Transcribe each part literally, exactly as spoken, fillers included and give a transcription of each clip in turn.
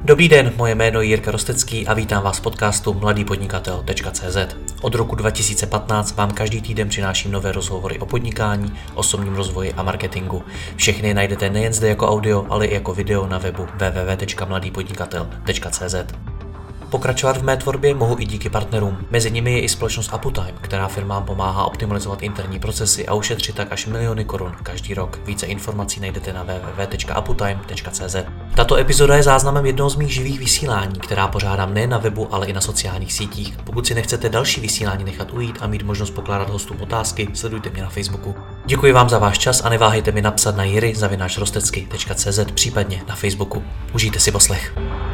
Dobrý den, moje jméno je Jirka Rostecký a vítám vás v podcastu mladý podnikatel tečka cé zet. Od roku dva tisíce patnáct vám každý týden přináším nové rozhovory o podnikání, osobním rozvoji a marketingu. Všechny najdete nejen zde jako audio, ale i jako video na webu w w w tečka mladý podnikatel tečka cé zet. Pokračovat v mé tvorbě mohu i díky partnerům. Mezi nimi je i společnost Aputime, která firmám pomáhá optimalizovat interní procesy a ušetřit tak až miliony korun každý rok. Více informací najdete na w w w tečka aputime tečka cé zet. Tato epizoda je záznamem jednoho z mých živých vysílání, která pořádám nejen na webu, ale i na sociálních sítích. Pokud si nechcete další vysílání nechat ujít a mít možnost pokládat hostům otázky, sledujte mě na Facebooku. Děkuji vám za váš čas a neváhejte mi napsat na jiry zavináč rostecky tečka cé zet, případně na Facebooku. Užijte si poslech.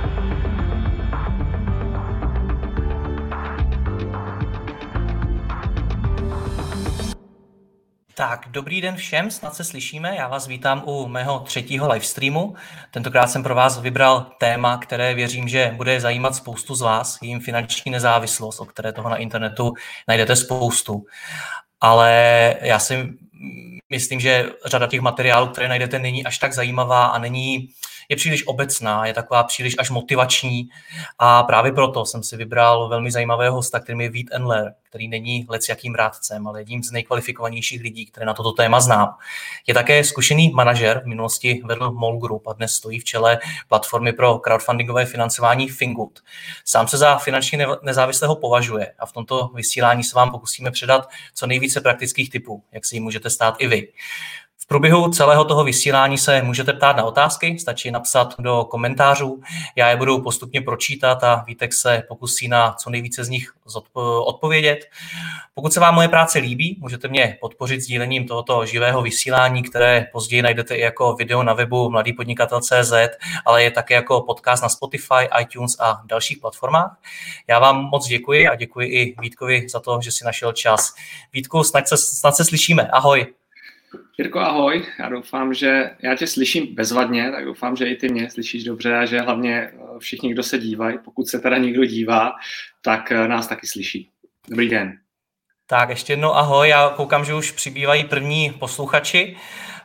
Tak, dobrý den všem, snad se slyšíme, já vás vítám u mého třetího livestreamu. Tentokrát jsem pro vás vybral téma, které věřím, že bude zajímat spoustu z vás, jim finanční nezávislost, o které toho na internetu najdete spoustu. Ale já si myslím, že řada těch materiálů, které najdete, není až tak zajímavá a není, je příliš obecná, je taková příliš až motivační a právě proto jsem si vybral velmi zajímavého hosta, kterým je Vít Endler, který není lecjakým rádcem, ale jedním z nejkvalifikovanějších lidí, které na toto téma znám. Je také zkušený manažer, v minulosti vedl Mall Group a dnes stojí v čele platformy pro crowdfundingové financování Fingood. Sám se za finančně nezávislého považuje a v tomto vysílání se vám pokusíme předat co nejvíce praktických tipů, jak si jim můžete stát i vy. V průběhu celého toho vysílání se můžete ptát na otázky, stačí napsat do komentářů, já je budu postupně pročítat a Vítek se pokusí na co nejvíce z nich odpovědět. Pokud se vám moje práce líbí, můžete mě podpořit sdílením tohoto živého vysílání, které později najdete i jako video na webu mladý podnikatel tečka cé zet, ale je také jako podcast na Spotify, iTunes a dalších platformách. Já vám moc děkuji a děkuji i Vítkovi za to, že si našel čas. Vítku, snad se, snad se slyšíme. Ahoj. Jirko, ahoj. Já doufám, že já tě slyším bezvadně, tak doufám, že i ty mě slyšíš dobře a že hlavně všichni, kdo se dívají, pokud se teda někdo dívá, tak nás taky slyší. Dobrý den. Tak ještě jednou ahoj, já koukám, že už přibývají první posluchači.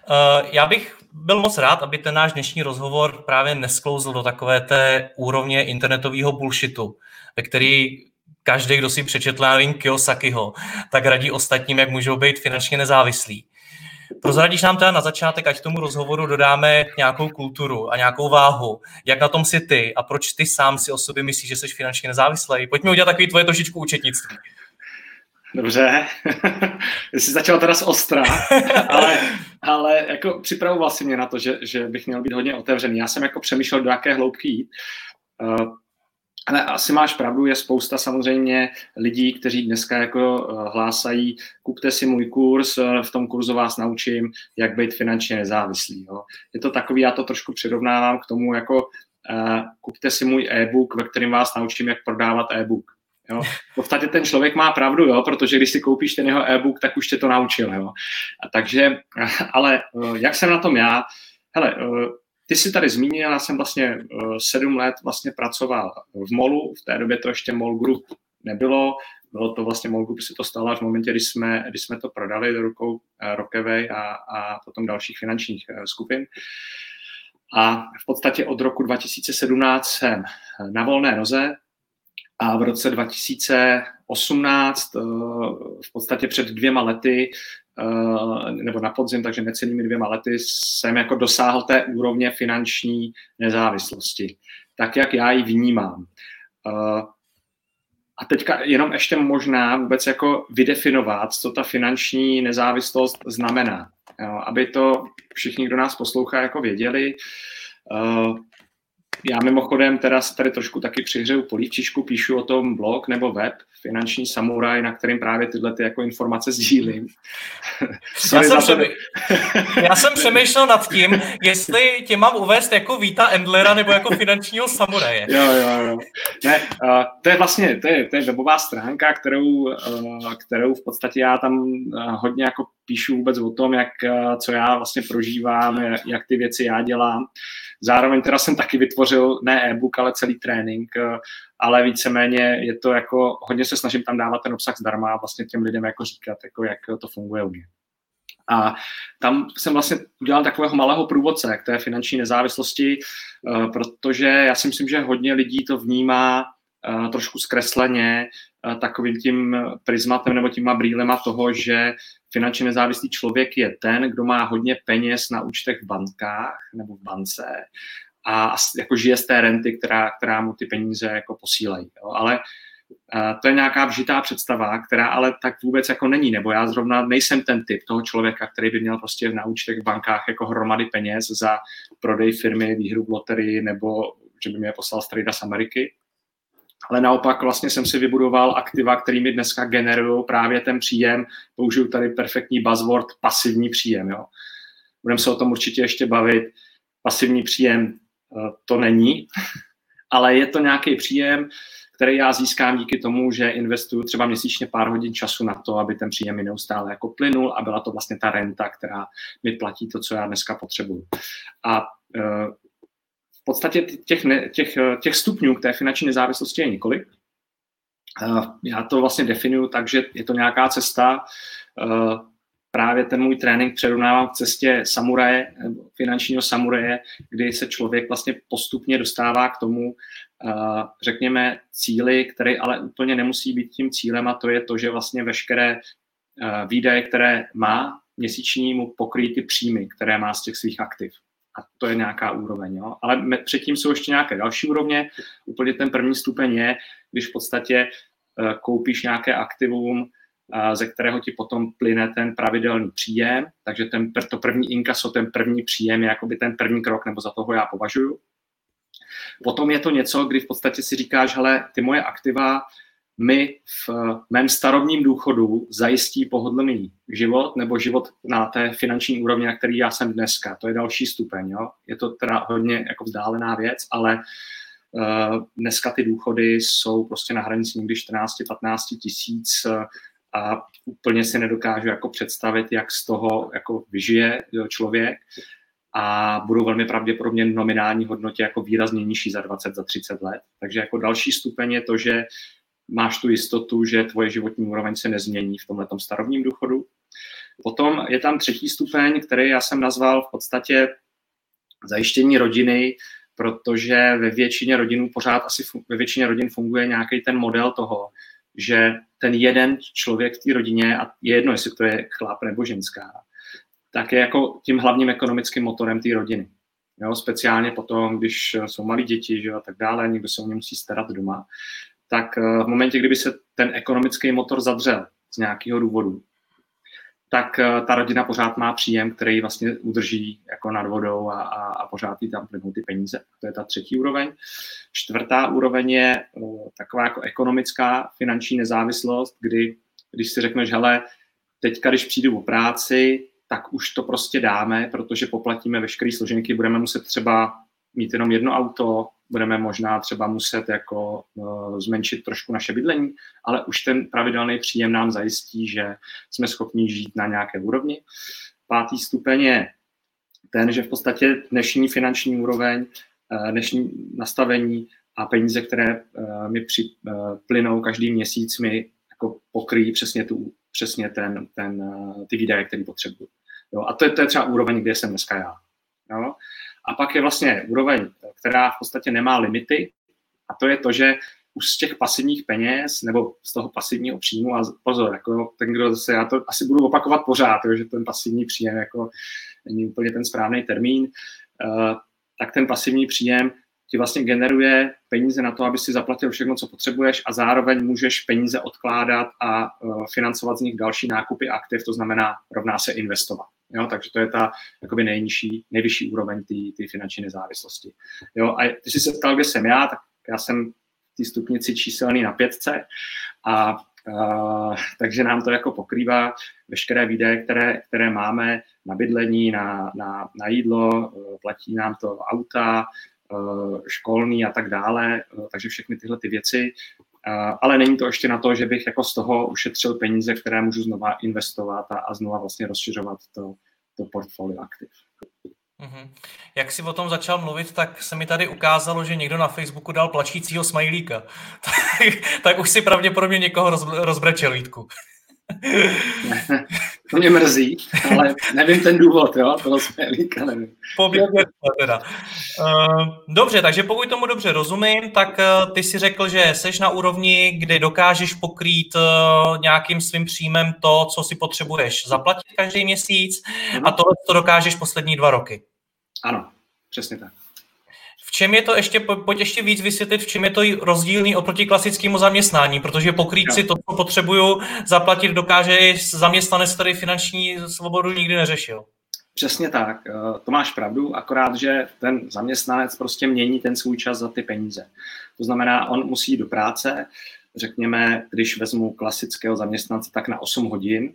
Já bych byl moc rád, aby ten náš dnešní rozhovor právě nesklouzl do takové té úrovně internetového bullshitu, ve který každý, kdo si přečetl, já nevím, Kiyosakiho, tak radí ostatním, jak můžou být finančně nezávislí. Prozradíš nám teda na začátek, ať tomu rozhovoru dodáme nějakou kulturu a nějakou váhu. Jak na tom jsi ty a proč ty sám si o sobě myslíš, že jsi finančně nezávislý? Pojďme udělat takový tvoje trošičku účetnictví. Dobře, jsi začal teda z ostra, ale, ale jako připravoval si mě na to, že, že bych měl být hodně otevřený. Já jsem jako přemýšlel, do jaké hloubky jít. Uh, Ale asi máš pravdu, je spousta samozřejmě lidí, kteří dneska jako hlásají, kupte si můj kurz, v tom kurzu vás naučím, jak být finančně nezávislý. Jo. Je to takový, já to trošku přirovnávám k tomu, jako uh, kupte si můj e-book, ve kterém vás naučím, jak prodávat e-book. Jo. V podstatě ten člověk má pravdu, jo, protože když si koupíš ten jeho e-book, tak už tě to naučil. Jo. A takže, ale uh, jak jsem na tom já? Hele, uh, Ty jsi tady zmínil, já jsem vlastně uh, sedm let vlastně pracoval v Mallu, v té době to ještě Mall Group nebylo, bylo to vlastně Mall Group, se to stalo až v momentě, kdy jsme, kdy jsme to prodali do rukou uh, Rockaway a, a potom dalších finančních uh, skupin. A v podstatě od roku dva tisíce sedmnáct jsem na volné noze a v roce dva tisíce osmnáct, uh, v podstatě před dvěma lety, Uh, nebo na podzim, takže necelými dvěma lety jsem jako dosáhl té úrovně finanční nezávislosti. Tak, jak já ji vnímám. Uh, a teďka jenom ještě možná vůbec jako vydefinovat, co ta finanční nezávislost znamená. Jo, aby to všichni, kdo nás poslouchá, jako věděli. Uh, Já mimochodem teda se tady trošku taky přihřeju polívčičku, píšu o tom blog nebo web Finanční samuraj, na kterým právě tyhle ty jako informace sdílím. Já jsem, přemý... Já jsem přemýšlel nad tím, jestli tě mám uvést jako Víta Endlera nebo jako finančního samuraje. Jo, jo, jo. Ne, uh, to je vlastně to je, to je webová stránka, kterou, uh, kterou v podstatě já tam uh, hodně jako píšu vůbec o tom, jak, uh, co já vlastně prožívám, jak ty věci já dělám. Zároveň teda jsem taky vytvořil ne e-book, ale celý trénink, ale víceméně je to jako, hodně se snažím tam dávat ten obsah zdarma a vlastně těm lidem jako říkat, jako jak to funguje u mě. A tam jsem vlastně udělal takového malého průvodce k té finanční nezávislosti, protože já si myslím, že hodně lidí to vnímá trošku zkresleně takovým tím prismatem nebo těma brýlema toho, že finančně nezávislý člověk je ten, kdo má hodně peněz na účtech v bankách nebo v bance a jako žije z té renty, která, která mu ty peníze jako posílají. Jo. Ale to je nějaká vžitá představa, která ale tak vůbec jako není, nebo já zrovna nejsem ten typ toho člověka, který by měl prostě na účtech v bankách jako hromady peněz za prodej firmy, výhru v loterii, nebo že by mě poslal strejda z Ameriky. Ale naopak vlastně jsem si vybudoval aktiva, kterými dneska generují právě ten příjem. Použiju tady perfektní buzzword pasivní příjem. Jo. Budeme se o tom určitě ještě bavit. Pasivní příjem to není, ale je to nějaký příjem, který já získám díky tomu, že investuju třeba měsíčně pár hodin času na to, aby ten příjem mi neustále jako plynul a byla to vlastně ta renta, která mi platí to, co já dneska potřebuju. A v podstatě těch, těch, těch stupňů k té finanční nezávislosti je několik. Já to vlastně definuju tak, že je to nějaká cesta. Právě ten můj trénink přerovnávám v cestě samuraje, finančního samuraje, kdy se člověk vlastně postupně dostává k tomu, řekněme, cíli, který ale úplně nemusí být tím cílem, a to je to, že vlastně veškeré výdaje, které má měsíční, mu pokryjí ty příjmy, které má z těch svých aktiv. A to je nějaká úroveň. Jo? Ale předtím jsou ještě nějaké další úrovně. Úplně ten první stupeň je, když v podstatě koupíš nějaké aktivum, ze kterého ti potom plyne ten pravidelný příjem, takže ten, to první inkaso, ten první příjem je jakoby ten první krok, nebo za toho já považuji. Potom je to něco, kdy v podstatě si říkáš, hele, ty moje aktiva mi v mém starobním důchodu zajistí pohodlný život nebo život na té finanční úrovni, na který já jsem dneska. To je další stupeň. Jo? Je to teda hodně jako vzdálená věc, ale uh, dneska ty důchody jsou prostě na hranici někdy čtrnáct až patnáct tisíc uh, a úplně si nedokážu jako představit, jak z toho jako vyžije člověk a budou velmi pravděpodobně v nominální hodnotě jako výrazně nižší za dvacet, za třicet let. Takže jako další stupeň je to, že máš tu jistotu, že tvoje životní úroveň se nezmění v tomhletom starobním důchodu. Potom je tam třetí stupeň, který já jsem nazval v podstatě zajištění rodiny, protože ve většině rodin pořád asi ve většině rodin funguje nějaký ten model toho, že ten jeden člověk v té rodině, a je jedno, jestli to je chlap nebo ženská, tak je jako tím hlavním ekonomickým motorem té rodiny. Jo, speciálně potom, když jsou malí děti, že, a tak dále, někdo se o ně musí starat doma, tak v momentě, kdyby se ten ekonomický motor zadřel z nějakého důvodu, tak ta rodina pořád má příjem, který vlastně udrží jako nad vodou a, a, a pořád jí tam plynou ty peníze. To je ta třetí úroveň. Čtvrtá úroveň je uh, taková jako ekonomická finanční nezávislost, kdy když si řekneš, hele, teďka, když přijdu o práci, tak už to prostě dáme, protože poplatíme veškeré složenky, budeme muset třeba mít jenom jedno auto, budeme možná třeba muset jako uh, zmenšit trošku naše bydlení, ale už ten pravidelný příjem nám zajistí, že jsme schopni žít na nějaké úrovni. Pátý stupeň je ten, že v podstatě dnešní finanční úroveň, uh, dnešní nastavení a peníze, které uh, mi při, uh, plynou každý měsíc, mi jako pokryjí přesně, tu, přesně ten, ten, uh, ty výdaje, které potřebuji. Jo, a to je, to je třeba úroveň, kde jsem dneska já. Jo? A pak je vlastně úroveň, která v podstatě nemá limity, a to je to, že už z těch pasivních peněz nebo z toho pasivního příjmu, a pozor, jako ten, kdo zase, já to asi budu opakovat pořád, jo, že ten pasivní příjem jako není úplně ten správný termín, uh, tak ten pasivní příjem ti vlastně generuje peníze na to, aby si zaplatil všechno, co potřebuješ, a zároveň můžeš peníze odkládat a uh, financovat z nich další nákupy aktiv, to znamená rovná se investovat. Jo, takže to je ta jakoby nejnižší, nejvyšší úroveň té finanční nezávislosti. Jo, a ty jsi se ptal, kde jsem já, tak já jsem v té stupnici číselný na pětce, a uh, takže nám to jako pokrývá veškeré výdaje, které, které máme na bydlení, na, na, na jídlo, uh, platí nám to auta, uh, školní a tak dále, uh, takže všechny tyhle ty věci. Uh, ale není to ještě na to, že bych jako z toho ušetřil peníze, které můžu znova investovat a, a znova vlastně rozšiřovat to, to portfolio aktiv. Mm-hmm. Jak jsi o tom začal mluvit, tak se mi tady ukázalo, že někdo na Facebooku dal plačícího smajlíka. tak, tak už si pravděpodobně někoho roz, rozbrečel, Vítku. Ne, ne, to mě mrzí, ale nevím ten důvod, jo, toho smajlíka nevím. teda. Dobře, takže pokud tomu dobře rozumím, tak ty si řekl, že seš na úrovni, kdy dokážeš pokrýt nějakým svým příjmem to, co si potřebuješ zaplatit každý měsíc, mhm. a tohle to dokážeš poslední dva roky. Ano, přesně tak. V čem je to ještě, pojď ještě víc vysvětlit, v čem je to rozdílný oproti klasickému zaměstnání, protože pokrýt no. si to, co potřebuju zaplatit, dokáže zaměstnanec, který finanční svobodu nikdy neřešil. Přesně tak, to máš pravdu, akorát, že ten zaměstnanec prostě mění ten svůj čas za ty peníze. To znamená, on musí jít do práce, řekněme, když vezmu klasického zaměstnance, tak na osm hodin,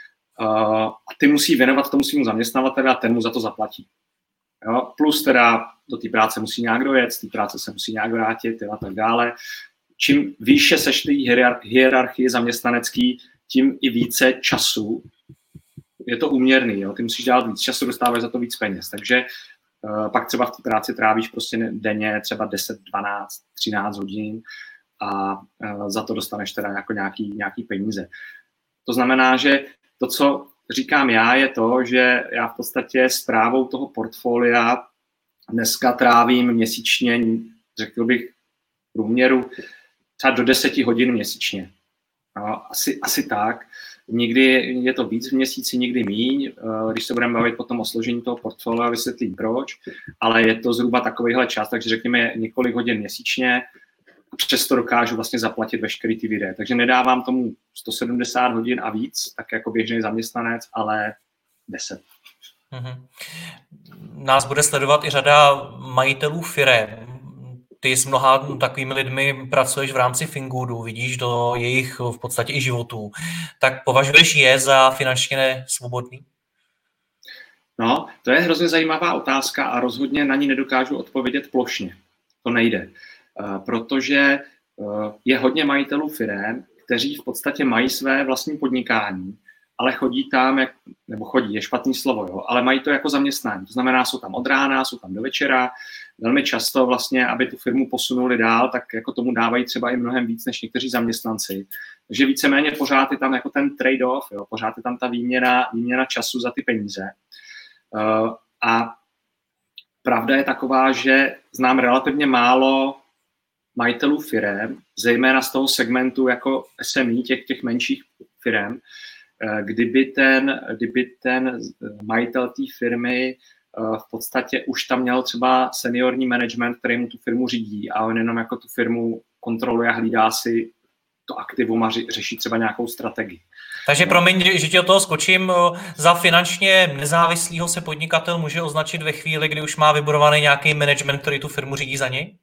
a ty musí věnovat tomu svýmu zaměstnavateli a ten mu za to zaplatí. Jo? Plus teda do té práce musí nějak dojet, z té práce se musí nějak vrátit a tak dále. Čím výše seš té hierarchii zaměstnanecký, tím i více času. Je to úměrný, jo? Ty musíš dát víc času, dostáváš za to víc peněz. Takže uh, pak třeba v té práci trávíš prostě denně třeba deset, dvanáct, třináct hodin a uh, za to dostaneš teda jako nějaký, nějaký peníze. To znamená, že to, co říkám já, je to, že já v podstatě správou toho portfolia dneska trávím měsíčně, řekl bych v průměru, třeba do deseti hodin měsíčně. No, asi, asi tak. Někdy je to víc v měsíci, někdy míň. Když se budeme bavit potom o složení toho portfolia, vysvětlím proč, ale je to zhruba takovýhle čas, takže řekněme několik hodin měsíčně, přesto dokážu vlastně zaplatit veškerý ty výdaje. Takže nedávám tomu sto sedmdesát hodin a víc, tak jako běžný zaměstnanec, ale deset. Mm-hmm. Nás bude sledovat i řada majitelů firem. Ty s mnoha takovými lidmi pracuješ v rámci Fingoodu, vidíš do jejich v podstatě i životů. Tak považuješ je za finančně svobodný? No, to je hrozně zajímavá otázka a rozhodně na ní nedokážu odpovědět plošně. To nejde. Protože je hodně majitelů firem, kteří v podstatě mají své vlastní podnikání, ale chodí tam, jak, nebo chodí, je špatný slovo, jo, ale mají to jako zaměstnání. To znamená, jsou tam od rána, jsou tam do večera, velmi často vlastně, aby tu firmu posunuli dál, tak jako tomu dávají třeba i mnohem víc než někteří zaměstnanci. Takže víceméně pořád je tam jako ten trade-off, jo, pořád je tam ta výměna, výměna času za ty peníze. Uh, a pravda je taková, že znám relativně málo majitelů firem, zejména z toho segmentu jako S M E, těch, těch menších firem, kdyby ten, kdyby ten majitel té firmy v podstatě už tam měl třeba seniorní management, který mu tu firmu řídí a on jenom jako tu firmu kontroluje a hlídá si to aktivum a řeší třeba nějakou strategii. Takže promiň, že ti od toho skočím, za finančně nezávislýho se podnikatel může označit ve chvíli, kdy už má vybudovaný nějaký management, který tu firmu řídí za něj?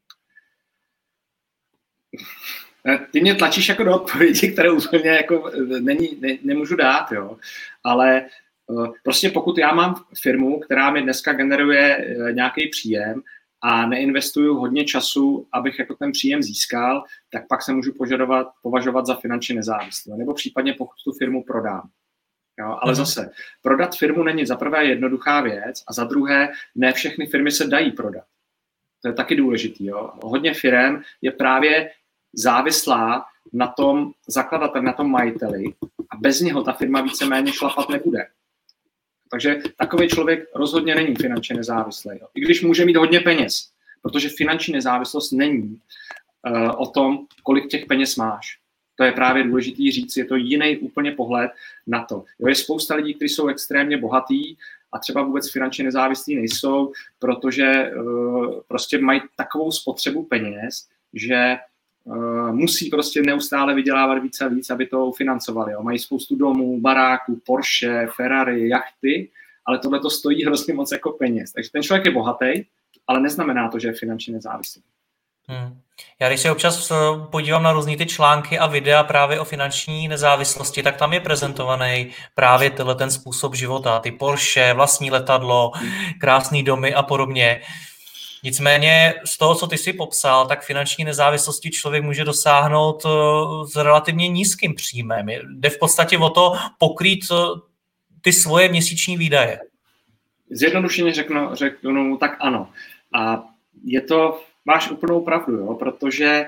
Ty mě tlačíš jako do odpovědi, které úplně jako není, ne, nemůžu dát, jo. Ale uh, prostě pokud já mám firmu, která mi dneska generuje uh, nějaký příjem a neinvestuju hodně času, abych jako ten příjem získal, tak pak se můžu požadovat, považovat za finančně nezávislý. Nebo případně pokud tu firmu prodám. Jo. Ale mm-hmm. zase, prodat firmu není za prvé jednoduchá věc a za druhé ne všechny firmy se dají prodat. To je taky důležitý. Jo. Hodně firem je právě závislá na tom zakladateli, na tom majiteli a bez něho ta firma víceméně šlapat nebude. Takže takový člověk rozhodně není finančně nezávislý. Jo. I když může mít hodně peněz, protože finanční nezávislost není uh, o tom, kolik těch peněz máš. To je právě důležitý říct, je to jiný úplně pohled na to. Jo, je spousta lidí, kteří jsou extrémně bohatí a třeba vůbec finančně nezávislí nejsou, protože uh, prostě mají takovou spotřebu peněz, že Uh, musí prostě neustále vydělávat víc a víc, aby to financovali. Jo. Mají spoustu domů, baráků, Porsche, Ferrari, jachty, ale tohle to stojí hrozně moc jako peněz. Takže ten člověk je bohatý, ale neznamená to, že je finančně nezávislý. Hmm. Já když se občas podívám na různý ty články a videa právě o finanční nezávislosti, tak tam je prezentovaný právě tenhle ten způsob života. Ty Porsche, vlastní letadlo, krásný domy a podobně. Nicméně z toho, co ty jsi popsal, tak finanční nezávislosti člověk může dosáhnout s relativně nízkým příjmem. Jde v podstatě o to pokrýt ty svoje měsíční výdaje. Zjednodušeně řeknu, řeknu tak ano. A je to, máš úplnou pravdu, jo, protože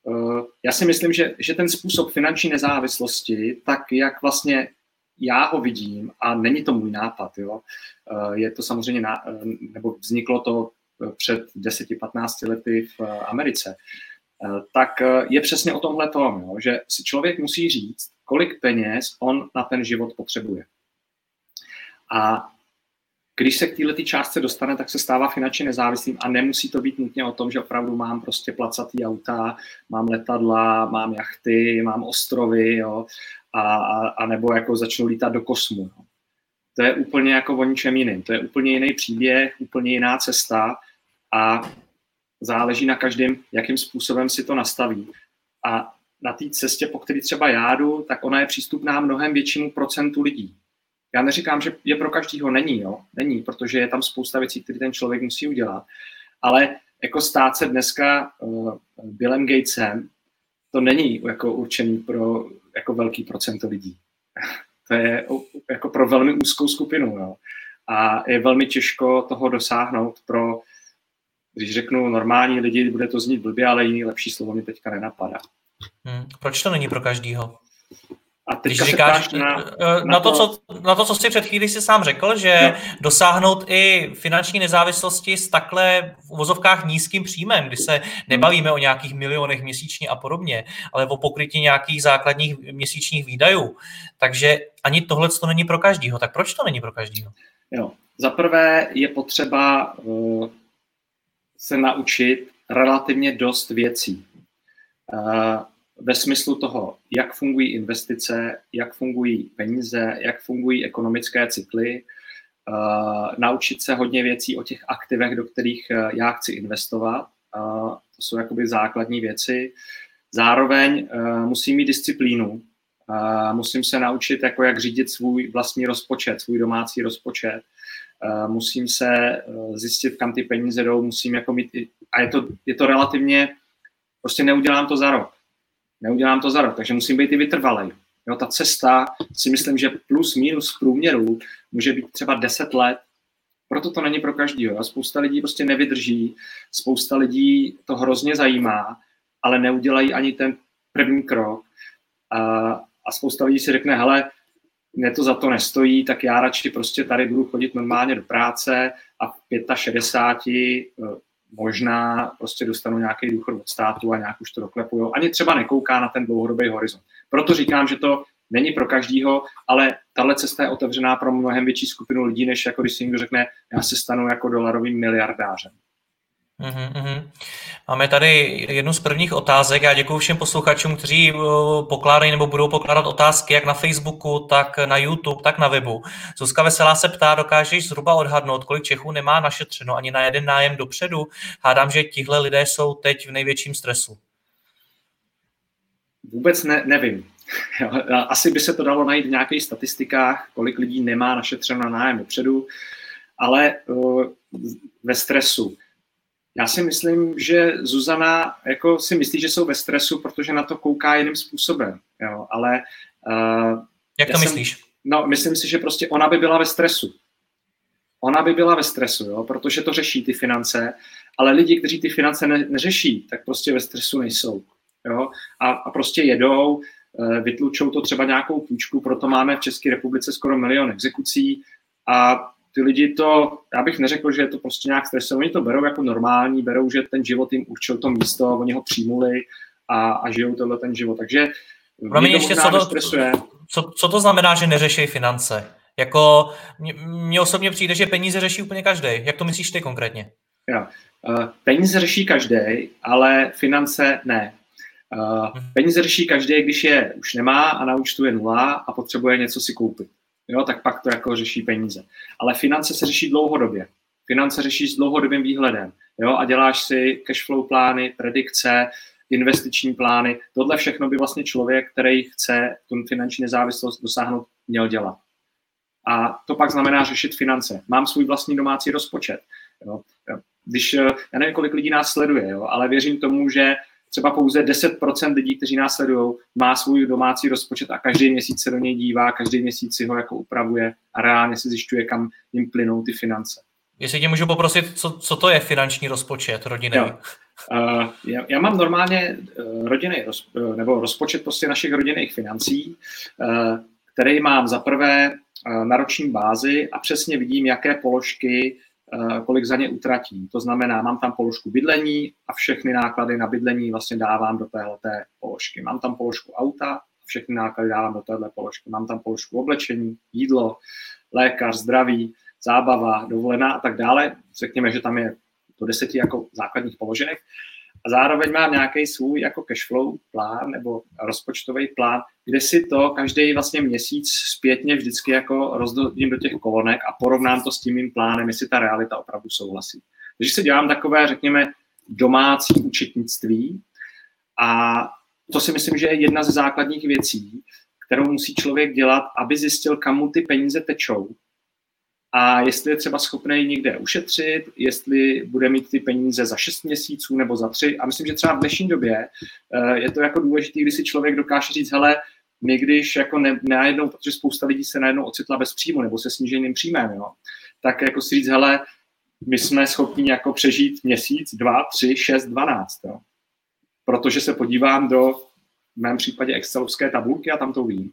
já si myslím, že, že ten způsob finanční nezávislosti, tak jak vlastně já ho vidím, a není to můj nápad, jo, je to samozřejmě, na, nebo vzniklo to před deseti patnácti lety v Americe, tak je přesně o tomhle tom, jo, že si člověk musí říct, kolik peněz on na ten život potřebuje. A když se k této částce dostane, tak se stává finančně nezávislým a nemusí to být nutně o tom, že opravdu mám prostě placatý auta, mám letadla, mám jachty, mám ostrovy, jo, a, a, a nebo jako začnu lítat do kosmu. Jo. To je úplně jako o ničem jiným. To je úplně jiný příběh, úplně jiná cesta a záleží na každém, jakým způsobem si to nastaví. A na té cestě, po které třeba já jdu, tak ona je přístupná mnohem většímu procentu lidí. Já neříkám, že je pro každýho, není, jo? Není, protože je tam spousta věcí, které ten člověk musí udělat. Ale jako stát se dneska uh, Billem Gatesem, to není jako určený pro jako velký procento lidí. To je jako pro velmi úzkou skupinu. Jo? A je velmi těžko toho dosáhnout pro, když řeknu normální lidi, bude to znít blbě, ale jiný lepší slovo mi teďka nenapadá. Hmm, proč to není pro každýho? A Když říkáš na, na, na, to, co, na to, co jsi před chvílí si sám řekl, že no. dosáhnout i finanční nezávislosti s takhle v uvozovkách nízkým příjmem, kdy se nebavíme o nějakých milionech měsíčně a podobně, ale o pokrytí nějakých základních měsíčních výdajů. Takže ani tohle to není pro každýho. Tak proč to není pro každýho? Jo. Za prvé je potřeba uh, se naučit relativně dost věcí. Uh, ve smyslu toho, jak fungují investice, jak fungují peníze, jak fungují ekonomické cykly, uh, naučit se hodně věcí o těch aktivech, do kterých uh, já chci investovat. Uh, to jsou jakoby základní věci. Zároveň uh, musím mít disciplínu. Uh, musím se naučit, jako jak řídit svůj vlastní rozpočet, svůj domácí rozpočet. Uh, musím se uh, zjistit, kam ty peníze jdou, musím jako mít, a je to, je to relativně, prostě neudělám to za rok. Neudělám to za rok, takže musím být i vytrvalej. Jo, ta cesta si myslím, že plus minus v průměru může být třeba deset let, proto to není pro každýho. Spousta lidí prostě nevydrží, spousta lidí to hrozně zajímá, ale neudělají ani ten první krok. A, a spousta lidí si řekne, hele, mě to za to nestojí, tak já radši prostě tady budu chodit normálně do práce a v šedesáti pěti možná prostě dostanu nějaký důchod od státu a nějak už to doklepujou. Ani třeba nekouká na ten dlouhodobý horizont. Proto říkám, že to není pro každýho, ale tahle cesta je otevřená pro mnohem větší skupinu lidí, než jako když si někdo řekne, já se stanu jako dolarovým miliardářem. Uhum. Máme tady jednu z prvních otázek. Já děkuji všem posluchačům, kteří pokládají nebo budou pokládat otázky jak na Facebooku, tak na YouTube, tak na webu. Zuzka Veselá se ptá, dokážeš zhruba odhadnout, kolik Čechů nemá našetřeno ani na jeden nájem dopředu? Hádám, že tihle lidé jsou teď v největším stresu. Vůbec ne, nevím. Asi by se to dalo najít v nějakých statistikách, kolik lidí nemá našetřeno na nájem dopředu, ale uh, ve stresu. Já si myslím, že Zuzana jako si myslí, že jsou ve stresu, protože na to kouká jiným způsobem. Jo, ale, uh, Jak to myslíš? Jsem, no, myslím si, že prostě ona by byla ve stresu. Ona by byla ve stresu, jo, protože to řeší ty finance, ale lidi, kteří ty finance ne, neřeší, tak prostě ve stresu nejsou. Jo, a, a prostě jedou, uh, vytlučou to třeba nějakou půjčku, proto máme v České republice skoro milion exekucí a ty lidi to, já bych neřekl, že je to prostě nějak stresové, oni to berou jako normální, berou, že ten život jim určil to místo, oni ho přijmuli a, a žijou tohle ten život. Takže mě ještě, co, to, co, co to znamená, že neřeší finance? Jako, mně osobně přijde, že peníze řeší úplně každý. Jak to myslíš ty konkrétně? Jo. Peníze řeší každý, ale finance ne. Peníze řeší každý, když je už nemá a na účtu je nula a potřebuje něco si koupit. Jo, tak pak to jako řeší peníze. Ale finance se řeší dlouhodobě. Finance řeší s dlouhodobým výhledem. Jo, a děláš si cashflow plány, predikce, investiční plány. Tohle všechno by vlastně člověk, který chce tu finanční nezávislost dosáhnout, měl dělat. A to pak znamená řešit finance. Mám svůj vlastní domácí rozpočet. Jo. Když, já nevím, kolik lidí nás sleduje, jo, ale věřím tomu, že třeba pouze deset procent lidí, kteří nás sledují, má svůj domácí rozpočet a každý měsíc se do něj dívá, každý měsíc si ho jako upravuje a reálně si zjišťuje, kam jim plynou ty finance. Jestli tě můžu poprosit, co, co to je finanční rozpočet rodinný? Jo. Uh, já, já mám normálně uh, rodinný roz, uh, nebo rozpočet prostě našich rodinných financí, uh, který mám za prvé uh, na roční bázi a přesně vidím, jaké položky, uh, kolik za ně utratím. To znamená, mám tam položku bydlení a všechny náklady na bydlení vlastně dávám do téhleté položky. Mám tam položku auta a všechny náklady dávám do téhle položky. Mám tam položku oblečení, jídlo, lékař, zdraví, zábava, dovolená a tak dále. Řekněme, že tam je do deseti jako základních položek. A zároveň mám nějaký svůj jako cashflow plán nebo rozpočtový plán, kde si to každý vlastně měsíc zpětně vždycky jako rozdělím do těch kolonek a porovnám to s tím mým plánem, jestli ta realita opravdu souhlasí. Takže si dělám takové, řekněme, domácí účetnictví a to si myslím, že je jedna ze základních věcí, kterou musí člověk dělat, aby zjistil, kam mu ty peníze tečou. A jestli je třeba schopný někde ušetřit, jestli bude mít ty peníze za šest měsíců nebo za tři. A myslím, že třeba v dnešní době je to jako důležité, když si člověk dokáže říct, hele, my když jako ne, najednou, protože spousta lidí se najednou ocitla bez příjmu nebo se sníženým příjmem, jo, tak jako si říct, hele, my jsme schopni jako přežít měsíc, dva, tři, šest, dvanáct. Jo. Protože se podívám do, v mém případě, excelovské tabulky a tam to vím.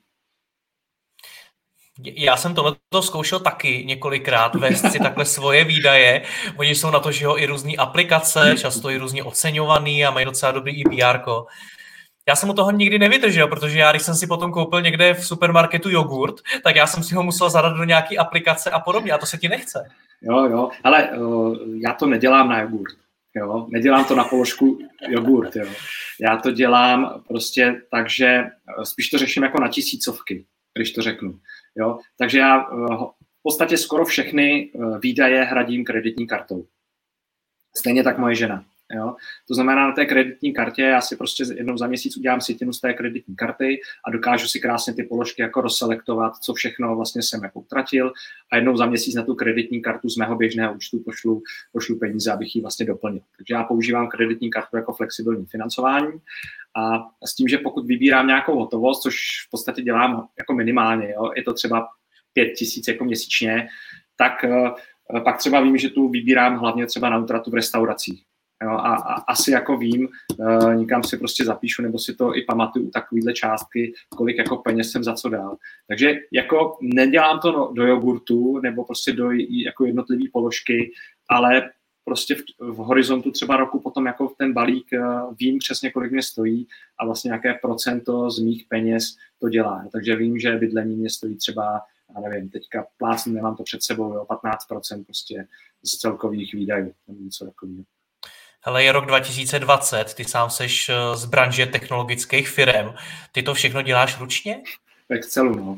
Já jsem tohleto zkoušel taky několikrát, vést si takhle svoje výdaje. Oni jsou na to, že jo, i různý aplikace, často i různě oceňovaný a mají docela dobrý i P R ko. Já jsem u toho nikdy nevydržel, protože já, když jsem si potom koupil někde v supermarketu jogurt, tak já jsem si ho musel zadat do nějaké aplikace a podobně, a to se ti nechce. Jo, jo, ale uh, já to nedělám na jogurt. Jo, nedělám to na položku jogurt. Jo. Já to dělám prostě tak, že spíš to řeším jako na tisícovky, když to řeknu. Jo? Takže já v podstatě skoro všechny výdaje hradím kreditní kartou. Stejně tak moje žena. Jo? To znamená, na té kreditní kartě já si prostě jednou za měsíc udělám sjetinu z té kreditní karty a dokážu si krásně ty položky jako rozselektovat, co všechno vlastně jsem jako utratil a jednou za měsíc na tu kreditní kartu z mého běžného účtu pošlu, pošlu peníze, abych ji vlastně doplnil. Takže já používám kreditní kartu jako flexibilní financování a s tím, že pokud vybírám nějakou hotovost, což v podstatě dělám jako minimálně, jo, je to třeba pět tisíc jako měsíčně, tak uh, pak třeba vím, že tu vybírám hlavně třeba na útratu v restauracích. Jo, a, a asi jako vím, uh, nikam si prostě zapíšu, nebo si to i pamatuju takovýhle částky, kolik jako peněz jsem za co dál. Takže jako nedělám to no, do jogurtu, nebo prostě do jako jednotlivý položky, ale prostě v, v horizontu třeba roku potom jako ten balík uh, vím přesně, kolik mě stojí a vlastně nějaké procento z mých peněz to dělá. Takže vím, že bydlení mě stojí třeba, já nevím, teďka plácnu, nemám to před sebou, jo, patnáct procent prostě z celkových výdajů, nebo něco takového. Hele, je rok dva tisíce dvacet, ty sám seš z branže technologických firem. Ty to všechno děláš ručně? V Excelu, no.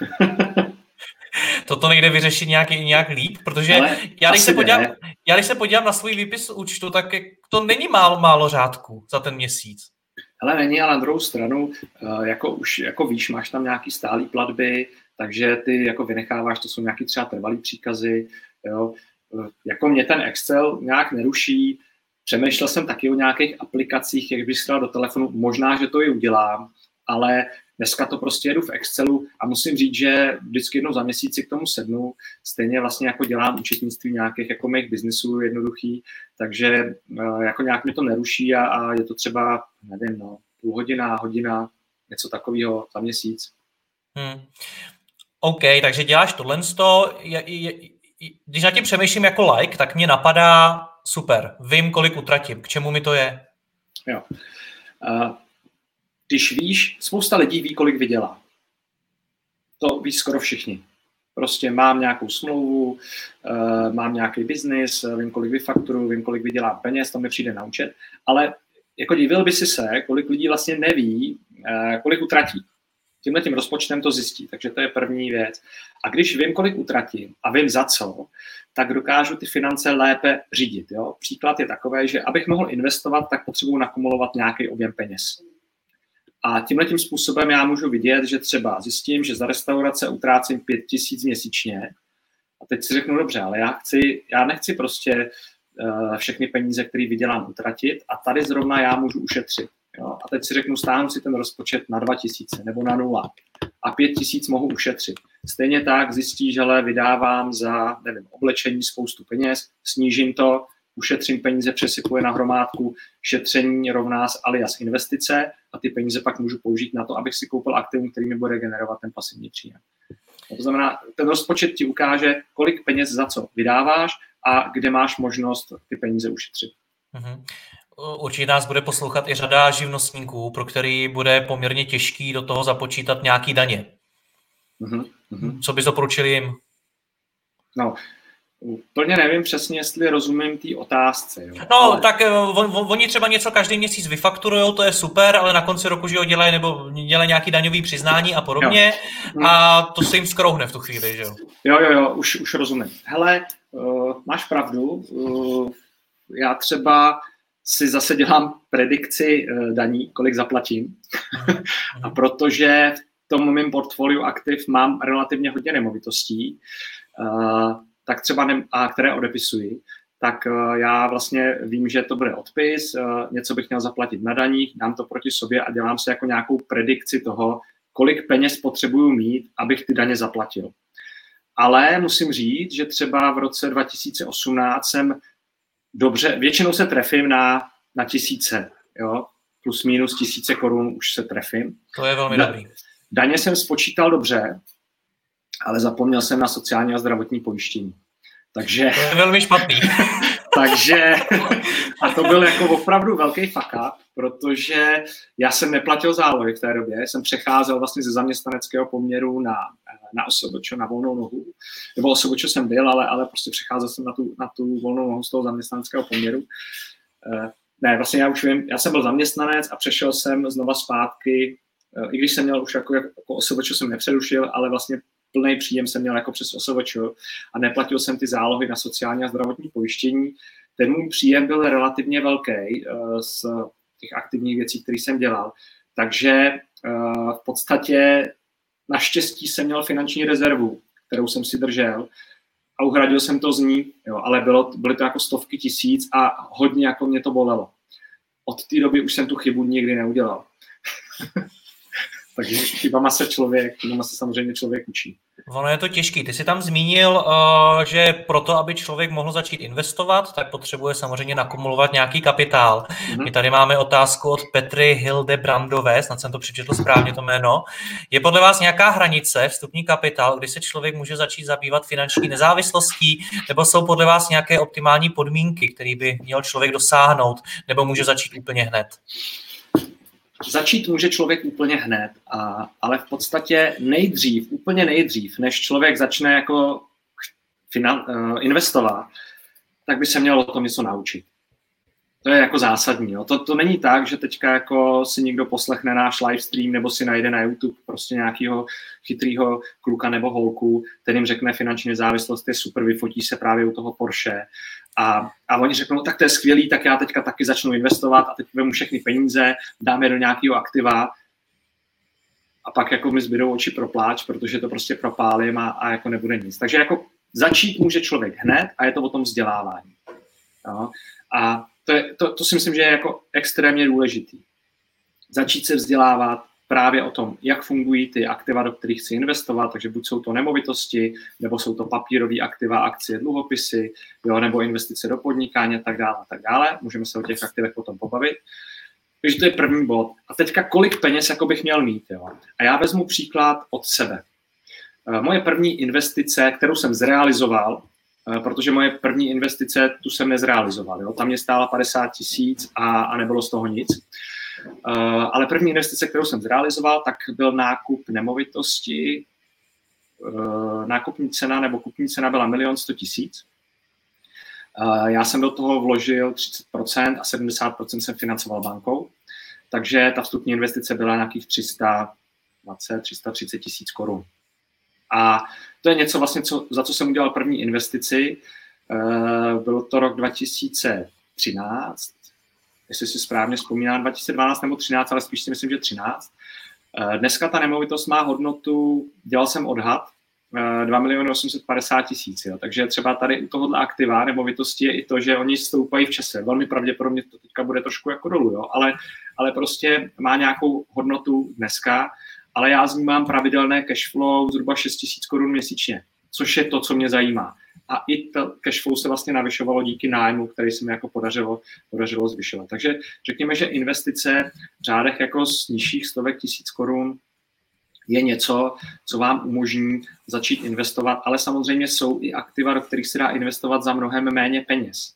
Toto nejde vyřešit nějak, nějak líp, protože já když, se podívám, já když se podívám na svůj výpis účtu, tak to není málo, málo řádků za ten měsíc. Ale není, ale na druhou stranu, jako už jako víš, máš tam nějaký stálý platby, takže ty jako vynecháváš, to jsou nějaký třeba trvalý příkazy, jo. Jako mě ten Excel nějak neruší. Přemýšlel jsem taky o nějakých aplikacích, jak bych dal do telefonu, možná, že to i udělám, ale dneska to prostě jedu v Excelu a musím říct, že vždycky jednou za měsíc si k tomu sednu, stejně vlastně jako dělám účetnictví nějakých jako mých biznesů jednoduchý, takže jako nějak mě to neruší a, a je to třeba, nevím, no, půl hodina, hodina, něco takového za měsíc. Hmm. OK, takže děláš tohle, když na tím přemýšlím jako like, tak mě napadá super, vím, kolik utratím. K čemu mi to je? Jo. Uh, když víš, spousta lidí ví, kolik vydělá. To ví skoro všichni. Prostě mám nějakou smlouvu, uh, mám nějaký biznis, vím, kolik vyfakturuju, vím, kolik vydělám peněz, to mi přijde na účet, ale jako divil by si se, kolik lidí vlastně neví, uh, kolik utratí. Tímhle tím rozpočtem to zjistí, takže to je první věc. A když vím, kolik utratím a vím za co, tak dokážu ty finance lépe řídit. Jo? Příklad je takový, že abych mohl investovat, tak potřebuji nakumulovat nějaký objem peněz. A tímhle tím způsobem já můžu vidět, že třeba zjistím, že za restaurace utrácím pět tisíc měsíčně a teď si řeknu, dobře, ale já, chci, já nechci prostě uh, všechny peníze, které vydělám, utratit a tady zrovna já můžu ušetřit. Jo? A teď si řeknu, stáhnu si ten rozpočet na dva tisíce nebo na nula. a pět tisíc mohu ušetřit. Stejně tak zjistí, že ale vydávám za, nevím, oblečení spoustu peněz, snížím to, ušetřím peníze, přesypuje na hromádku, šetření rovná s alias investice a ty peníze pak můžu použít na to, abych si koupil aktivum, který mi bude generovat ten pasivní příjem. To znamená, ten rozpočet ti ukáže, kolik peněz za co vydáváš a kde máš možnost ty peníze ušetřit. Mm-hmm. Určitě nás bude poslouchat i řada živnostníků, pro který bude poměrně těžký do toho započítat nějaký daně. Mm-hmm. Co bys doporučil jim? No, úplně nevím přesně, jestli rozumím té otázce. Jo. No, ale... tak on, oni třeba něco každý měsíc vyfakturujou, to je super, ale na konci roku, že ho dělají, nebo dělají nějaký daňový přiznání a podobně, jo. A to se jim skrouhne v tu chvíli, že jo? Jo, jo, jo, už, už rozumím. Hele, uh, máš pravdu, uh, já třeba si zase dělám predikci uh, daní, kolik zaplatím, a protože v tom mým portfoliu aktiv mám relativně hodně nemovitostí, uh, tak třeba ne, a které odepisuji, tak uh, já vlastně vím, že to bude odpis, uh, něco bych měl zaplatit na daních, dám to proti sobě a dělám si jako nějakou predikci toho, kolik peněz potřebuju mít, abych ty daně zaplatil. Ale musím říct, že třeba v roce dva tisíce osmnáct jsem dobře, většinou se trefím na, na tisíce, jo, plus minus tisíce korun už se trefím. To je velmi da, dobrý. Daně jsem spočítal dobře, ale zapomněl jsem na sociální a zdravotní pojištění. Takže, to je velmi špatný. takže, a to byl jako opravdu velký fuck up, protože já jsem neplatil zálohy v té době, jsem přecházel vlastně ze zaměstnaneckého poměru na, na osobočo, na volnou nohu, nebo osobočo jsem byl, ale, ale prostě přecházel jsem na tu, na tu volnou nohu z toho zaměstnaneckého poměru. Ne, vlastně já už vím, já jsem byl zaměstnanec a přešel jsem znova zpátky, i když jsem měl už jako, jako osobočo jsem nepřerušil, ale vlastně plný příjem jsem měl jako přes osoboč a neplatil jsem ty zálohy na sociální a zdravotní pojištění. Ten můj příjem byl relativně velký uh, z těch aktivních věcí, které jsem dělal. Takže uh, v podstatě naštěstí jsem měl finanční rezervu, kterou jsem si držel a uhradil jsem to z ní, jo, ale bylo, byly to jako stovky tisíc a hodně jako mě to bolelo. Od té doby už jsem tu chybu nikdy neudělal. Takže chybama se člověk, chybama se samozřejmě člověk učí. Ono je to těžký. Ty jsi tam zmínil, že proto, aby člověk mohl začít investovat, tak potřebuje samozřejmě nakumulovat nějaký kapitál. Mm-hmm. My tady máme otázku od Petry Hildebrandové, snad jsem to přečetl správně to jméno. Je podle vás nějaká hranice, vstupní kapitál, kdy se člověk může začít zabývat finanční nezávislostí, nebo jsou podle vás nějaké optimální podmínky, které by měl člověk dosáhnout, nebo může začít úplně hned? Začít může člověk úplně hned, a, ale v podstatě nejdřív, úplně nejdřív, než člověk začne jako finan, uh, investovat, tak by se měl o tom něco naučit. To je jako zásadní. Jo. To, to není tak, že teďka jako si někdo poslechne náš livestream nebo si najde na YouTube prostě nějakého chytrýho kluka nebo holku, ten jim řekne finanční nezávislost je super, vyfotí se právě u toho Porsche a, a oni řeknou, tak to je skvělý, tak já teďka taky začnu investovat a teď vemu všechny peníze, dáme do nějakého aktiva a pak jako mi zbydou oči pro pláč, protože to prostě propálím a, a jako nebude nic. Takže jako začít může člověk hned a je to o tom vzdělávání. Jo. A to, je, to, to si myslím, že je jako extrémně důležitý. Začít se vzdělávat právě o tom, jak fungují ty aktiva, do kterých chci investovat, takže buď jsou to nemovitosti, nebo jsou to papírové aktiva, akcie, dluhopisy, jo, nebo investice do podnikání a tak dále, a tak dále. Můžeme se o těch aktivech potom pobavit. Takže to je první bod. A teďka kolik peněz jako bych měl mít. Jo? A já vezmu příklad od sebe. Moje první investice, kterou jsem zrealizoval, protože moje první investice tu jsem nezrealizoval. Jo? Tam mě stála padesát tisíc a, a nebylo z toho nic. Uh, ale první investice, kterou jsem zrealizoval, tak byl nákup nemovitosti. Uh, nákupní cena nebo kupní cena byla milion sto tisíc. Uh, já jsem do toho vložil třicet procent a sedmdesát procent jsem financoval bankou. Takže ta vstupní investice byla nějakých tři sta dvacet, tři sta třicet tisíc korun. A to je něco vlastně, co, za co jsem udělal první investici. Uh, byl to rok dva tisíce třináct. Jestli si správně vzpomínám, dva tisíce dvanáct nebo třináct, ale spíš si myslím, že třináct. Dneska ta nemovitost má hodnotu, dělal jsem odhad, dva miliony osm set padesát tisíc. Takže třeba tady u tohohle aktiva nemovitosti je i to, že oni stoupají v čase. Velmi pravděpodobně to teďka bude trošku jako dolů, jo? Ale, ale prostě má nějakou hodnotu dneska ale já z ní mám pravidelné cash flow zhruba šest tisíc korun měsíčně, což je to, co mě zajímá. A i to cash flow se vlastně navyšovalo díky nájmu, který se mi jako podařilo, podařilo zvyšovat. Takže řekněme, že investice v řádech jako z nižších stovek tisíc korun je něco, co vám umožní začít investovat, ale samozřejmě jsou i aktiva, do kterých se dá investovat za mnohem méně peněz.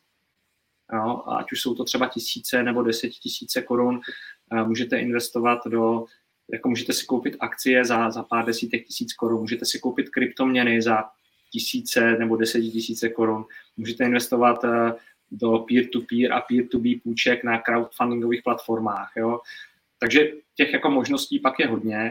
No, ať už jsou to třeba tisíce nebo desetitisíce korun, můžete investovat do, jako můžete si koupit akcie za, za pár desítek tisíc korun, můžete si koupit kryptoměny za tisíce nebo desetitisíce korun, můžete investovat do peer-to-peer a peer-to-be půjček na crowdfundingových platformách. Jo? Takže těch jako možností pak je hodně,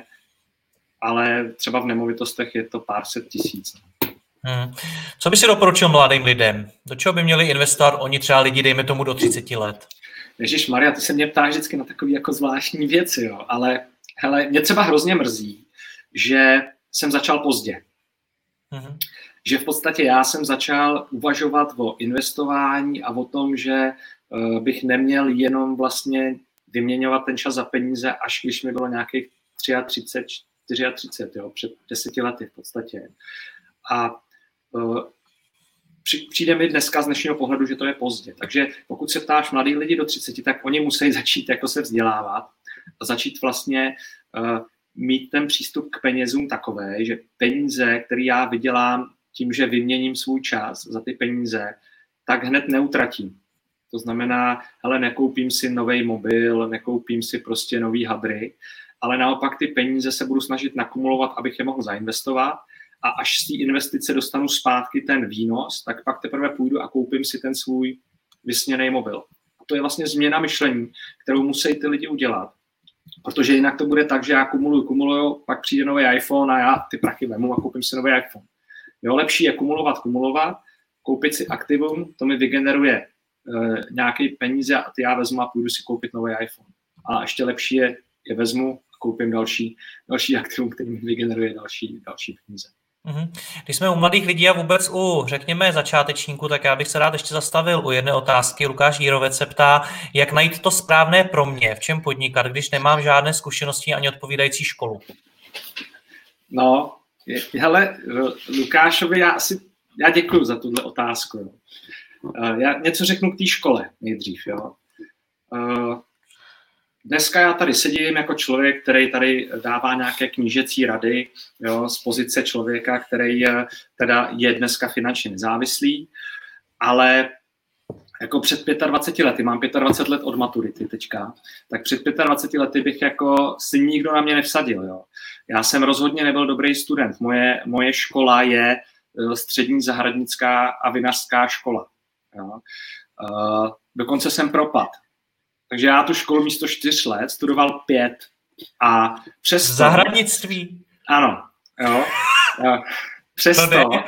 ale třeba v nemovitostech je to pár set tisíc. Hmm. Co by si doporučil mladým lidem? Do čeho by měli investovat oni třeba lidi, dejme tomu, do třicet let? Ježišmarja, ty se mě ptáš vždycky na takové jako zvláštní věci, jo. Ale hele, mě třeba hrozně mrzí, že jsem začal pozdě. Hmm. Že v podstatě já jsem začal uvažovat o investování a o tom, že uh, bych neměl jenom vlastně vyměňovat ten čas za peníze, až když mi bylo nějakých třicet tři, třicet čtyři, jo, před deseti lety v podstatě. A uh, přijde mi dneska z dnešního pohledu, že to je pozdě. Takže pokud se ptáš mladých lidí do třiceti, tak oni musí začít jako se vzdělávat a začít vlastně uh, mít ten přístup k penězům takový, že peníze, které já vydělám tím, že vyměním svůj čas za ty peníze, tak hned neutratím. To znamená, hele, nekoupím si nový mobil, nekoupím si prostě nový hadry, ale naopak ty peníze se budu snažit nakumulovat, abych je mohl zainvestovat a až z té investice dostanu zpátky ten výnos, tak pak teprve půjdu a koupím si ten svůj vysněný mobil. A to je vlastně změna myšlení, kterou musí ty lidi udělat. Protože jinak to bude tak, že já kumuluju, kumuluju, pak přijde nový iPhone a já ty prachy vemu a koupím si nový iPhone. Jo, lepší je kumulovat, kumulovat, koupit si aktivum, to mi vygeneruje e, nějaké peníze a ty já vezmu a půjdu si koupit nový iPhone. A ještě lepší je, je vezmu a koupím další, další aktivum, který mi vygeneruje další, další peníze. Když jsme u mladých lidí a vůbec u, řekněme, začátečníků, tak já bych se rád ještě zastavil u jedné otázky. Lukáš Jírovec se ptá, jak najít to správné pro mě, v čem podnikat, když nemám žádné zkušenosti ani odpovídající školu. No, hele, Lukášovi, já asi, já děkuju za tuhle otázku. Jo. Já něco řeknu k té škole nejdřív. Jo. Dneska já tady sedím jako člověk, který tady dává nějaké knížecí rady, jo, z pozice člověka, který je, teda je dneska finančně nezávislý, ale jako před dvaceti pěti lety, mám dvacet pět let od maturity teďka, tak před dvaceti pěti lety bych jako si nikdo na mě nevsadil. Jo. Já jsem rozhodně nebyl dobrý student. Moje, moje škola je střední zahradnická a vinařská škola. Jo. Uh, dokonce jsem propad. Takže já tu školu místo čtyř let studoval pět a přesto... V zahradnictví? Ano, jo. Přesto... a,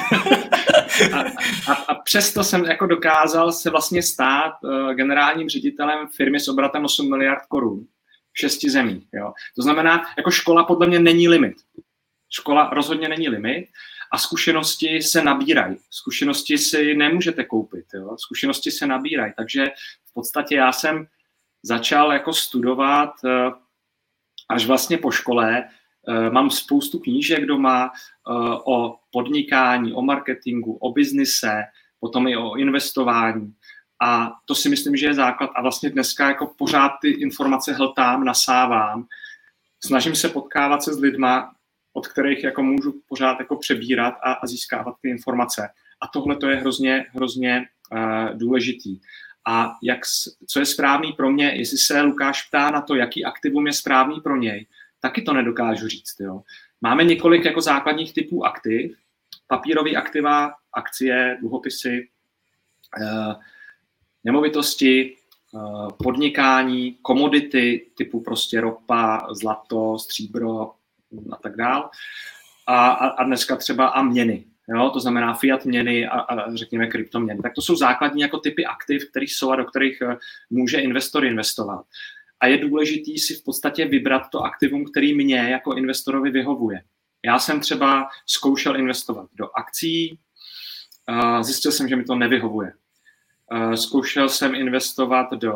a, a přesto jsem jako dokázal se vlastně stát uh, generálním ředitelem firmy s obratem osm miliard korun v šesti zemích. Jo. To znamená, jako škola podle mě není limit. Škola rozhodně není limit a zkušenosti se nabírají. Zkušenosti si nemůžete koupit. Jo. Zkušenosti se nabírají, takže v podstatě já jsem začal jako studovat až vlastně po škole. Mám spoustu knížek doma o podnikání, o marketingu, o biznise, potom i o investování. A to si myslím, že je základ. A vlastně dneska jako pořád ty informace hltám, nasávám. Snažím se potkávat se s lidma, od kterých jako můžu pořád jako přebírat a, a získávat ty informace. A tohle to je hrozně, hrozně uh, důležitý. A jak, co je správný pro mě, jestli se Lukáš ptá na to, jaký aktivum je správný pro něj, taky to nedokážu říct. Jo. Máme několik jako základních typů aktiv, papírový aktiva, akcie, dluhopisy, uh, nemovitosti, uh, podnikání, komodity typu prostě ropa, zlato, stříbro a tak dál. A, a, a dneska třeba a měny. Jo, to znamená fiat měny a, a řekněme kryptoměny. Tak to jsou základní jako typy aktiv, které jsou a do kterých může investor investovat. A je důležitý si v podstatě vybrat to aktivum, který mě jako investorovi vyhovuje. Já jsem třeba zkoušel investovat do akcí, zjistil jsem, že mi to nevyhovuje. Zkoušel jsem investovat do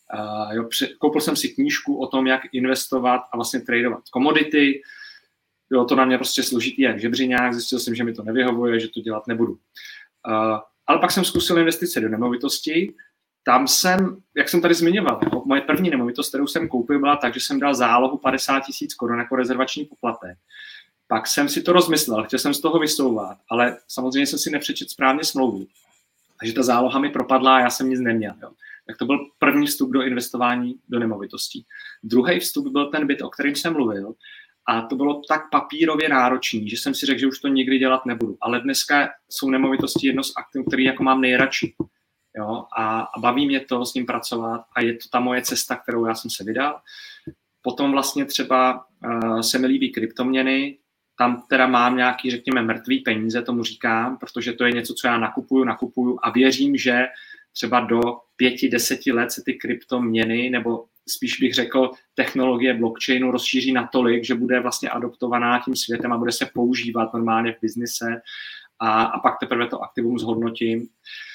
Uh, jo, při, koupil jsem si knížku o tom, jak investovat a vlastně tradovat komodity. Bylo to na mě prostě složitý jak žebřiňák, zjistil jsem, že mi to nevyhovuje, že to dělat nebudu. Uh, ale pak jsem zkusil investice do nemovitosti. Tam jsem, jak jsem tady zmiňoval, jo, moje první nemovitost, kterou jsem koupil, byla tak, že jsem dal zálohu padesát tisíc korun jako rezervační poplatek. Pak jsem si to rozmyslel, chtěl jsem z toho vysouvat, ale samozřejmě jsem si nepřečetl správně smlouvu. Takže ta záloha mi propadla a já jsem nic neměl. Jo. Tak to byl první vstup do investování do nemovitostí. Druhý vstup byl ten byt, o kterém jsem mluvil, a to bylo tak papírově náročný, že jsem si řekl, že už to nikdy dělat nebudu. Ale dneska jsou nemovitosti jedno z aktiv, který jako mám nejradši. Jo, a, a baví mě to s ním pracovat a je to ta moje cesta, kterou já jsem se vydal. Potom vlastně třeba uh, se mi líbí kryptoměny, tam teda mám nějaký, řekněme, mrtvý peníze, tomu říkám, protože to je něco, co já nakupuju, nakupuju a věřím, že třeba do pěti, deseti let se ty kryptoměny, nebo spíš bych řekl, technologie blockchainu rozšíří natolik, že bude vlastně adoptovaná tím světem a bude se používat normálně v biznise a, a pak teprve to aktivum zhodnotím.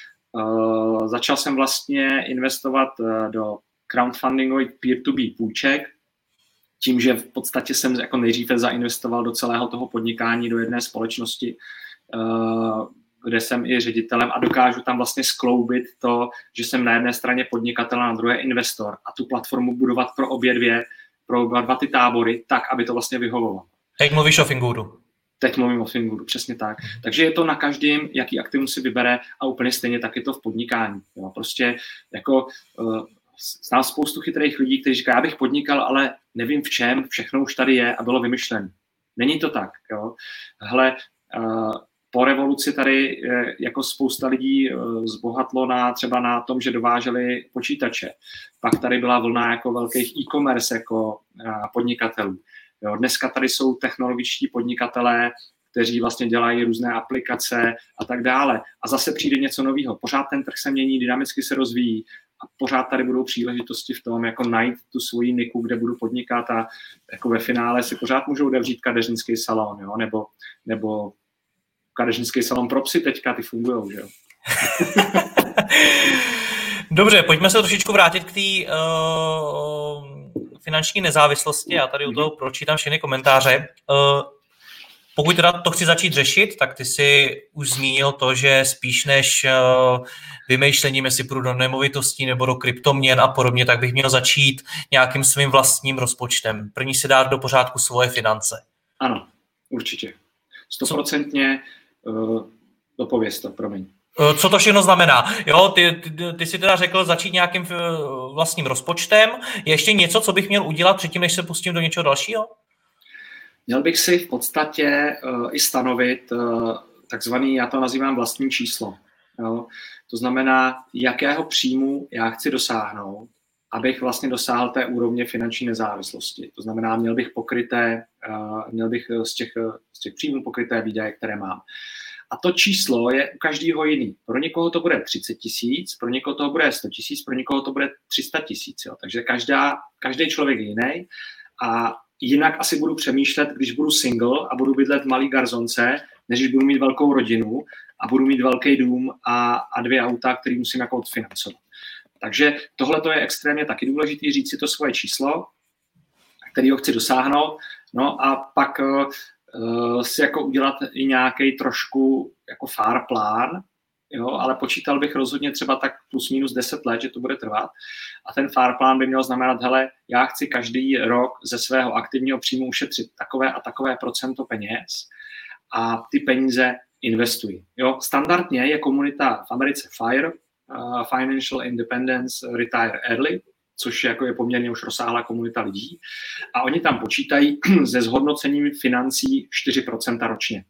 Uh, začal jsem vlastně investovat uh, do crowdfundingových peer-to-peer půjček, tím, že v podstatě jsem jako nejdříve zainvestoval do celého toho podnikání do jedné společnosti, uh, kde jsem i ředitelem a dokážu tam vlastně skloubit to, že jsem na jedné straně podnikatel a na druhé investor a tu platformu budovat pro obě dvě, pro oba dva ty tábory, tak, aby to vlastně vyhovovalo. Teď mluvíš o Fingudu. Teď mluvím o Fingudu, přesně tak. Takže je to na každém, jaký aktivum si vybere a úplně stejně tak je to v podnikání. Jo. Prostě jako uh, znám spoustu chytrých lidí, kteří říkají, já bych podnikal, ale nevím v čem, všechno už tady je a bylo vymyšlené. Není to tak. Jo. Hele, uh, po revoluci tady uh, jako spousta lidí uh, zbohatlo na, třeba na tom, že dováželi počítače. Pak tady byla vlna jako velkých e-commerce jako uh, podnikatelů. Jo, dneska tady jsou technologičtí podnikatelé, kteří vlastně dělají různé aplikace a tak dále. A zase přijde něco nového. Pořád ten trh se mění, dynamicky se rozvíjí a pořád tady budou příležitosti v tom, jako najít tu svoji niku, kde budu podnikat a jako ve finále si pořád můžou otevřít kadeřnický salon, jo? Nebo, nebo kadeřnický salon pro psy teďka, ty fungujou, že jo? Dobře, pojďme se trošičku vrátit k té uh, finanční nezávislosti. Já tady u toho pročítám všechny komentáře. Uh, pokud teda to chci začít řešit, tak ty jsi už zmínil to, že spíš než uh, vymýšlením, jestli půjdu do nemovitostí nebo do kryptoměn a podobně, tak bych měl začít nějakým svým vlastním rozpočtem. První si dát do pořádku svoje finance. Ano, určitě. Stoprocentně uh, dopověz to, promiň. Co to všechno znamená? Jo, ty, ty, ty jsi teda řekl začít nějakým vlastním rozpočtem. Je ještě něco, co bych měl udělat předtím, než se pustím do něčeho dalšího? Měl bych si v podstatě uh, i stanovit uh, takzvaný, já to nazývám vlastní číslo. Jo? To znamená, jakého příjmu já chci dosáhnout, abych vlastně dosáhl té úrovně finanční nezávislosti. To znamená, měl bych pokryté, uh, měl bych z těch, z těch příjmů pokryté výdaje, které mám. A to číslo je u každého jiný. Pro někoho to bude třicet tisíc, pro někoho to bude sto tisíc, pro někoho to bude tři sta tisíc. Takže každá, každý člověk je jiný. A jinak asi budu přemýšlet, když budu single a budu bydlet v malý garzonce, než když budu mít velkou rodinu a budu mít velký dům a, a dvě auta, který musím jako odfinancovat. Takže tohle je extrémně taky důležité, říct si to svoje číslo, kterého chci dosáhnout. No a pak uh, si jako udělat i nějaký trošku jako fár plán, jo, ale počítal bych rozhodně třeba tak plus minus deset let, že to bude trvat. A ten fár plán by měl znamenat, hele, já chci každý rok ze svého aktivního příjmu ušetřit takové a takové procento peněz a ty peníze investuji. Jo, standardně je komunita v Americe FIRE, uh, Financial Independence Retire Early, což jako je poměrně už rozsáhlá komunita lidí. A oni tam počítají se zhodnocením financí čtyři procenta ročně.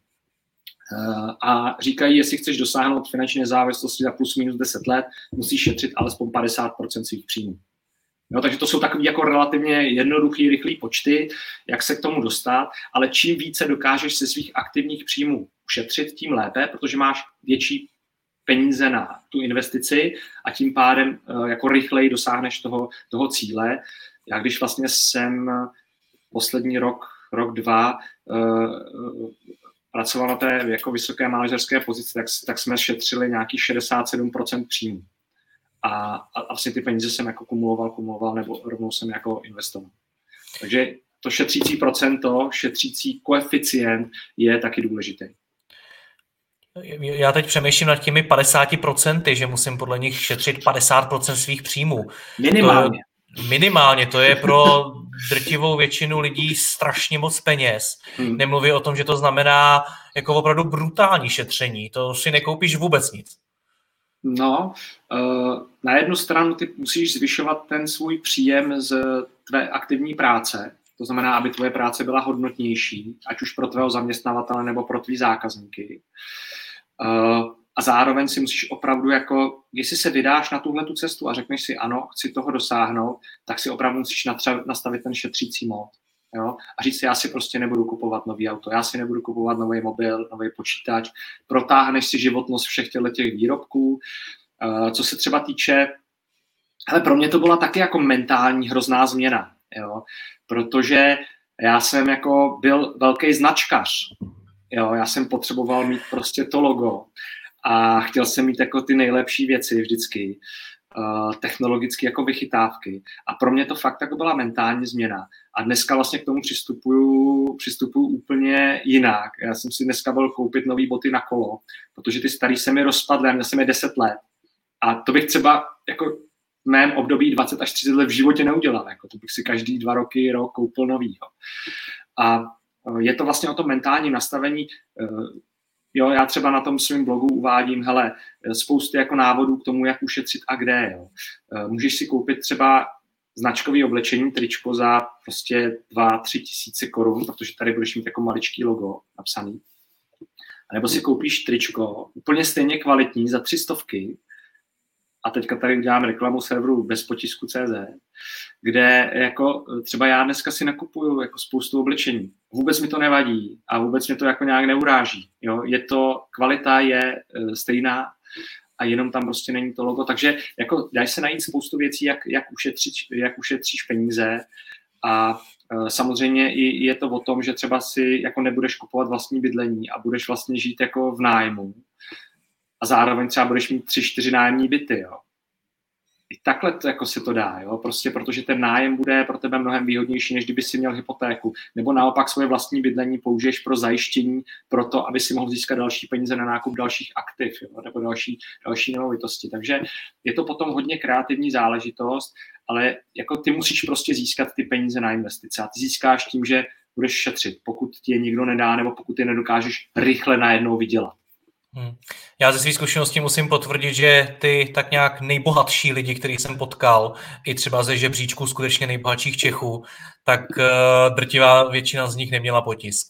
A říkají, jestli chceš dosáhnout finanční nezávislosti za plus minus deset let, musíš šetřit alespoň padesát procent svých příjmů. No, takže to jsou takové jako relativně jednoduché, rychlé počty, jak se k tomu dostat, ale čím více dokážeš se svých aktivních příjmů ušetřit, tím lépe, protože máš větší peníze na tu investici a tím pádem jako rychleji dosáhneš toho, toho cíle. Já když vlastně jsem poslední rok, rok, dva pracoval na té jako vysoké manažerské pozici, tak, tak jsme šetřili nějakých šedesát sedm procent příjmů. a, a vlastně ty peníze jsem jako kumuloval, kumuloval nebo rovnou jsem jako investoval. Takže to šetřící procento, šetřící koeficient je taky důležitý. Já teď přemýšlím nad těmi padesáti procenty, že musím podle nich šetřit padesát procent svých příjmů. Minimálně. To, minimálně, to je pro drtivou většinu lidí strašně moc peněz. Hmm. Nemluví o tom, že to znamená jako opravdu brutální šetření. To si nekoupíš vůbec nic. No, na jednu stranu ty musíš zvyšovat ten svůj příjem z tvé aktivní práce, to znamená, aby tvoje práce byla hodnotnější, ať už pro tvého zaměstnavatele nebo pro tvý zákazníky. A zároveň si musíš opravdu jako, jestli se vydáš na tuhle tu cestu a řekneš si ano, chci toho dosáhnout, tak si opravdu musíš nastavit ten šetřící mód. Jo? A říct si, já si prostě nebudu kupovat nový auto, já si nebudu kupovat nový mobil, nový počítač, protáhneš si životnost všech těch výrobků. Co se třeba týče, ale pro mě to byla taky jako mentální hrozná změna, jo? Protože já jsem jako byl velký značkař. Jo, já jsem potřeboval mít prostě to logo a chtěl jsem mít jako ty nejlepší věci vždycky, uh, technologicky jako vychytávky. A pro mě to fakt jako byla mentální změna. A dneska vlastně k tomu přistupuju, přistupuju úplně jinak. Já jsem si dneska byl koupit nový boty na kolo, protože ty starý se mi rozpadly, měl jsem je deset let. A to bych třeba jako v mém období dvacet až třicet let v životě neudělal. Jako to bych si každý dva roky, rok koupil novýho. A je to vlastně o tom mentálním nastavení. Jo, já třeba na tom svém blogu uvádím, hele, spousty jako návodů k tomu, jak ušetřit a kde. Jo. Můžeš si koupit třeba značkový oblečení, tričko za prostě dva, tři tisíce korun, protože tady budeš mít jako maličký logo napsaný. A nebo si koupíš tričko úplně stejně kvalitní za tři stovky, a teďka tady udělám reklamu serveru bezpotisku tečka cé zet, kde jako třeba já dneska si nakupuju jako spoustu oblečení. Vůbec mi to nevadí a vůbec mi to jako nějak neuráží. Jo? Je to, kvalita je stejná a jenom tam prostě není to logo. Takže jako dají se najít spoustu věcí, jak, jak, ušetřit, jak ušetříš peníze a samozřejmě i je to o tom, že třeba si jako nebudeš kupovat vlastní bydlení a budeš vlastně žít jako v nájmu. A zároveň třeba budeš mít tři, čtyři nájemní byty, jo. I takhle to, jako se to dá, jo, prostě protože ten nájem bude pro tebe mnohem výhodnější, než kdyby si měl hypotéku. Nebo naopak svoje vlastní bydlení použiješ pro zajištění, pro to, aby si mohl získat další peníze na nákup dalších aktiv, jo, nebo další, další nemovitosti. Takže je to potom hodně kreativní záležitost, ale jako ty musíš prostě získat ty peníze na investice a ty získáš tím, že budeš šetřit, pokud ti je nikdo nedá, nebo pokud je nedokážeš rychle najednou vydělat. Hmm. Já ze své zkušenosti musím potvrdit, že ty tak nějak nejbohatší lidi, který jsem potkal, i třeba ze žebříčku skutečně nejbohatších Čechů, tak uh, drtivá většina z nich neměla potisk.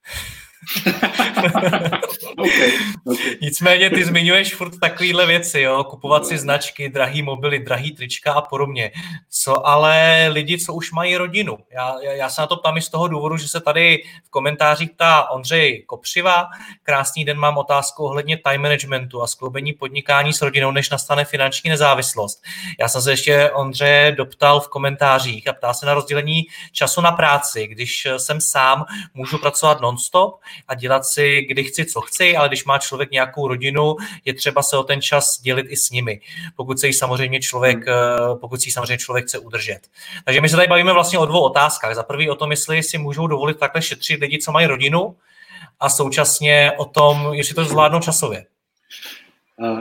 okay, okay. Nicméně ty zmiňuješ furt takovýhle věci, jo? Kupovat si značky, drahý mobily, drahý trička a podobně. Co ale lidi, co už mají rodinu? Já, já se na to ptám i z toho důvodu, že se tady v komentářích ptá Ondřej Kopřiva. Krásný den, mám otázku ohledně time managementu a skloubení podnikání s rodinou, než nastane finanční nezávislost. Já jsem se ještě Ondřeje doptal v komentářích a ptá se na rozdělení času na práci. Když jsem sám, můžu pracovat non-stop a dělat si, kdy chci, co chci, ale když má člověk nějakou rodinu, je třeba se o ten čas dělit i s nimi, pokud se jí samozřejmě člověk, pokud si ji samozřejmě člověk chce udržet. Takže my se tady bavíme vlastně o dvou otázkách. Za prvý o tom, jestli si můžou dovolit takhle šetřit lidi, co mají rodinu, a současně o tom, jestli to zvládnou časově. Uh,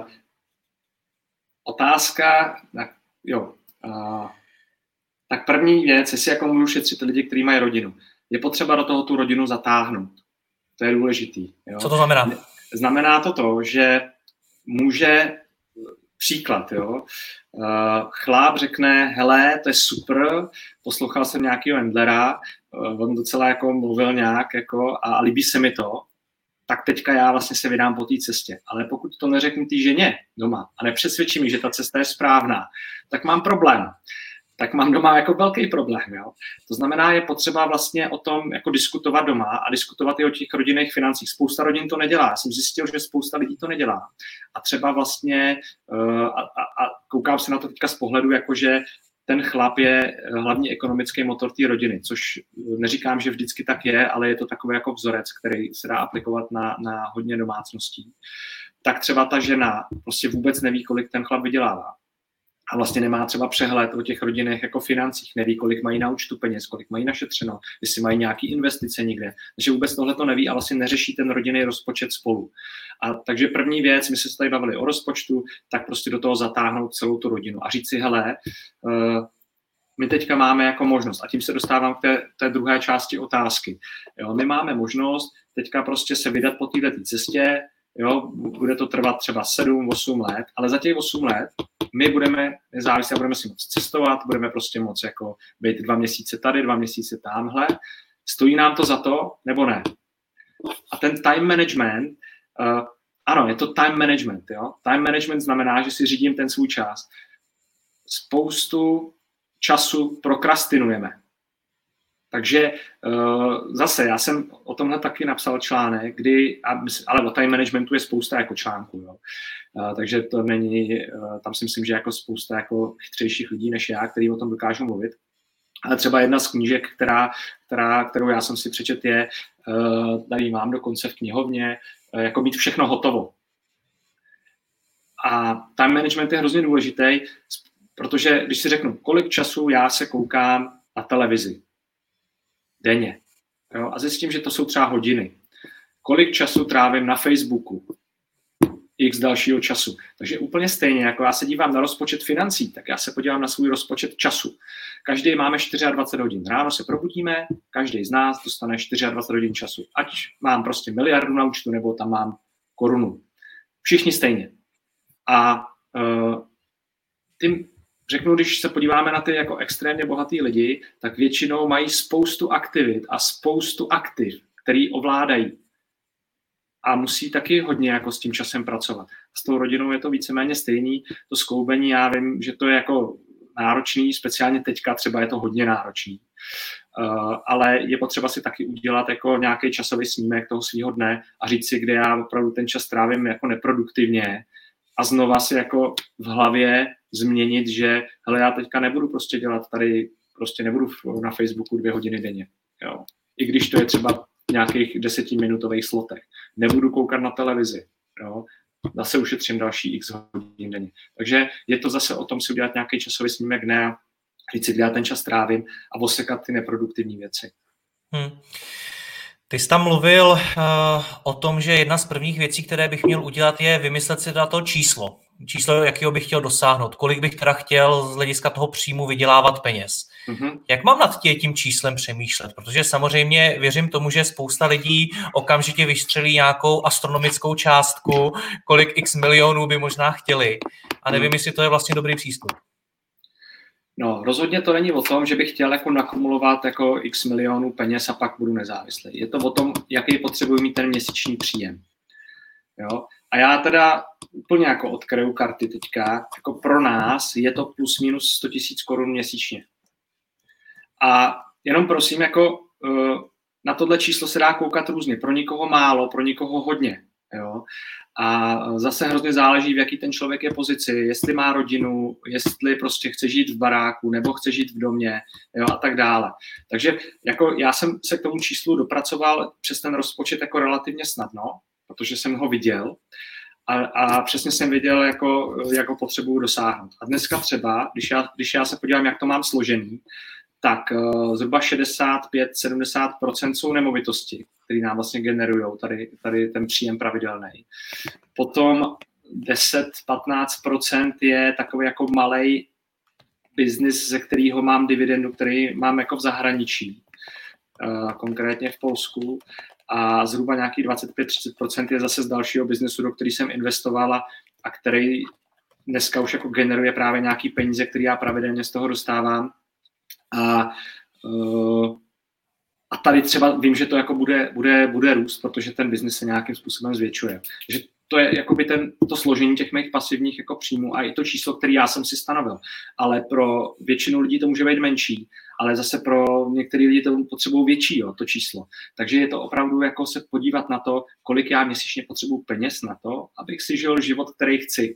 otázka, jo. Uh, tak první věc, jestli jako můžu šetřit lidi, kteří mají rodinu. Je potřeba do toho tu rodinu zatáhnout. To je důležitý. Jo? Co to znamená? Znamená to to, že může, příklad, jo, chláp řekne, hele, to je super, poslouchal jsem nějakýho Endlera, on docela jako mluvil nějak jako a líbí se mi to, tak teďka já vlastně se vydám po té cestě. Ale pokud to neřeknu té ženě doma a nepřesvědčí mi, že ta cesta je správná, tak mám problém. tak mám doma jako velký problém. Jo? To znamená, je potřeba vlastně o tom jako diskutovat doma a diskutovat i o těch rodinných financích. Spousta rodin to nedělá. Já jsem zjistil, že spousta lidí to nedělá. A třeba vlastně, a, a, a koukám se na to teďka z pohledu, jakože ten chlap je hlavní ekonomický motor té rodiny, což neříkám, že vždycky tak je, ale je to takový jako vzorec, který se dá aplikovat na, na hodně domácností. Tak třeba ta žena prostě vůbec neví, kolik ten chlap vydělává. a vlastně nemá třeba přehled o těch rodinných jako financích, neví, kolik mají na účtu peněz, kolik mají našetřeno, jestli mají nějaký investice někde, takže vůbec tohle to neví a vlastně neřeší ten rodinný rozpočet spolu. A takže první věc, my jsme se tady bavili o rozpočtu, tak prostě do toho zatáhnout celou tu rodinu a říct si, hele, uh, my teďka máme jako možnost, a tím se dostávám k té, té druhé části otázky. Jo, my máme možnost teďka prostě se vydat po této cestě, jo, bude to trvat třeba sedm osm let, ale za těch osm let my budeme nezávislí a budeme si moct cestovat, budeme prostě moct jako být dva měsíce tady, dva měsíce tamhle. Stojí nám to za to, nebo ne? A ten time management, uh, ano, je to time management, jo. Time management znamená, že si řídím ten svůj čas. Spoustu času prokrastinujeme. Takže uh, zase, já jsem o tomhle taky napsal článek, kdy, ale o time managementu je spousta jako článků, jo. Uh, takže to není, uh, tam si myslím, že jako spousta jako chytřejších lidí než já, kteří o tom dokážou mluvit. Ale třeba jedna z knížek, která, která, kterou já jsem si přečet, je, uh, tady mám dokonce v knihovně, uh, jako mít všechno hotovo. A time management je hrozně důležitý, protože když si řeknu, kolik času já se koukám na televizi denně, jo, a zjistím, že to jsou třeba hodiny. Kolik času trávím na Facebooku? X dalšího času. Takže úplně stejně, jako já se dívám na rozpočet financí, tak já se podívám na svůj rozpočet času. Každý máme dvacet čtyři hodin. Ráno se probudíme, každý z nás dostane dvacet čtyři hodin času. Ať mám prostě miliardu na účtu, nebo tam mám korunu. Všichni stejně. A uh, tím řeknu, když se podíváme na ty jako extrémně bohatý lidi, tak většinou mají spoustu aktivit a spoustu aktiv, který ovládají. A musí taky hodně jako s tím časem pracovat. S tou rodinou je to víceméně stejný. To skloubení, já vím, že to je jako náročný, speciálně teďka třeba je to hodně náročný. Uh, ale je potřeba si taky udělat jako nějaký časový snímek toho svého dne a říct si, kde já opravdu ten čas trávím jako neproduktivně a znova si jako v hlavě změnit, že hele, já teďka nebudu prostě dělat tady, prostě nebudu na Facebooku dvě hodiny denně. Jo. I když to je třeba v nějakých desetiminutových slotech. Nebudu koukat na televizi. Jo. Zase ušetřím další x hodin denně. Takže je to zase o tom si udělat nějaký časový snímek dne a říct si, kde já ten čas trávím a osekat ty neproduktivní věci. Hmm. Ty jsi tam mluvil uh, o tom, že jedna z prvních věcí, které bych měl udělat, je vymyslet si na to číslo. Číslo, jakého bych chtěl dosáhnout. Kolik bych teda chtěl z hlediska toho příjmu vydělávat peněz. Mm-hmm. Jak mám nad tím číslem přemýšlet? Protože samozřejmě věřím tomu, že spousta lidí okamžitě vystřelí nějakou astronomickou částku, kolik x milionů by možná chtěli. A nevím, mm. jestli to je vlastně dobrý přístup. No, rozhodně to není o tom, že bych chtěl jako nakumulovat jako x milionů peněz a pak budu nezávislý. Je to o tom, jaký potřebuji mít ten měsíční příjem. Jo? A já teda úplně jako odkryju karty teďka, jako pro nás je to plus minus sto tisíc korun měsíčně. A jenom prosím, jako na tohle číslo se dá koukat různě. Pro někoho málo, pro někoho hodně. Jo? A zase hrozně záleží, v jaký ten člověk je pozici, jestli má rodinu, jestli prostě chce žít v baráku, nebo chce žít v domě, jo, a tak dále. Takže jako já jsem se k tomu číslu dopracoval přes ten rozpočet jako relativně snadno, protože jsem ho viděl a, a přesně jsem věděl, jako, jak ho potřebuju dosáhnout. A dneska třeba, když já, když já se podívám, jak to mám složený, tak uh, zhruba šedesát pět až sedmdesát procent jsou nemovitosti, které nám vlastně generují tady, tady ten příjem pravidelný. Potom deset až patnáct procent je takový jako malej biznis, ze kterého mám dividendu, který mám jako v zahraničí, uh, konkrétně v Polsku. A zhruba nějakých dvacet pět až třicet procent je zase z dalšího biznesu, do který jsem investovala a který dneska už jako generuje právě nějaký peníze, které já pravidelně z toho dostávám. A, uh, a tady třeba vím, že to jako bude, bude, bude růst, protože ten biznis se nějakým způsobem zvětšuje. Takže to je jakoby ten, to složení těch mých pasivních jako příjmů a i to číslo, které já jsem si stanovil. Ale pro většinu lidí to může být menší, ale zase pro některé lidi to potřebují větší, jo, to číslo. Takže je to opravdu jako se podívat na to, kolik já měsíčně potřebuji peněz na to, abych si žil život, který chci.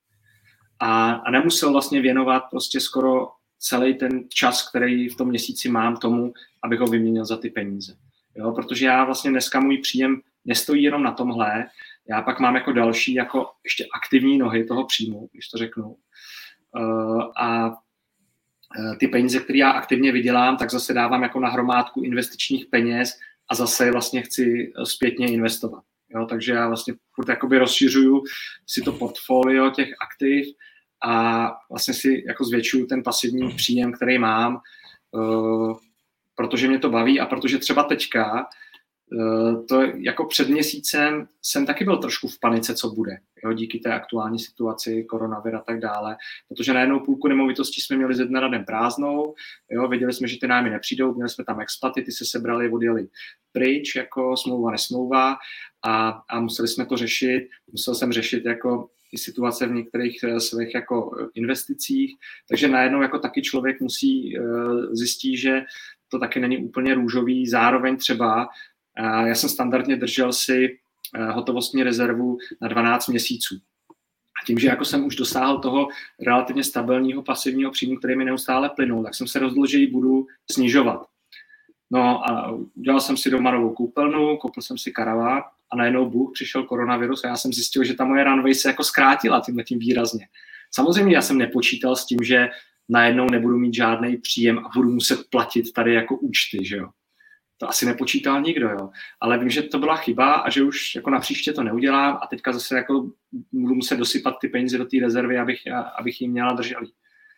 A, a nemusel vlastně věnovat prostě skoro celý ten čas, který v tom měsíci mám tomu, abych ho vyměnil za ty peníze. Jo, protože já vlastně dneska můj příjem nestojí jenom na tomhle, já pak mám jako další, jako ještě aktivní nohy toho příjmu, když to řeknu. a ty peníze, které já aktivně vydělám, tak zase dávám jako na hromádku investičních peněz a zase vlastně chci zpětně investovat. Jo, takže já vlastně furt jakoby rozšiřuju si to portfolio těch aktiv a vlastně si jako zvětšuju ten pasivní příjem, který mám, uh, protože mě to baví a protože třeba teďka, uh, to jako před měsícem jsem taky byl trošku v panice, co bude, jo, díky té aktuální situaci, koronavir a tak dále, protože najednou půlku nemovitostí jsme měli ze dne na den prázdnou, jo, věděli jsme, že ty nájmy nepřijdou, měli jsme tam expaty, ty se sebrali, odjeli pryč, jako smlouva, nesmlouva a, a museli jsme to řešit, musel jsem řešit jako i situace v některých svých jako investicích, takže najednou jako taky člověk musí uh, zjistit, že to taky není úplně růžový, zároveň třeba uh, já jsem standardně držel si uh, hotovostní rezervu na dvanáct měsíců. A tím, že jako jsem už dosáhl toho relativně stabilního pasivního příjmu, který mi neustále plynul, tak jsem se rozhodl, že ji budu snižovat. No a udělal jsem si doma novou koupelnu, koupil jsem si karaván a najednou bůh, přišel koronavirus a já jsem zjistil, že ta moje runway se jako zkrátila tímhletím výrazně. Samozřejmě já jsem nepočítal s tím, že najednou nebudu mít žádný příjem a budu muset platit tady jako účty, že jo. To asi nepočítal nikdo, jo. Ale vím, že to byla chyba a že už jako na příště to neudělám a teďka zase jako budu muset dosypat ty peníze do té rezervy, abych, abych jim měla drželý.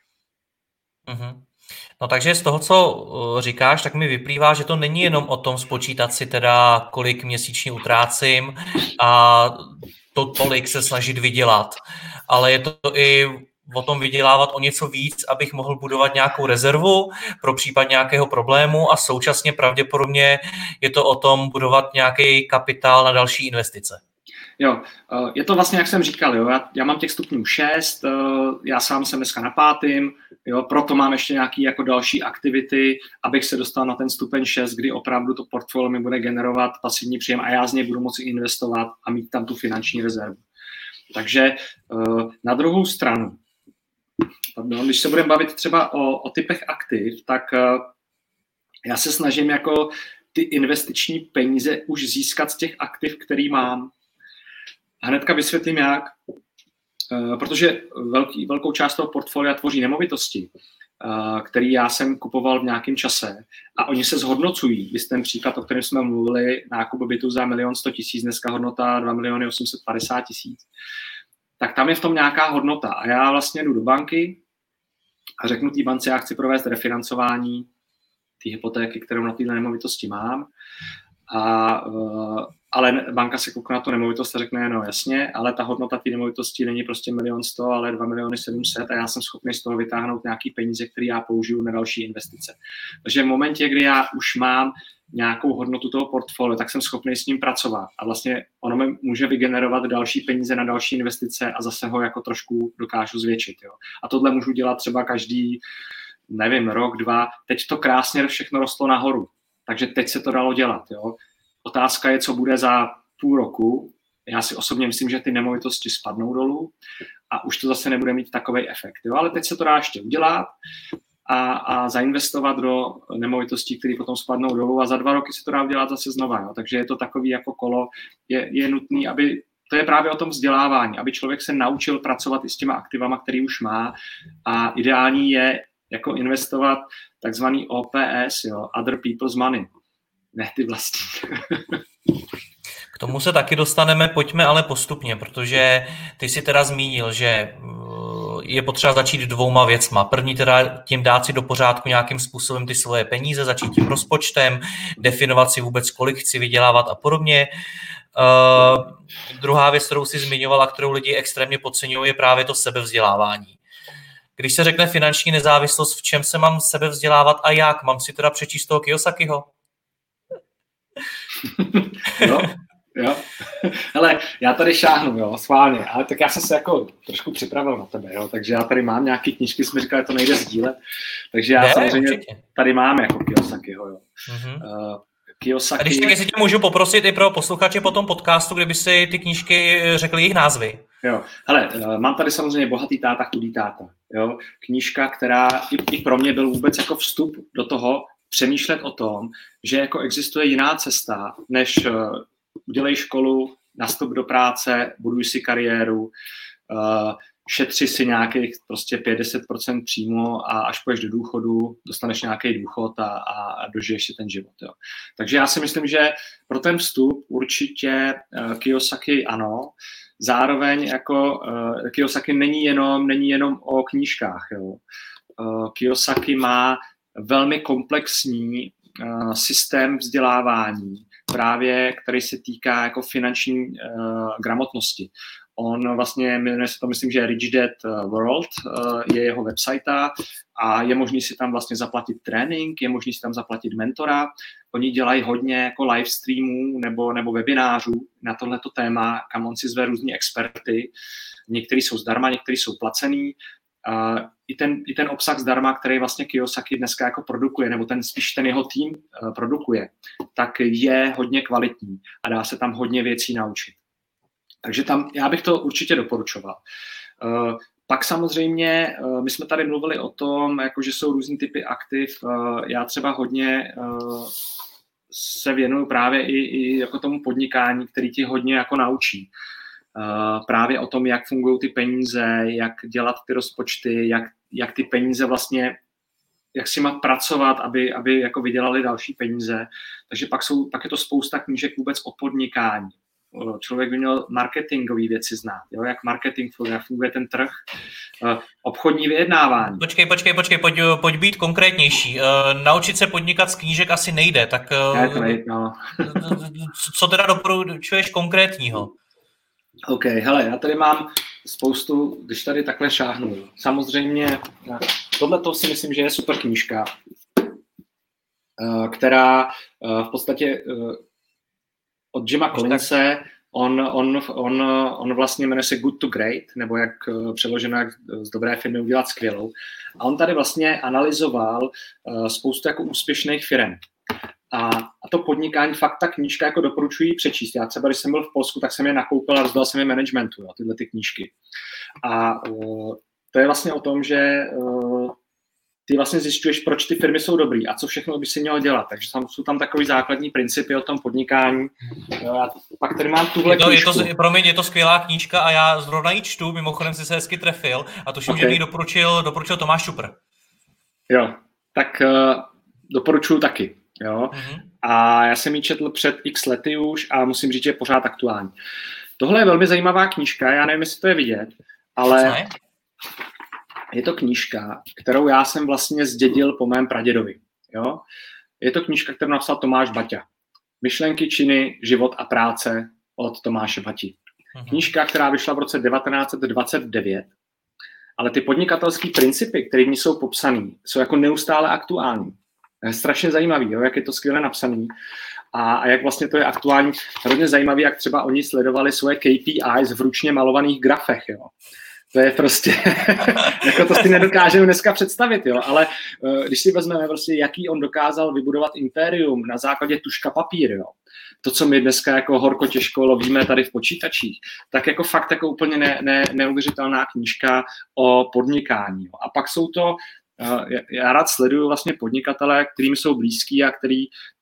Mhm. No takže z toho, co říkáš, tak mi vyplývá, že to není jenom o tom spočítat si teda, kolik měsíčně utrácím a to tolik se snažit vydělat, ale je to i o tom vydělávat o něco víc, abych mohl budovat nějakou rezervu pro případ nějakého problému a současně pravděpodobně je to o tom budovat nějaký kapitál na další investice. Jo, je to vlastně, jak jsem říkal, jo, já, já mám těch stupňů šest, já sám jsem dneska na pátým, jo, proto mám ještě nějaký jako další aktivity, abych se dostal na ten stupeň šest, kdy opravdu to portfolio mi bude generovat pasivní příjem a já z něj budu moci investovat a mít tam tu finanční rezervu. Takže na druhou stranu, když se budeme bavit třeba o, o typech aktiv, tak já se snažím jako ty investiční peníze už získat z těch aktiv, který mám. A hnedka vysvětlím jak, protože velký, velkou část toho portfolia tvoří nemovitosti, který já jsem kupoval v nějakém čase a oni se zhodnocují. Vy ten příklad, o kterém jsme mluvili, nákup bytu za milion sto tisíc, dneska hodnota dva miliony osm set padesát tisíc. Tak tam je v tom nějaká hodnota. A já vlastně jdu do banky a řeknu té bance, já chci provést refinancování té hypotéky, kterou na této nemovitosti mám. A, ale banka se koukne na tu nemovitost a řekne, no jasně, ale ta hodnota té nemovitosti není prostě milion sto, ale dva miliony sedm set a já jsem schopný z toho vytáhnout nějaký peníze, které já použiju na další investice. Takže v momentě, kdy já už mám nějakou hodnotu toho portfolia, tak jsem schopný s ním pracovat a vlastně ono mi může vygenerovat další peníze na další investice a zase ho jako trošku dokážu zvětšit. Jo. A tohle můžu dělat třeba každý, nevím, rok, dva. Teď to krásně všechno rostlo nahoru, takže teď se to dalo dělat. Jo. Otázka je, co bude za půl roku. Já si osobně myslím, že ty nemovitosti spadnou dolů a už to zase nebude mít takový efekt. Jo. Ale teď se to dá ještě udělat a, a zainvestovat do nemovitostí, které potom spadnou dolů a za dva roky se to dá udělat zase znova. Jo. Takže je to takový jako kolo. Je, je nutný, aby to je právě o tom vzdělávání, aby člověk se naučil pracovat i s těma aktivama, který už má a ideální je jako investovat takzvaný O P S, jo, Other People's Money, ne ty vlastní. K tomu se taky dostaneme, pojďme ale postupně, protože ty si teda zmínil, že je potřeba začít dvouma věcma. První teda tím dát si do pořádku nějakým způsobem ty svoje peníze, začít tím rozpočtem, definovat si vůbec, kolik chci vydělávat a podobně. Uh, druhá věc, kterou si zmiňovala, kterou lidi extrémně podceňují, je právě to sebevzdělávání. Když se řekne finanční nezávislost, v čem se mám sebevzdělávat a jak? Mám si teda přečíst toho Kiyosakiho? Jo, jo. Hele, já tady šáhnu, jo, schválně, ale tak já jsem se jako trošku připravil na tebe, jo, takže já tady mám nějaký knížky, jsme říkali, že to nejde sdílet, takže já ne, samozřejmě určitě. Tady mám jako Kiyosakiho, jo. Mm-hmm. Uh, Kiyosaki... A když tak, jestli tě můžu poprosit i pro posluchače po tom podcastu, kdyby si ty knížky řekli jejich názvy. Jo, hele, mám tady samozřejmě Bohatý táta, chudý táta, jo, knížka, která i, i pro mě byl vůbec jako vstup do toho, přemýšlet o tom, že jako existuje jiná cesta, než uh, udělej školu, nastup do práce, buduj si kariéru, uh, šetři si nějakých prostě pět až deset procent příjmu a až půjdeš do důchodu, dostaneš nějaký důchod a, a dožiješ si ten život. Jo. Takže já si myslím, že pro ten vstup určitě uh, Kiyosaki ano. Zároveň jako uh, Kiyosaki není jenom, není jenom o knížkách. Jo. Uh, Kiyosaki má velmi komplexní uh, systém vzdělávání, právě který se týká jako finanční uh, gramotnosti. On vlastně, jmenuje se to, myslím, že Rich Dad World je jeho website a je možný si tam vlastně zaplatit trénink, je možný si tam zaplatit mentora. Oni dělají hodně jako live streamů nebo, nebo webinářů na tohleto téma, kam on si zve různý experty. Někteří jsou zdarma, někteří jsou placený. Uh, i, ten, I ten obsah zdarma, který vlastně Kiyosaki dneska jako produkuje, nebo ten spíš ten jeho tým uh, produkuje, tak je hodně kvalitní a dá se tam hodně věcí naučit. Takže tam já bych to určitě doporučoval. Uh, pak samozřejmě, uh, my jsme tady mluvili o tom, jako, že jsou různý typy aktiv. Uh, já třeba hodně uh, se věnuju právě i, i jako tomu podnikání, který ti hodně jako naučí. Uh, právě o tom, jak fungují ty peníze, jak dělat ty rozpočty, jak, jak ty peníze vlastně, jak si má pracovat, aby, aby jako vydělali další peníze. Takže pak, jsou, pak je to spousta knížek vůbec o podnikání. Člověk by měl marketingové věci znát, jo? Jak marketing funguje, jak funguje ten trh, uh, obchodní vyjednávání. Počkej, počkej, počkej, pojď, pojď být konkrétnější. Uh, naučit se podnikat z knížek asi nejde, tak uh, ne, to nejde, no. Co teda doporučuješ konkrétního? OK, hele, já tady mám spoustu, když tady takhle šáhnu. Samozřejmě, tohle si myslím, že je super knížka, uh, která uh, v podstatě uh, od Jima Collinse, on, on, on, on vlastně jmenuje se Good to Great, nebo jak přeloženo, jak z dobré firmy udělat skvělou. A on tady vlastně analyzoval uh, spoustu jako úspěšných firm. A, a to podnikání, fakt ta knížka jako doporučuji přečíst. Já třeba, když jsem byl v Polsku, tak jsem je nakoupil a rozdal jsem je managementu, jo, tyhle ty knížky. A uh, to je vlastně o tom, že uh, ty vlastně zjišťuješ, proč ty firmy jsou dobrý a co všechno by si mělo dělat. Takže tam jsou tam takový základní principy o tom podnikání. Já pak tady mám tuhle je to, knížku. Je to, promiň, je to skvělá knížka a já zrovna ji čtu, mimochodem si se hezky trefil a tuším, okay. že bych doporučil, doporučil Tomáš Šupr. Jo, tak uh, doporučuji taky. Jo. Mm-hmm. A já jsem ji četl před x lety už a musím říct, že je pořád aktuální. Tohle je velmi zajímavá knížka, já nevím, jestli to je vidět, ale je to knížka, kterou já jsem vlastně zdědil po mém pradědovi. Jo? Je to knížka, kterou napsal Tomáš Baťa. Myšlenky, činy, život a práce od Tomáše Bati. Knížka, která vyšla v roce devatenáct set dvacet devět, ale ty podnikatelské principy, které v ní jsou popsané, jsou jako neustále aktuální. Je strašně zajímavý, jo? Jak je to skvěle napsaný a, a jak vlastně to je aktuální. Hrozně zajímavý, jak třeba oni sledovali svoje K P Is v ručně malovaných grafech. Jo? To je prostě, jako to si nedokážeme dneska představit, jo, ale uh, když si vezmeme prostě, jaký on dokázal vybudovat impérium na základě tužka papír, jo, to, co my dneska jako horko těžko lovíme tady v počítačích, tak jako fakt jako úplně ne, ne, neuvěřitelná knížka o podnikání. Jo. A pak jsou to, uh, já rád sleduju vlastně podnikatele, kterým jsou blízký a který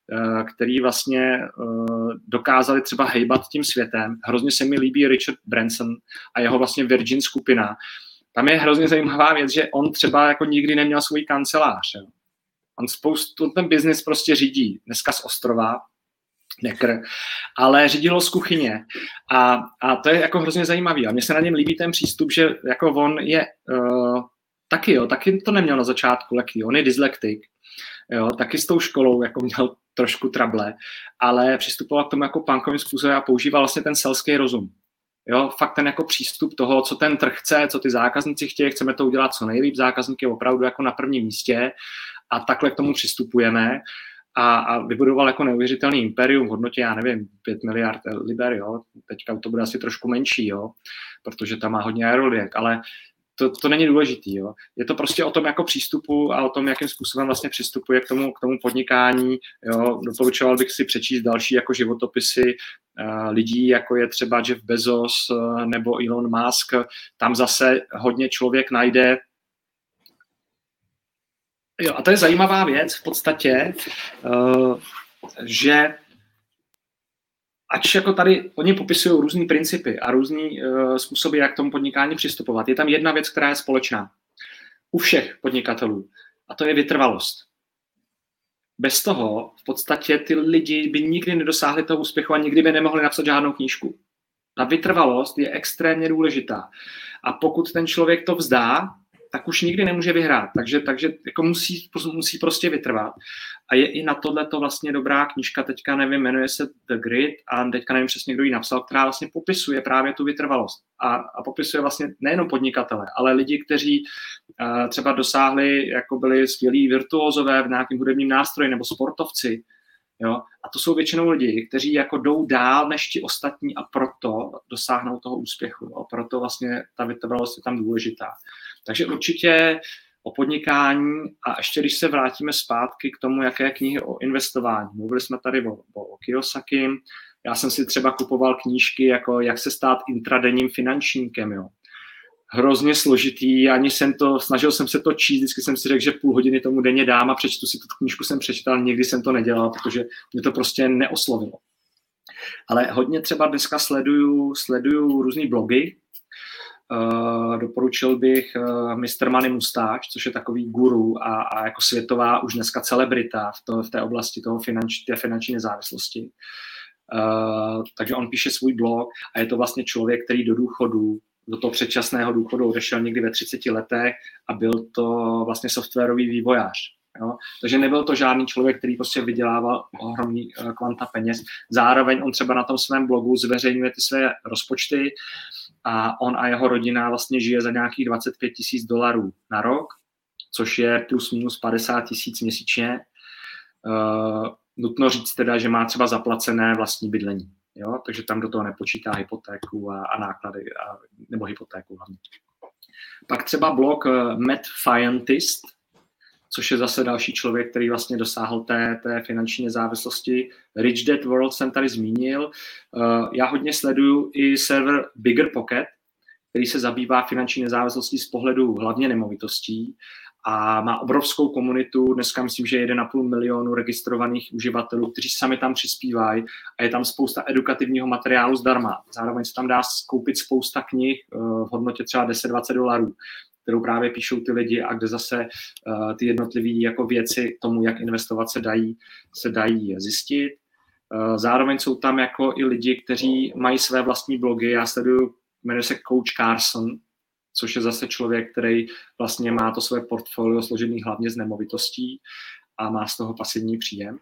který vlastně uh, dokázali třeba hejbat tím světem. Hrozně se mi líbí Richard Branson a jeho vlastně Virgin skupina. Tam je hrozně zajímavá věc, že on třeba jako nikdy neměl svůj kancelář. Jo. On spoustu, ten biznis prostě řídí. Dneska z ostrova, nekr, ale řídilo z kuchyně. A, a to je jako hrozně zajímavý. A mně se na něm líbí ten přístup, že jako on je uh, taky, jo, taky to neměl na začátku lehký. On je dyslektik. Jo, taky s tou školou jako měl trošku trable, ale přistupoval k tomu jako punkovým způsobem a používal vlastně ten selský rozum. Jo, fakt ten jako přístup toho, co ten trh chce, co ty zákazníci chtějí, chceme to udělat co nejlíp, zákazník je opravdu jako na prvním místě a takhle k tomu přistupujeme a, a vybudoval jako neuvěřitelný imperium v hodnotě, já nevím, pět miliard liber, jo, teďka to bude asi trošku menší, jo, protože tam má hodně aeroliek, ale To, to není důležitý. Jo. Je to prostě o tom jako přístupu a o tom, jakým způsobem vlastně přistupuje k tomu, k tomu podnikání. Jo. Doporučoval bych si přečíst další jako životopisy uh, lidí, jako je třeba Jeff Bezos uh, nebo Elon Musk. Tam zase hodně člověk najde. Jo, a to je zajímavá věc v podstatě, uh, že ač jako tady oni popisují různý principy a různý uh, způsoby, jak k tomu podnikání přistupovat, je tam jedna věc, která je společná u všech podnikatelů a to je vytrvalost. Bez toho v podstatě ty lidi by nikdy nedosáhli toho úspěchu a nikdy by nemohli napsat žádnou knížku. Ta vytrvalost je extrémně důležitá. A pokud ten člověk to vzdá, tak už nikdy nemůže vyhrát. Takže, takže jako musí, musí prostě vytrvat. A je i na tohle to vlastně dobrá knížka, teďka nevím, jmenuje se The Grit a teďka nevím přesně, kdo ji napsal, která vlastně popisuje právě tu vytrvalost. A, a popisuje vlastně nejenom podnikatele, ale lidi, kteří uh, třeba dosáhli, jako byli skvělí virtuózové v nějakém hudebním nástroji nebo sportovci. Jo? A to jsou většinou lidi, kteří jako jdou dál než ti ostatní a proto dosáhnou toho úspěchu. Jo? Proto vlastně ta vytrvalost je tam důležitá. Takže určitě o podnikání a ještě když se vrátíme zpátky k tomu, jaké knihy o investování. Mluvili jsme tady o, o Kiyosakim. Já jsem si třeba kupoval knížky jako Jak se stát intradenním finančníkem. Jo? Hrozně složitý, ani jsem to, snažil jsem se to číst, vždycky jsem si řekl, že půl hodiny tomu denně dám a přečtu si tu knížku, jsem přečítal, nikdy jsem to nedělal, protože mě to prostě neoslovilo. Ale hodně třeba dneska sleduju, sleduju různý blogy. Uh, doporučil bych uh, mister Money Mustache, což je takový guru a, a jako světová už dneska celebrita v, to, v té oblasti toho finanč, té finanční nezávislosti. Uh, takže on píše svůj blog a je to vlastně člověk, který do důchodu, do toho předčasného důchodu odešel někdy ve třiceti letech a byl to vlastně softwarový vývojář. Jo? Takže nebyl to žádný člověk, který prostě vydělával ohromný uh, kvanta peněz. Zároveň on třeba na tom svém blogu zveřejňuje ty své rozpočty a on a jeho rodina vlastně žije za nějakých dvacet pět tisíc dolarů na rok, což je plus minus padesát tisíc měsíčně. Uh, nutno říct teda, že má třeba zaplacené vlastní bydlení. Jo? Takže tam do toho nepočítá hypotéku a, a náklady, a, nebo hypotéku hlavně. Pak třeba blog uh, Mad Scientist, což je zase další člověk, který vlastně dosáhl té, té finanční nezávislosti. Rich Dad World jsem tady zmínil. Uh, já hodně sleduju i server Bigger Pocket, který se zabývá finanční nezávislostí z pohledu hlavně nemovitostí a má obrovskou komunitu, dneska myslím, že jeden a půl milionu registrovaných uživatelů, kteří sami tam přispívají a je tam spousta edukativního materiálu zdarma. Zároveň se tam dá koupit spousta knih uh, v hodnotě třeba deset dvacet dolarů, kterou právě píšou ty lidi a kde zase uh, ty jednotlivé jako věci k tomu, jak investovat, se dají, se dají zjistit. Uh, zároveň jsou tam jako i lidi, kteří mají své vlastní blogy. Já sleduju, jmenuje se Coach Carson, což je zase člověk, který vlastně má to své portfolio složený hlavně z nemovitostí a má z toho pasivní příjem.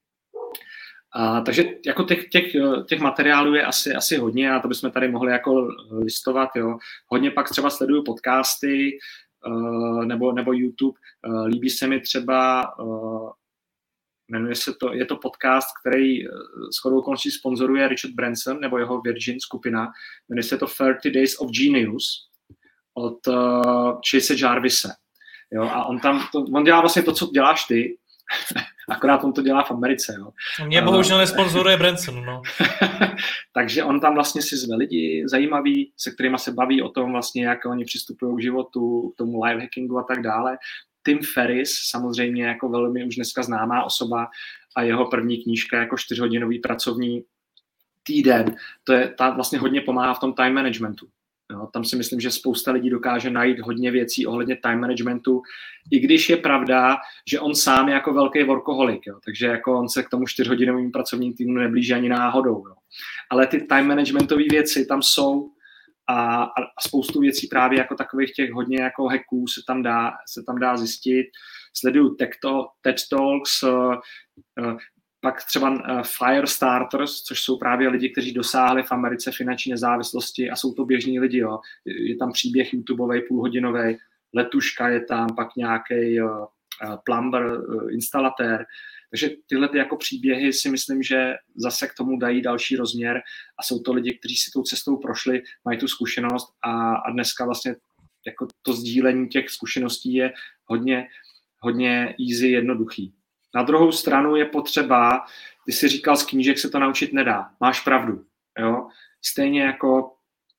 A, takže jako těch, těch, těch materiálů je asi, asi hodně a to bychom tady mohli jako listovat. Jo. Hodně pak třeba sleduju podcasty uh, nebo, nebo YouTube. Uh, líbí se mi třeba, uh, jmenuje se to, je to podcast, který shodou okolností sponzoruje Richard Branson nebo jeho Virgin skupina. Jmenuje se to thirty Days of Genius od uh, Chase Jarvise. Jo. A on tam, to, on dělá vlastně to, co děláš ty, akorát on to dělá v Americe. Jo. Mě bohužel nesponzoruje Branson. No. Takže on tam vlastně si zve lidi zajímavý, se kterými se baví o tom, vlastně, jak oni přistupují k životu, k tomu life hackingu a tak dále. Tim Ferriss, samozřejmě jako velmi už dneska známá osoba a jeho první knížka jako čtyřhodinový pracovní týden, to je, ta vlastně hodně pomáhá v tom time managementu. Jo, tam si myslím, že spousta lidí dokáže najít hodně věcí ohledně time managementu, i když je pravda, že on sám je jako velký workoholik, jo, takže jako on se k tomu čtyřhodinovým pracovním týdnu neblíží ani náhodou. Jo. Ale ty time managementové věci tam jsou a, a spoustu věcí právě jako takových těch hodně jako hacků se tam dá, se tam dá zjistit. Sleduju TED Talks, uh, uh, pak třeba uh, Firestarters, což jsou právě lidi, kteří dosáhli v Americe finanční nezávislosti a jsou to běžní lidi. Jo. Je tam příběh YouTubeovej, půlhodinovej, Letuška je tam, pak nějaký uh, plumber, uh, instalatér. Takže tyhle ty jako příběhy si myslím, že zase k tomu dají další rozměr a jsou to lidi, kteří si tou cestou prošli, mají tu zkušenost a, a dneska vlastně jako to sdílení těch zkušeností je hodně, hodně easy, jednoduchý. Na druhou stranu je potřeba, ty jsi říkal, z knížek se to naučit nedá. Máš pravdu. Jo? Stejně jako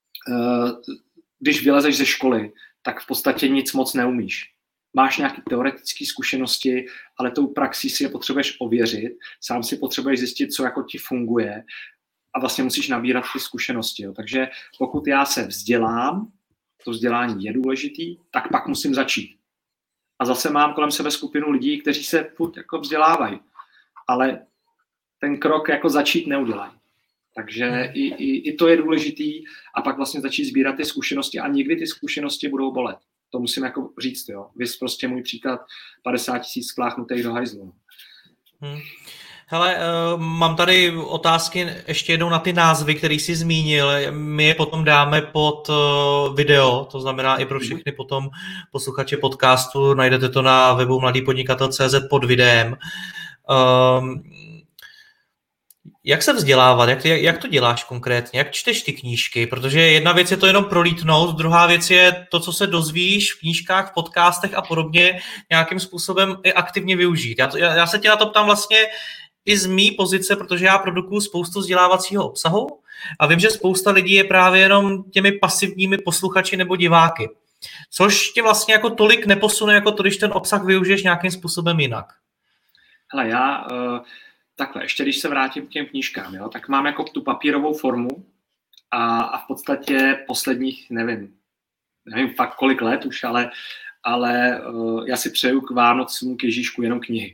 když vylezeš ze školy, tak v podstatě nic moc neumíš. Máš nějaké teoretické zkušenosti, ale tou praxí si je potřebuješ ověřit, sám si potřebuješ zjistit, co jako ti funguje a vlastně musíš nabírat ty zkušenosti. Jo. Takže pokud já se vzdělám, to vzdělání je důležitý, tak pak musím začít. A zase mám kolem sebe skupinu lidí, kteří se furt jako vzdělávají, ale ten krok jako začít neudělají. Takže i, i, i to je důležitý a pak vlastně začít sbírat ty zkušenosti a někdy ty zkušenosti budou bolet. To musím jako říct, jo. Vys prostě můj příklad padesát tisíc spláchnutých do hajzlu. Hmm. Hele, uh, mám tady otázky ještě jednou na ty názvy, které jsi zmínil. My je potom dáme pod uh, video, to znamená i pro všechny potom posluchače podcastu. Najdete to na webu mladý podnikatel tečka cé zet pod videem. Um, Jak se vzdělávat? Jak, jak to děláš konkrétně? Jak čteš ty knížky? Protože jedna věc je to jenom prolítnout, druhá věc je to, co se dozvíš v knížkách, v podcastech a podobně, nějakým způsobem i aktivně využít. Já, to, já, já se tě na to ptám vlastně i z mý pozice, protože já produkuju spoustu vzdělávacího obsahu a vím, že spousta lidí je právě jenom těmi pasivními posluchači nebo diváky. Což tě vlastně jako tolik neposune, jako to, když ten obsah využiješ nějakým způsobem jinak. Hele, já... Uh... Takhle, ještě když se vrátím k těm knížkám, jo, tak mám jako tu papírovou formu a, a v podstatě posledních, nevím, nevím fakt kolik let už, ale, ale uh, já si přeju k Vánocům, k Ježíšku jenom knihy.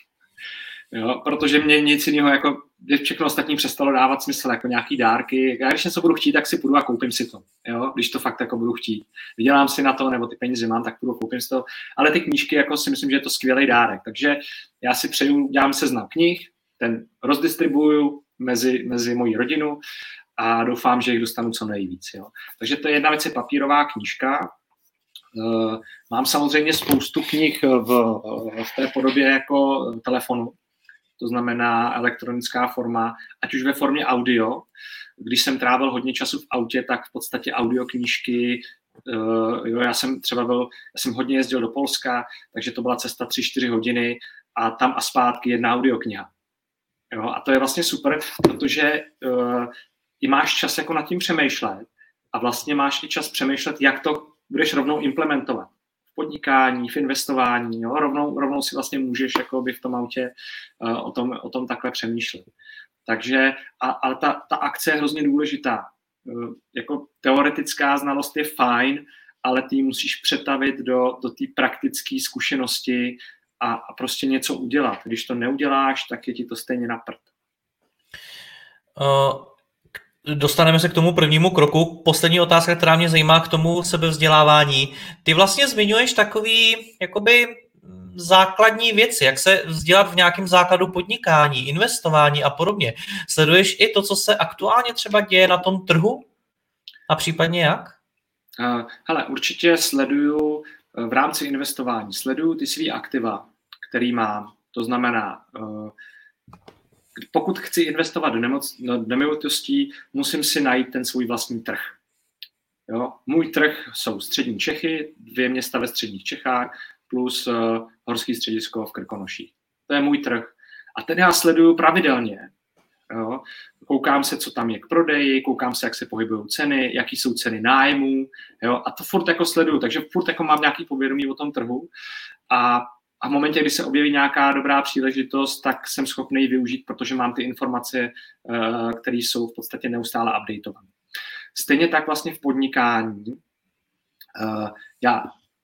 Jo, protože mě nic jiného, jako všechno ostatní přestalo dávat smysl, jako nějaký dárky. Já když něco budu chtít, tak si půjdu a koupím si to, jo, když to fakt jako budu chtít. Vydělám si na to, nebo ty peníze mám, tak půjdu a koupím si to. Ale ty knížky, jako si myslím, že je to skvělý dárek. Takže já si přeju, dělám seznam knih, ten rozdistribuju mezi, mezi mojí rodinu a doufám, že jich dostanu co nejvíc. Jo. Takže to je jedna věc, je papírová knížka. Uh, mám samozřejmě spoustu knih v, v té podobě jako telefonu, to znamená elektronická forma, ať už ve formě audio. Když jsem trávil hodně času v autě, tak v podstatě audioknížky, uh, jo, já jsem třeba byl, já jsem hodně jezdil do Polska, takže to byla cesta tři čtyři hodiny a tam a zpátky jedna audiokniha. Jo, a to je vlastně super, protože uh, i máš čas jako nad tím přemýšlet a vlastně máš i čas přemýšlet, jak to budeš rovnou implementovat. V podnikání, v investování, jo, rovnou, rovnou si vlastně můžeš jako by v tom autě uh, o, tom, o tom takhle přemýšlet. Takže, a, ale ta, ta akce je hrozně důležitá. Uh, jako teoretická znalost je fajn, ale ty musíš přetavit do, do té praktické zkušenosti, A, a prostě něco udělat. Když to neuděláš, tak je ti to stejně na prd. Uh, dostaneme se k tomu prvnímu kroku. Poslední otázka, která mě zajímá k tomu sebevzdělávání. Ty vlastně zmiňuješ takový jakoby základní věci, jak se vzdělat v nějakém základu podnikání, investování a podobně. Sleduješ i to, co se aktuálně třeba děje na tom trhu? A případně jak? Uh, hele, určitě sleduju v rámci investování. Sleduju ty svý aktiva, který mám. To znamená, pokud chci investovat do, nemoc, do nemovitostí, musím si najít ten svůj vlastní trh. Jo? Můj trh jsou střední Čechy, dvě města ve středních Čechách plus uh, horský středisko v Krkonoších. To je můj trh. A ten já sleduju pravidelně. Jo? Koukám se, co tam je k prodeji, koukám se, jak se pohybují ceny, jaký jsou ceny nájmů, jo? A to furt jako sleduju, takže furt jako mám nějaký povědomí o tom trhu a, a v momentě, kdy se objeví nějaká dobrá příležitost, tak jsem schopný ji využít, protože mám ty informace, uh, které jsou v podstatě neustále updateované. Stejně tak vlastně v podnikání. Uh, já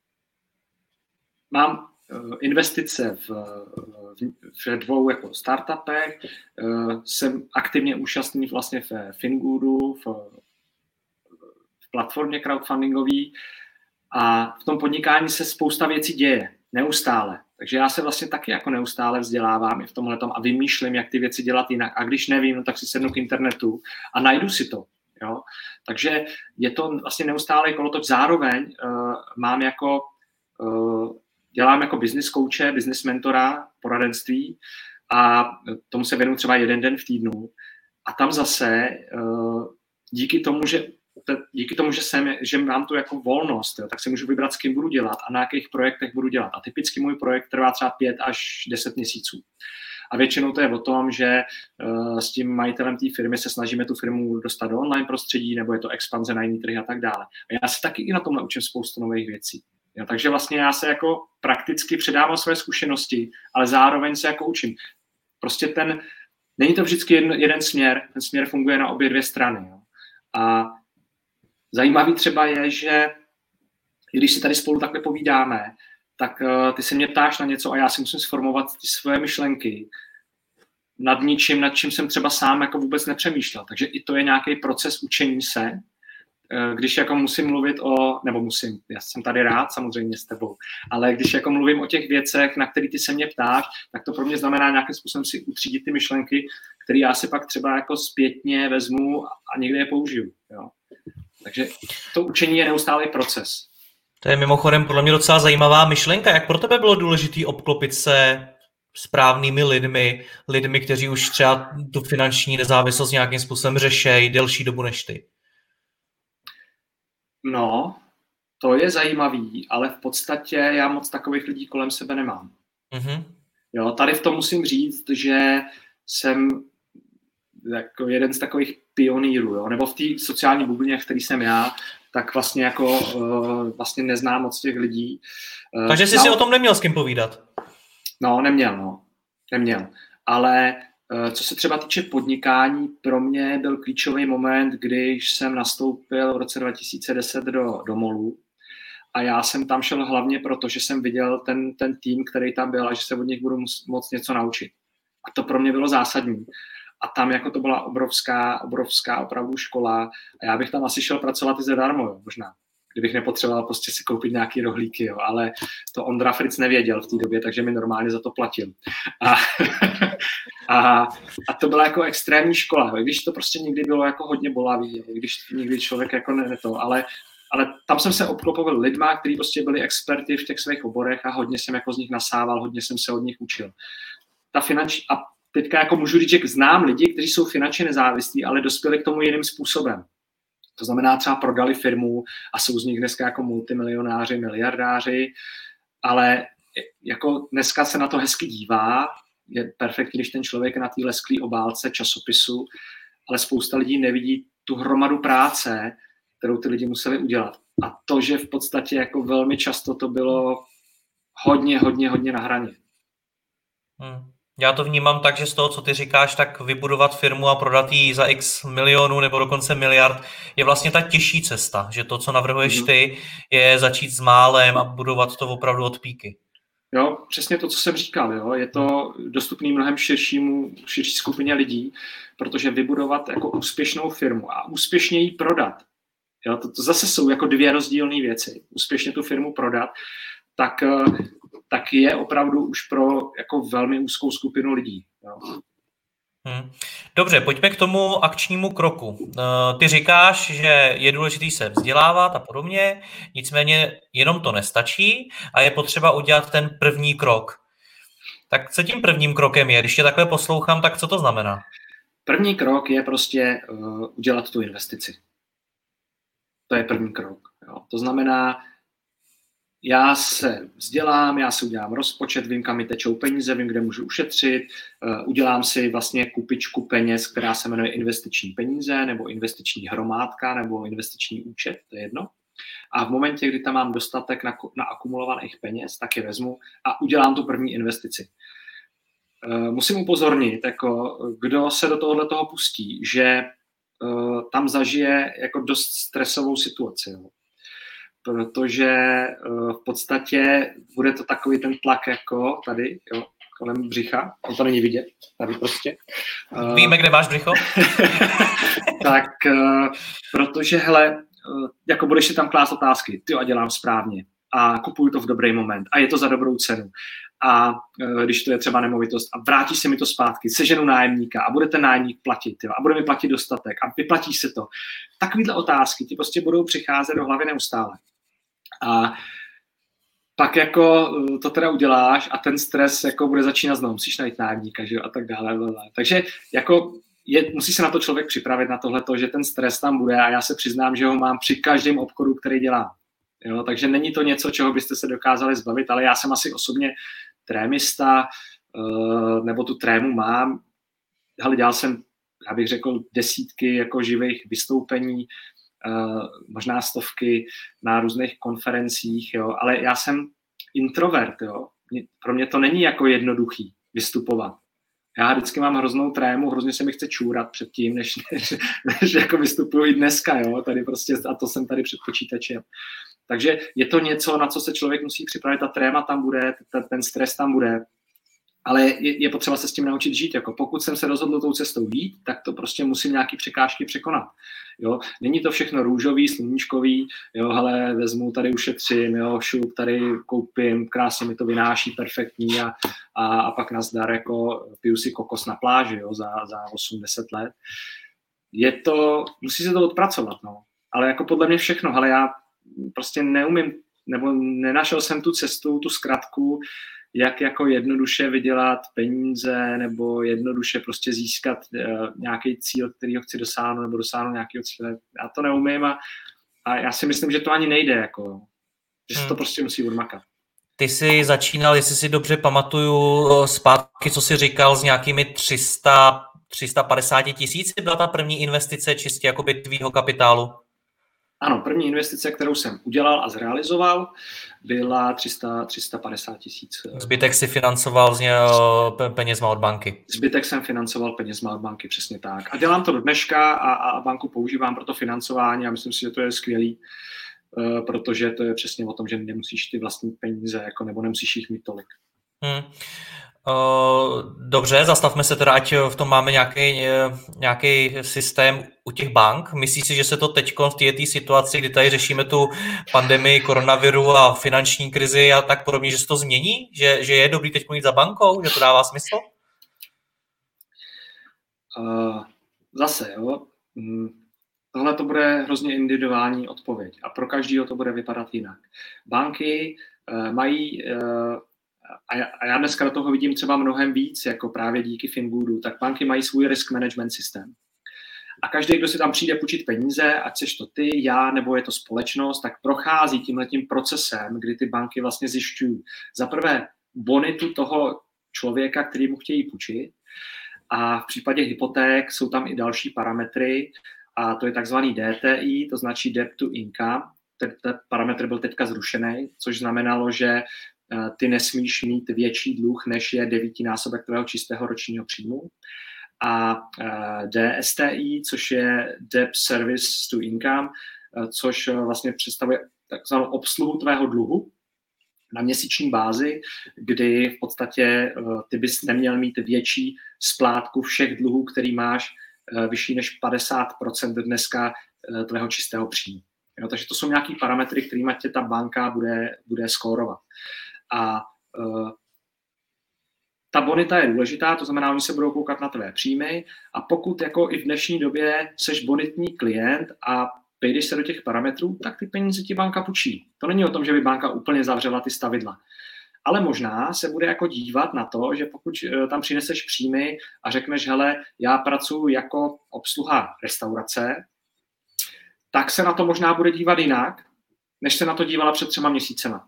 mám investice v, v dvou jako startupech, jsem aktivně účastný vlastně v Fingoodu, v, v platformě crowdfundingový a v tom podnikání se spousta věcí děje, neustále. Takže já se vlastně taky jako neustále vzdělávám i v tomhletom a vymýšlím, jak ty věci dělat jinak. A když nevím, no, tak si sednu k internetu a najdu si to. Jo? Takže je to vlastně neustále kolotoč. Zároveň uh, mám jako uh, dělám jako business coache, business mentora, poradenství a tomu se věnuju třeba jeden den v týdnu. A tam zase díky tomu, že, díky tomu, že, jsem, že mám tu jako volnost, jo, tak si můžu vybrat, s kým budu dělat a na jakých projektech budu dělat. A typicky můj projekt trvá třeba pět až deset měsíců. A většinou to je o tom, že uh, s tím majitelem té firmy se snažíme tu firmu dostat do online prostředí, nebo je to expanze na jiný trhy a tak dále. A já se taky i na tomhle učím spoustu nových věcí. Jo, takže vlastně já se jako prakticky předávám své zkušenosti, ale zároveň se jako učím. Prostě ten, není to vždycky jeden, jeden směr, ten směr funguje na obě dvě strany. Jo. A zajímavý třeba je, že když si tady spolu takhle povídáme, tak uh, ty se mě ptáš na něco a já si musím sformovat ty svoje myšlenky nad ničím, nad čím jsem třeba sám jako vůbec nepřemýšlel. Takže i to je nějaký proces učení se, uh, když jako musím mluvit o, nebo musím, já jsem tady rád samozřejmě s tebou, ale když jako mluvím o těch věcech, na které ty se mě ptáš, tak to pro mě znamená nějakým způsobem si utřídit ty myšlenky, které já si pak třeba jako zpětně vezmu a někde je použiju. Jo. Takže to učení je neustálý proces. To je mimochodem podle mě docela zajímavá myšlenka. Jak pro tebe bylo důležité obklopit se správnými lidmi, lidmi, kteří už třeba tu finanční nezávislost nějakým způsobem řešejí delší dobu než ty? No, to je zajímavý, ale v podstatě já moc takových lidí kolem sebe nemám. Mm-hmm. Jo, tady v tom musím říct, že jsem jako jeden z takových pionýrů, jo? Nebo v té sociální bublině, v který jsem já, tak vlastně jako uh, vlastně neznám moc těch lidí. Uh, Takže jsi no, si o tom neměl s kým povídat? No, neměl, no. Neměl. Ale uh, co se třeba týče podnikání, pro mě byl klíčový moment, když jsem nastoupil v roce dva tisíce deset do, do Molu. A já jsem tam šel hlavně proto, že jsem viděl ten, ten tým, který tam byl a že se od nich budu moc něco naučit. A to pro mě bylo zásadní. A tam jako to byla obrovská, obrovská opravdu škola a já bych tam asi šel pracovat i zadarmo, jo, možná, kdybych nepotřeboval prostě si koupit nějaký rohlíky, jo, ale to Ondra Fritz nevěděl v té době, takže mi normálně za to platil. A, a, a to byla jako extrémní škola, jo, i když to prostě někdy bylo jako hodně bolavý, jo, i když někdy člověk jako ne, ne to, ale, ale tam jsem se obklopoval lidma, kteří prostě byli experti v těch svých oborech a hodně jsem jako z nich nasával, hodně jsem se od nich učil. Ta finanční, a teďka jako můžu říct, že znám lidi, kteří jsou finančně nezávislí, ale dospěli k tomu jiným způsobem. To znamená třeba prodali firmu a jsou z nich dneska jako multimilionáři, miliardáři, ale jako dneska se na to hezky dívá, je perfektní, když ten člověk je na té lesklé obálce časopisu, ale spousta lidí nevidí tu hromadu práce, kterou ty lidi museli udělat. A to, že v podstatě jako velmi často to bylo hodně, hodně, hodně na hraně. Hmm. Já to vnímám tak, že z toho, co ty říkáš, tak vybudovat firmu a prodat ji za x milionů nebo dokonce miliard je vlastně ta těžší cesta, že to, co navrhuješ ty, je začít s málem a budovat to opravdu od píky. Jo, přesně to, co jsem říkal, jo. Je to dostupný mnohem širšímu, širší skupině lidí, protože vybudovat jako úspěšnou firmu a úspěšně ji prodat, jo, to, to zase jsou jako dvě rozdílné věci. Úspěšně tu firmu prodat, tak tak je opravdu už pro jako velmi úzkou skupinu lidí. Jo. Hmm. Dobře, pojďme k tomu akčnímu kroku. Ty říkáš, že je důležité se vzdělávat a podobně, nicméně jenom to nestačí a je potřeba udělat ten první krok. Tak co tím prvním krokem je? Když tě takhle poslouchám, tak co to znamená? První krok je prostě uh, udělat tu investici. To je první krok. Jo. To znamená, já se vzdělám, já si udělám rozpočet, vím, kam mi tečou peníze, vím, kde můžu ušetřit, udělám si vlastně kupičku peněz, která se jmenuje investiční peníze, nebo investiční hromádka, nebo investiční účet, to je jedno. A v momentě, kdy tam mám dostatek na, na akumulovaných peněz, tak je vezmu a udělám tu první investici. Musím upozornit, jako, kdo se do tohohle toho pustí, že tam zažije jako dost stresovou situaci. Jo. Protože uh, v podstatě bude to takový ten tlak jako tady, jo, kolem břicha, on to není vidět, tady prostě. Uh, Víme, kde máš břicho? tak, uh, protože, hele, uh, jako budeš si tam klást otázky, ty a dělám správně a kupuju to v dobrý moment a je to za dobrou cenu. A uh, když to je třeba nemovitost a vrátí se mi to zpátky, seženu nájemníka a bude ten nájemník platit, jo, a bude mi platit dostatek a vyplatí se to. Takovýhle otázky ti prostě budou přicházet do hlavy neustále. A pak jako to teda uděláš a ten stres jako bude začínat znovu, musíš najít nájemníka, že jo, a tak dále. dále. Takže jako je, musí se na to člověk připravit na tohleto, že ten stres tam bude a já se přiznám, že ho mám při každém obchodu, který dělám. Jo, takže není to něco, čeho byste se dokázali zbavit, ale já jsem asi osobně trémista, nebo tu trému mám. Hele, dělal jsem, já bych řekl, desítky jako živých vystoupení, Uh, možná stovky na různých konferencích, jo, ale já jsem introvert, jo. Pro mě to není jako jednoduchý vystupovat. Já vždycky mám hroznou trému, hrozně se mi chce čůrat před tím, než, než, než jako vystupuju i dneska, jo, tady prostě, a to jsem tady před počítačem. Takže je to něco, na co se člověk musí připravit, ta tréma tam bude, ten, ten stres tam bude, ale je, je potřeba se s tím naučit žít. Jako pokud jsem se rozhodl tou cestou jít, tak to prostě musím nějaký překážky překonat. Jo? Není to všechno růžový, sluníčkový, jo, hele, vezmu, tady ušetřím, jo, šup, tady koupím, krásně mi to vynáší, perfektní a, a, a pak nazdar, jako piju si kokos na pláži, jo, za, za osm deset let. Je to, musí se to odpracovat, no. Ale jako podle mě všechno, ale já prostě neumím, nebo nenašel jsem tu cestu, tu zkratku, jak jako jednoduše vydělat peníze nebo jednoduše prostě získat uh, nějaký cíl, který ho chci dosáhnout, nebo dosáhnout nějakého cíle. Já to neumím a, a já si myslím, že to ani nejde, jako, že se to hmm. prostě musí odmakat. Ty jsi začínal, jestli si dobře pamatuju, zpátky, co jsi říkal, s nějakými tři sta, tři sta padesát tisíc byla ta první investice čistě jakoby tvýho kapitálu? Ano, první investice, kterou jsem udělal a zrealizoval, byla tři sta, tři sta padesát tisíc. Zbytek si financoval z ně, penězma od banky? Zbytek jsem financoval penězma od banky, přesně tak. A dělám to do dneška a, a banku používám pro to financování a myslím si, že to je skvělý, protože to je přesně o tom, že nemusíš ty vlastní peníze, jako, nebo nemusíš jich mít tolik. Hmm. Dobře, zastavme se teda, ať v tom máme nějaký, nějaký systém u těch bank. Myslíš si, že se to teď v této situaci, kdy tady řešíme tu pandemii koronaviru a finanční krizi a tak podobně, že se to změní? Že, že je dobrý teď jít za bankou? Že to dává smysl? Uh, zase, jo. Tohle to bude hrozně individuální odpověď a pro každého to bude vypadat jinak. Banky uh, mají... Uh, A já dneska do toho vidím třeba mnohem víc, jako právě díky Fingoodu, tak banky mají svůj risk management systém. A každý, kdo si tam přijde půjčit peníze, ať seš to ty, já, nebo je to společnost, tak prochází tímhletím procesem, kdy ty banky vlastně zjišťují za prvé bonitu toho člověka, který mu chtějí půjčit, a v případě hypoték jsou tam i další parametry, a to je takzvaný D T I, to značí debt to income. Ten, ten parametr byl teďka zrušený, což znamenalo, že ty nesmíš mít větší dluh, než je devítinásobek tvého čistého ročního příjmu. A D S T I, což je Debt Service to Income, což vlastně představuje takzvanou obsluhu tvého dluhu na měsíční bázi, kdy v podstatě ty bys neměl mít větší splátku všech dluhů, který máš vyšší než padesát procent dneska tvého čistého příjmu. Jo, takže to jsou nějaký parametry, kterými tě ta banka bude, bude skórovat. A uh, ta bonita je důležitá, to znamená, oni se budou koukat na tvé příjmy a pokud jako i v dnešní době seš bonitní klient a vejdeš se do těch parametrů, tak ty peníze ti banka půjčí. To není o tom, že by banka úplně zavřela ty stavidla. Ale možná se bude jako dívat na to, že pokud uh, tam přineseš příjmy a řekneš, hele, já pracuji jako obsluha restaurace, tak se na to možná bude dívat jinak, než se na to dívala před třema měsícema.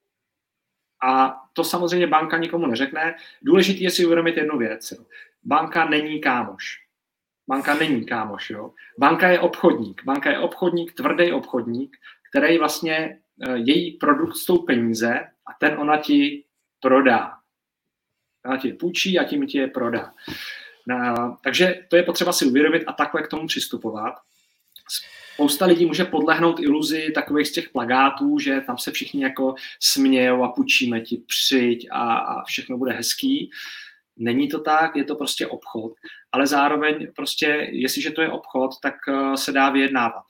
A to samozřejmě banka nikomu neřekne. Důležité je si uvědomit jednu věc. Jo. Banka není kámoš. Banka není kámoš. Jo. Banka je obchodník. Banka je obchodník, tvrdý obchodník, který vlastně její produkt jsou peníze a ten ona ti prodá. Ona ti je půjčí a tím ti je prodá. No, takže to je potřeba si uvědomit a takhle k tomu přistupovat. Spousta lidí může podlehnout iluzi takových z těch plakátů, že tam se všichni jako smějou a půjčíme ti, přijď a, a všechno bude hezký. Není to tak, je to prostě obchod, ale zároveň prostě, jestliže to je obchod, tak uh, se dá vyjednávat.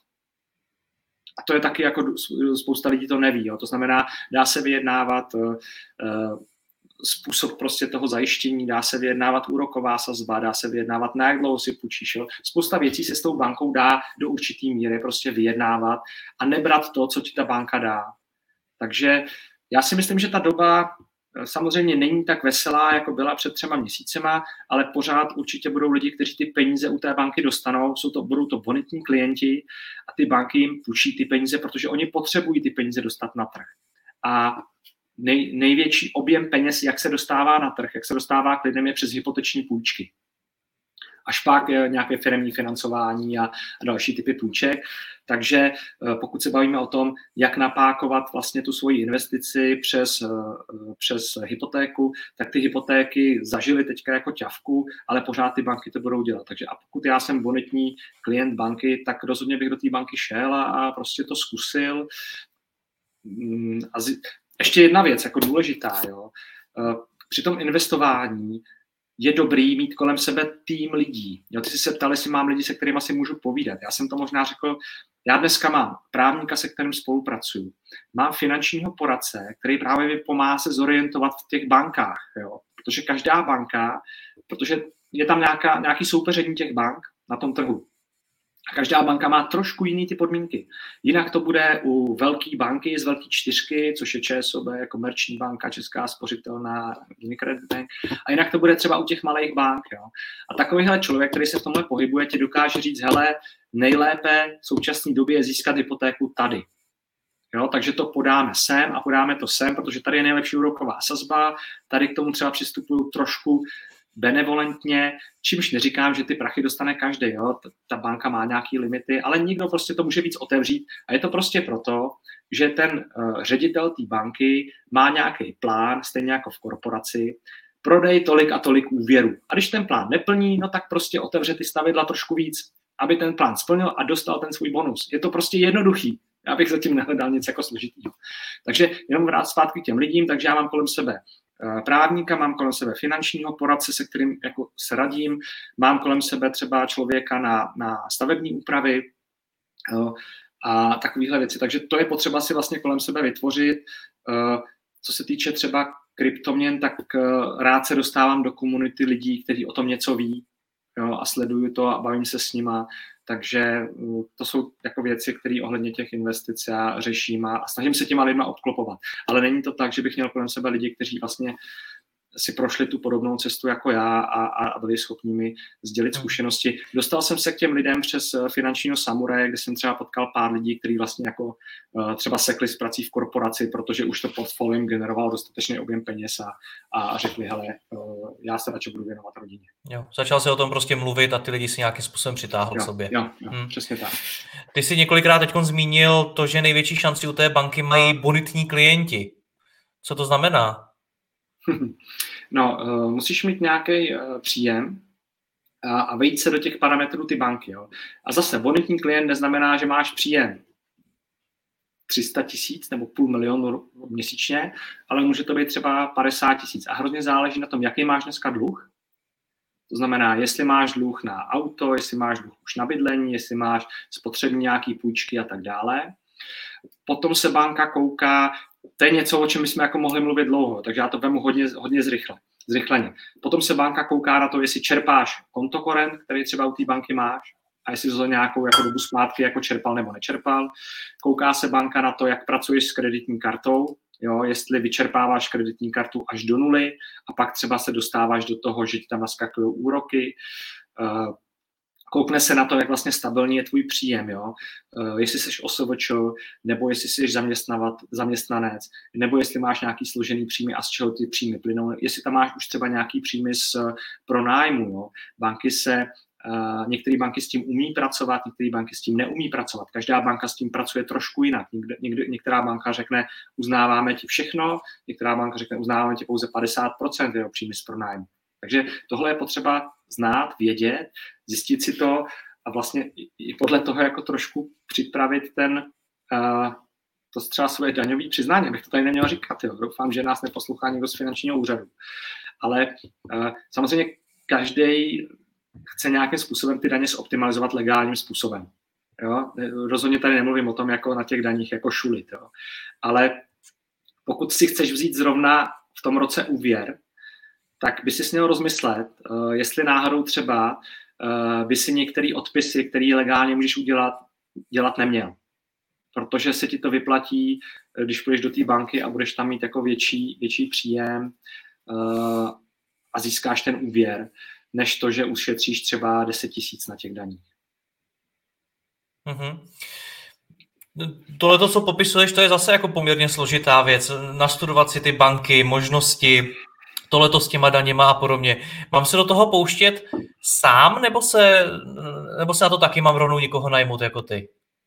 A to je taky jako spousta lidí to neví. Jo. To znamená, dá se vyjednávat uh, způsob prostě toho zajištění, dá se vyjednávat úroková sazba, dá se vyjednávat, na jak dlouho si půjčíš. Jo. Spousta věcí se s tou bankou dá do určitý míry prostě vyjednávat a nebrat to, co ti ta banka dá. Takže já si myslím, že ta doba samozřejmě není tak veselá, jako byla před třema měsícema, ale pořád určitě budou lidi, kteří ty peníze u té banky dostanou, jsou to, budou to bonitní klienti a ty banky jim půjčí ty peníze, protože oni potřebují ty peníze dostat na trh. A nej, největší objem peněz, jak se dostává na trh, jak se dostává k lidem, je přes hypoteční půjčky. až pak nějaké firemní financování a, a další typy půjček. Takže pokud se bavíme o tom, jak napákovat vlastně tu svoji investici přes, přes hypotéku, tak ty hypotéky zažily teďka jako ťavku, ale pořád ty banky to budou dělat. Takže a pokud já jsem bonitní klient banky, tak rozhodně bych do té banky šel a, a prostě to zkusil. A z, ještě jedna věc, jako důležitá, jo. Při tom investování je dobrý mít kolem sebe tým lidí. Jo, ty jsi se ptal, jestli mám lidi, se kterými si můžu povídat. Já jsem to možná řekl, já dneska mám právníka, se kterým spolupracuju. Mám finančního poradce, který právě mi pomáhá se zorientovat v těch bankách. Jo. Protože každá banka, protože je tam nějaká, nějaký soupeření těch bank na tom trhu. A každá banka má trošku jiný ty podmínky. Jinak to bude u velké banky z velké čtyřky, což je ČSOB, Komerční banka, Česká spořitelná, Unicredit Bank. A jinak to bude třeba u těch malých bank. Jo. A takovýhle člověk, který se v tomhle pohybuje, ti dokáže říct, hele, nejlépe v současné době je získat hypotéku tady. Jo, takže to podáme sem a podáme to sem, protože tady je nejlepší úroková sazba, tady k tomu třeba přistupuju trošku benevolentně, čímž neříkám, že ty prachy dostane každý, jo? Ta banka má nějaký limity, ale nikdo prostě to může víc otevřít a je to prostě proto, že ten uh, ředitel té banky má nějaký plán, stejně jako v korporaci, prodej tolik a tolik úvěrů. A když ten plán neplní, no tak prostě otevře ty stavidla trošku víc, aby ten plán splnil a dostal ten svůj bonus. Je to prostě jednoduchý. Já bych zatím nehledal nic jako složitýho. Takže jenom vrát zpátky k těm lidím, takže já mám kolem sebe právníka, mám kolem sebe finančního poradce, se kterým jako se radím, mám kolem sebe třeba člověka na, na stavební úpravy jo, a takovéhle věci. Takže to je potřeba si vlastně kolem sebe vytvořit. Co se týče třeba kryptoměn, tak rád se dostávám do komunity lidí, kteří o tom něco ví, jo, a sleduju to a bavím se s nima. Takže to jsou jako věci, které ohledně těch investic já řeším a snažím se těma lidma obklopovat. Ale není to tak, že bych měl kolem sebe lidi, kteří vlastně si prošli tu podobnou cestu jako já a, a byli schopni mi sdělit zkušenosti. Dostal jsem se k těm lidem přes finančního samuraje, kde jsem třeba potkal pár lidí, kteří vlastně jako třeba sekli s prací v korporaci, protože už to portfolio generovalo dostatečný objem peněz a, a řekli, hele, já se radši budu věnovat rodině. Jo, začal se o tom prostě mluvit a ty lidi si nějakým způsobem přitáhl k sobě. Jo, jo hmm. přesně tak. Ty jsi několikrát teď zmínil to, že největší šanci u té banky mají bonitní klienti. Co to znamená? No, uh, musíš mít nějaký uh, příjem a, a vejít se do těch parametrů ty banky. Jo. A zase bonitní klient neznamená, že máš příjem tři sta tisíc nebo půl milionu měsíčně, ale může to být třeba padesát tisíc. A hrozně záleží na tom, jaký máš dneska dluh. To znamená, jestli máš dluh na auto, jestli máš dluh už na bydlení, jestli máš spotřební nějaký půjčky a tak dále. Potom se banka kouká, to je něco, o čem jsme jako mohli mluvit dlouho, takže já to vemu hodně, hodně zrychle, zrychleně. Potom se banka kouká na to, jestli čerpáš kontokorent, který třeba u té banky máš, a jestli to nějakou jako dobu zpátky jako čerpal nebo nečerpal. Kouká se banka na to, jak pracuješ s kreditní kartou, jo, jestli vyčerpáváš kreditní kartu až do nuly a pak třeba se dostáváš do toho, že ti tam naskakují úroky. Koukne se na to, jak vlastně stabilní je tvůj příjem, jo? Uh, jestli jsi O S V Č, nebo jestli jsi zaměstnavat, zaměstnanec, nebo jestli máš nějaký složený příjmy a z čeho ty příjmy plynou, jestli tam máš už třeba nějaký příjmy z pronájmu. Jo? Banky se, uh, některé banky s tím umí pracovat, některé banky s tím neumí pracovat. Každá banka s tím pracuje trošku jinak. Někde, někde, některá banka řekne, uznáváme ti všechno, některá banka řekne, uznáváme ti pouze padesát procent jeho příjmy z pronájmu. Takže tohle je potřeba znát, vědět, zjistit si to a vlastně i podle toho jako trošku připravit ten, uh, to třeba svoje daňové přiznání, abych to tady neměl říkat. Jo. Doufám, že nás neposlouchá někdo z finančního úřadu. Ale uh, samozřejmě každý chce nějakým způsobem ty daně zoptimalizovat legálním způsobem. Jo. Rozhodně tady nemluvím o tom, jako na těch daních jako šulit. Jo. Ale pokud si chceš vzít zrovna v tom roce úvěr, tak by si měl rozmyslet, uh, jestli náhodou třeba uh, by si některé odpisy, které legálně můžeš udělat, dělat neměl. Protože se ti to vyplatí, když půjdeš do té banky a budeš tam mít jako větší, větší příjem uh, a získáš ten úvěr, než to, že ušetříš třeba deset tisíc na těch daních. Mm-hmm. Tohle, co popisuješ, to je zase jako poměrně složitá věc. Nastudovat si ty banky, možnosti. tohleto s těma daněma a podobně. Mám se do toho pouštět sám, nebo se, nebo se na to taky mám rovnou někoho najmout jako ty?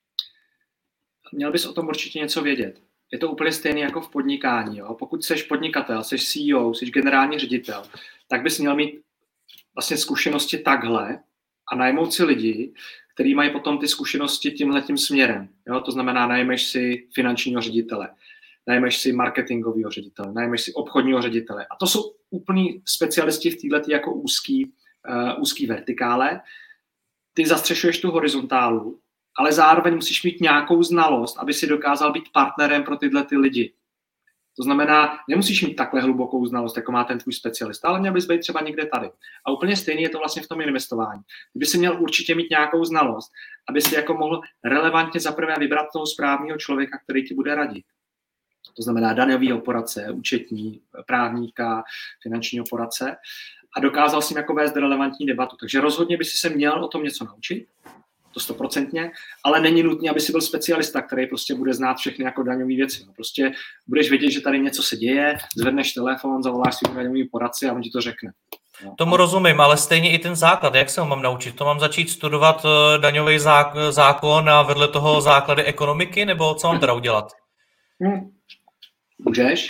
Měl bys o tom určitě něco vědět. Je to úplně stejné jako v podnikání. Jo? Pokud jsi podnikatel, jsi C E O, jsi generální ředitel, tak bys měl mít vlastně zkušenosti takhle a najmout si lidi, kteří mají potom ty zkušenosti tímhletím směrem. Jo? To znamená, najmeš si finančního ředitele, najmeš si marketingového ředitele, najmeš si obchodního ředitele. A to jsou úplní specialisti v této jako úzký, uh, úzký vertikále. Ty zastřešuješ tu horizontálu, ale zároveň musíš mít nějakou znalost, aby si dokázal být partnerem pro tyhle ty lidi. To znamená, nemusíš mít takhle hlubokou znalost, jako má ten tvůj specialista, ale měl bys být třeba někde tady. A úplně stejný je to vlastně v tom investování. Ty bys si měl určitě mít nějakou znalost, aby si jako mohl relevantně zaprvé vybrat toho správného člověka, který ti bude radit. To znamená daňovýho poradce, účetní, právníka, finančního poradce a dokázal si jako vést relevantní debatu. Takže rozhodně by si se měl o tom něco naučit, to stoprocentně, ale není nutné, aby si byl specialista, který prostě bude znát všechny jako daňové věci. No, prostě budeš vědět, že tady něco se děje, zvedneš telefon, zavoláš si daňový poradci a on ti to řekne. No. Tomu rozumím, ale stejně i ten základ, jak se ho mám naučit? To mám začít studovat daňový zákon a vedle toho základy ekonomiky, nebo co mám teda udělat? Hmm. Můžeš,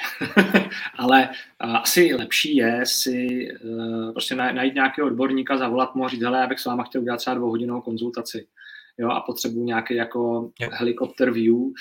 ale asi lepší je si uh, prostě najít nějakého odborníka, zavolat mu a říct, hele, já bych s váma chtěl udělat třeba dvouhodinovou konzultaci, jo, a potřebuji nějaký jako helikopter view, uh,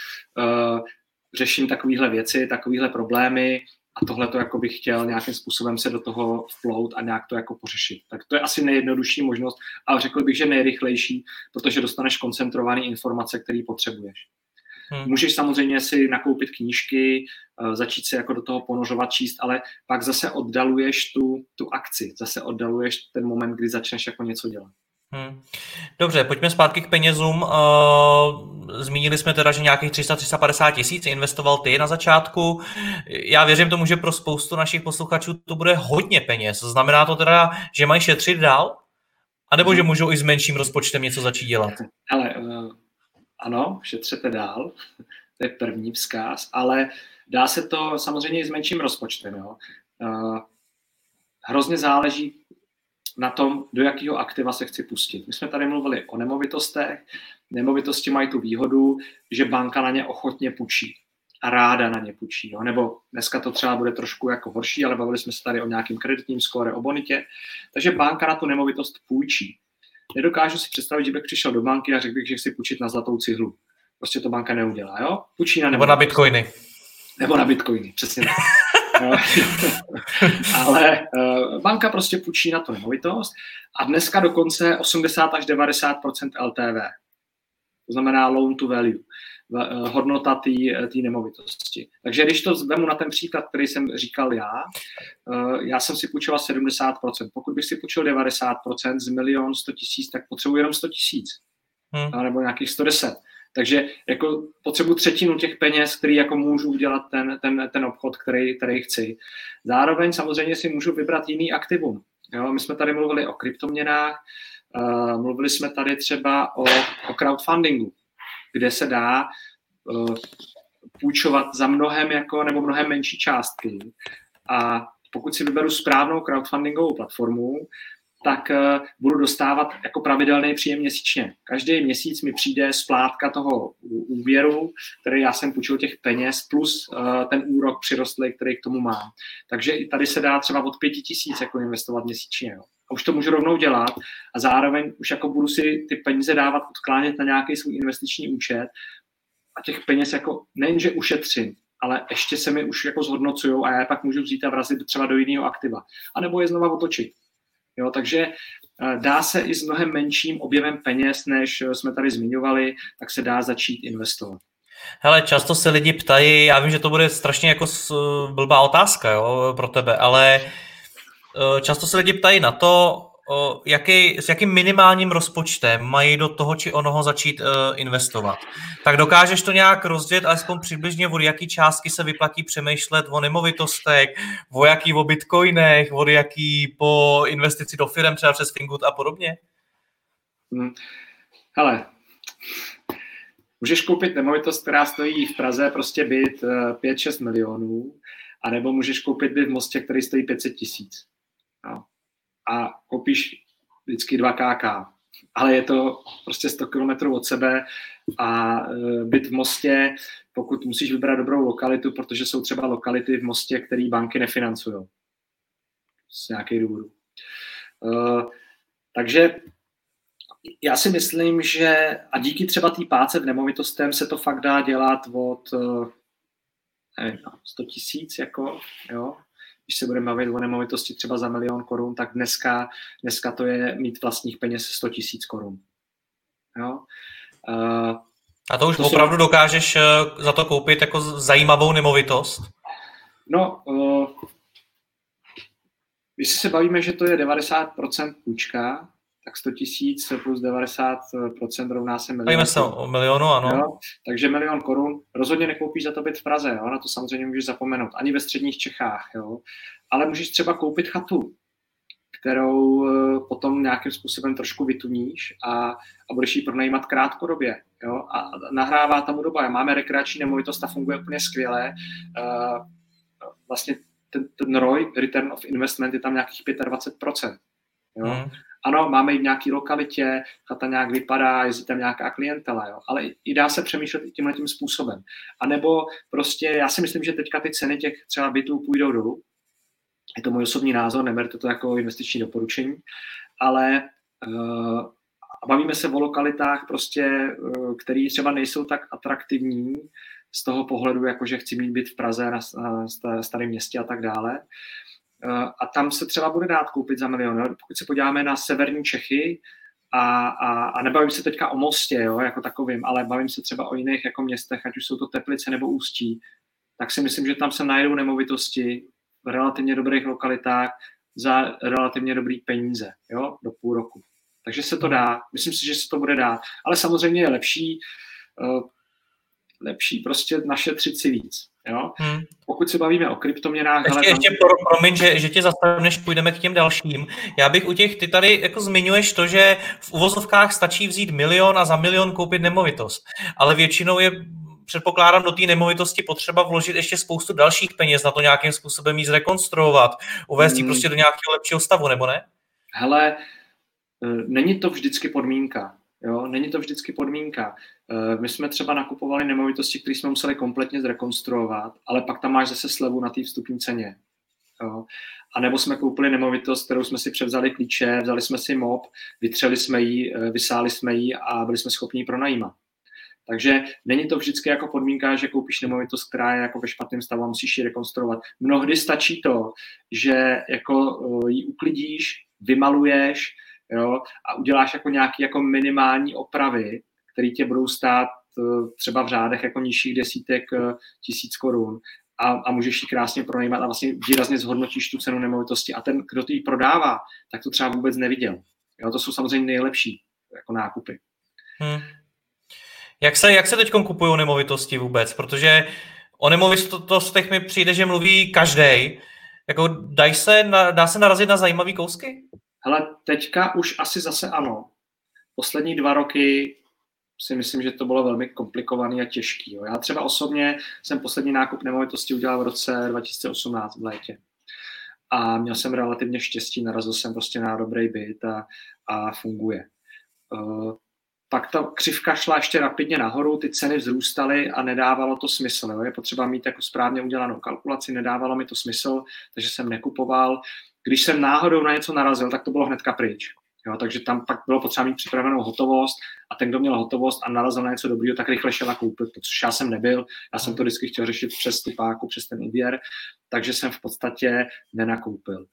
řeším takovéhle věci, takovéhle problémy a tohle to jako bych chtěl nějakým způsobem se do toho vplout a nějak to jako pořešit. Tak to je asi nejjednodušší možnost, ale řekl bych, že nejrychlejší, protože dostaneš koncentrované informace, které potřebuješ. Hmm. Můžeš samozřejmě si nakoupit knížky, začít se jako do toho ponořovat, číst, ale pak zase oddaluješ tu, tu akci, zase oddaluješ ten moment, kdy začneš jako něco dělat. Hmm. Dobře, pojďme zpátky k penězům. Zmínili jsme teda, že nějakých tři sta až tři sta padesát tisíc investoval ty na začátku. Já věřím tomu, že pro spoustu našich posluchačů to bude hodně peněz. Znamená to teda, že mají šetřit dál? A nebo že můžou i s menším rozpočtem něco začít dělat? Ale uh... ano, šetřete dál, to je první vzkaz, ale dá se to samozřejmě i s menším rozpočtem. Jo. Uh, hrozně záleží na tom, do jakého aktiva se chci pustit. My jsme tady mluvili o nemovitostech. Nemovitosti mají tu výhodu, že banka na ně ochotně půjčí a ráda na ně půjčí. Jo. Nebo dneska to třeba bude trošku jako horší, ale bavili jsme se tady o nějakým kreditním skóre, o bonitě. Takže banka na tu nemovitost půjčí. Nedokážu si představit, že bych přišel do banky a řekl bych, že chci půjčit na zlatou cihlu. Prostě to banka neudělá, jo? Půjčí na nebo na bitcoiny. Nebo na bitcoiny, přesně tak. Ale uh, banka prostě půjčí na tu nemovitost a dneska dokonce osmdesát až devadesát procent L T V. To znamená loan to value, uh, hodnota té nemovitosti. Takže když to vezmu na ten příklad, který jsem říkal já, uh, já jsem si půjčoval sedmdesát procent. Pokud bych si půjčil devadesát procent z milion sto tisíc, tak potřebuji jenom sto tisíc. Hmm. Nebo nějakých sto deset. Takže jako potřebuji třetinu těch peněz, který jako můžu udělat ten, ten, ten obchod, který, který chci. Zároveň samozřejmě si můžu vybrat jiný aktivum. Jo, my jsme tady mluvili o kryptoměnách, uh, mluvili jsme tady třeba o, o crowdfundingu, kde se dá uh, půjčovat za mnohem jako, nebo mnohem menší částky. A pokud si vyberu správnou crowdfundingovou platformu, tak uh, budu dostávat jako pravidelný příjem měsíčně. Každý měsíc mi přijde splátka toho úvěru, který já jsem půjčil těch peněz, plus uh, ten úrok přirostlý, který k tomu mám. Takže i tady se dá třeba od pěti tisíc jako investovat měsíčně. Jo. A už to můžu rovnou dělat a zároveň už jako budu si ty peníze dávat, odklánět na nějaký svůj investiční účet a těch peněz jako nejenže ušetřím, ale ještě se mi už jako zhodnocujou a já je pak můžu vzít a vrazit třeba do jiného aktiva. A nebo je znova otočit. Jo, takže dá se i s mnohem menším objemem peněz, než jsme tady zmiňovali, tak se dá začít investovat. Hele, často se lidi ptají, já vím, že to bude strašně jako blbá otázka, jo, pro tebe, ale často se lidi ptají na to, jaký, s jakým minimálním rozpočtem mají do toho či onoho začít uh, investovat. Tak dokážeš to nějak rozdělit, alespoň přibližně, od jaký částky se vyplatí přemýšlet o nemovitostech, o jaký o bitcoinech, o jaký po investici do firem, třeba přes Fingood a podobně? Hmm. Hele, můžeš koupit nemovitost, která stojí v Praze prostě byt pět šest milionů A nebo můžeš koupit byt v Mostě, který stojí pět set tisíc. No. A koupíš vždycky dva ká ká. Ale je to prostě sto kilometrů od sebe a byt v Mostě, pokud musíš vybrat dobrou lokalitu, protože jsou třeba lokality v Mostě, které banky nefinancují. Z nějakých důvodů. Uh, takže já si myslím, že a díky třeba té páce v nemovitostem se to fakt dá dělat od uh, nevím, sto tisíc, jako, jo. Když se budeme bavit o nemovitosti třeba za milion korun, tak dneska, dneska to je mít vlastních peněz sto tisíc korun. Jo? Uh, A to už to opravdu jsou... dokážeš za to koupit jako zajímavou nemovitost? No, uh, když se bavíme, že to je devadesát procent půjčka, tak sto tisíc plus devadesát procent rovná se milion. Bavíme se o milionu, ano. Jo? Takže milion korun rozhodně nekoupíš za to byt v Praze, jo? Na to samozřejmě můžeš zapomenout, ani ve středních Čechách, jo? Ale můžeš třeba koupit chatu, kterou uh, potom nějakým způsobem trošku vytuníš a, a budeš ji pronajímat krátkodobě. Jo? A, a nahrává tam doba. Máme rekreační nemovitost, ta funguje úplně skvěle. Uh, vlastně ten, ten R O I, Return of Investment, je tam nějakých dvacet pět procent. Jo? Hmm. Ano, máme ji v nějaké lokalitě, chata nějak vypadá, jezdí tam nějaká klientela, jo? Ale i dá se přemýšlet i tímhletím způsobem. A nebo prostě, já si myslím, že teďka ty ceny těch třeba bytů půjdou dolů. Je to můj osobní názor, neberte to jako investiční doporučení, ale uh, bavíme se o lokalitách, prostě, uh, které třeba nejsou tak atraktivní z toho pohledu, jako že chci mít byt v Praze, na, na starém městě a tak dále. Uh, a tam se třeba bude dát koupit za milion. Jo? Pokud se podíváme na severní Čechy, a, a, a nebavím se teďka o Mostě, jo, jako takovým, ale bavím se třeba o jiných jako městech, ať už jsou to Teplice nebo Ústí, tak si myslím, že tam se najdou nemovitosti v relativně dobrých lokalitách za relativně dobrý peníze, jo, do půl roku. Takže se to dá. Myslím si, že se to bude dát. Ale samozřejmě je lepší, uh, lepší prostě našetřit si víc. Jo? Hmm. Pokud se bavíme o kryptoměnách... Ještě, ale ještě tam... promiň, že, že tě zastavím, než půjdeme k těm dalším. Já bych u těch, ty tady jako zmiňuješ to, že v uvozovkách stačí vzít milion a za milion koupit nemovitost. Ale většinou je, předpokládám, do té nemovitosti potřeba vložit ještě spoustu dalších peněz, na to nějakým způsobem ji zrekonstruovat, uvést ji hmm. prostě do nějakého lepšího stavu, nebo ne? Hele, není to vždycky podmínka. Jo? Není to vždycky podmínka. My jsme třeba nakupovali nemovitosti, které jsme museli kompletně zrekonstruovat, ale pak tam máš zase slevu na té vstupní ceně. Jo? A nebo jsme koupili nemovitost, kterou jsme si převzali klíče, vzali jsme si mop, vytřeli jsme ji, vysáli jsme ji a byli jsme schopni ji pronajímat. Takže není to vždycky jako podmínka, že koupíš nemovitost, která je jako ve špatném stavu a musíš ji rekonstruovat. Mnohdy stačí to, že jako ji uklidíš, vymaluješ, jo, a uděláš jako nějaké jako minimální opravy, které tě budou stát třeba v řádech jako nižších desítek tisíc korun a, a můžeš ji krásně pronajímat a vlastně výrazně zhodnotíš tu cenu nemovitosti a ten, kdo to ji prodává, tak to třeba vůbec neviděl. Jo, to jsou samozřejmě nejlepší jako nákupy. Hmm. Jak se, jak se teď kupují nemovitosti vůbec? Protože o nemovitostech mi přijde, že mluví každej. Jako dá se, dá se narazit na zajímavý kousky? Hele, teďka už asi zase ano. Poslední dva roky si myslím, že to bylo velmi komplikovaný a těžký. Jo. Já třeba osobně jsem poslední nákup nemovitosti udělal v roce dva tisíce osmnáct v létě. A měl jsem relativně štěstí, narazil jsem prostě na dobrý byt a, a funguje. Uh, pak ta křivka šla ještě rapidně nahoru, ty ceny vzrůstaly a nedávalo to smysl. Jo. Je potřeba mít jako správně udělanou kalkulaci, nedávalo mi to smysl, takže jsem nekupoval. Když jsem náhodou na něco narazil, tak to bylo hnedka pryč. Jo, takže tam pak bylo potřeba mít připravenou hotovost a ten, kdo měl hotovost a narazil na něco dobrýho, tak rychle šel a koupil, což já jsem nebyl. Já jsem to vždycky chtěl řešit přes tu páku, přes ten úvěr, takže jsem v podstatě nenakoupil.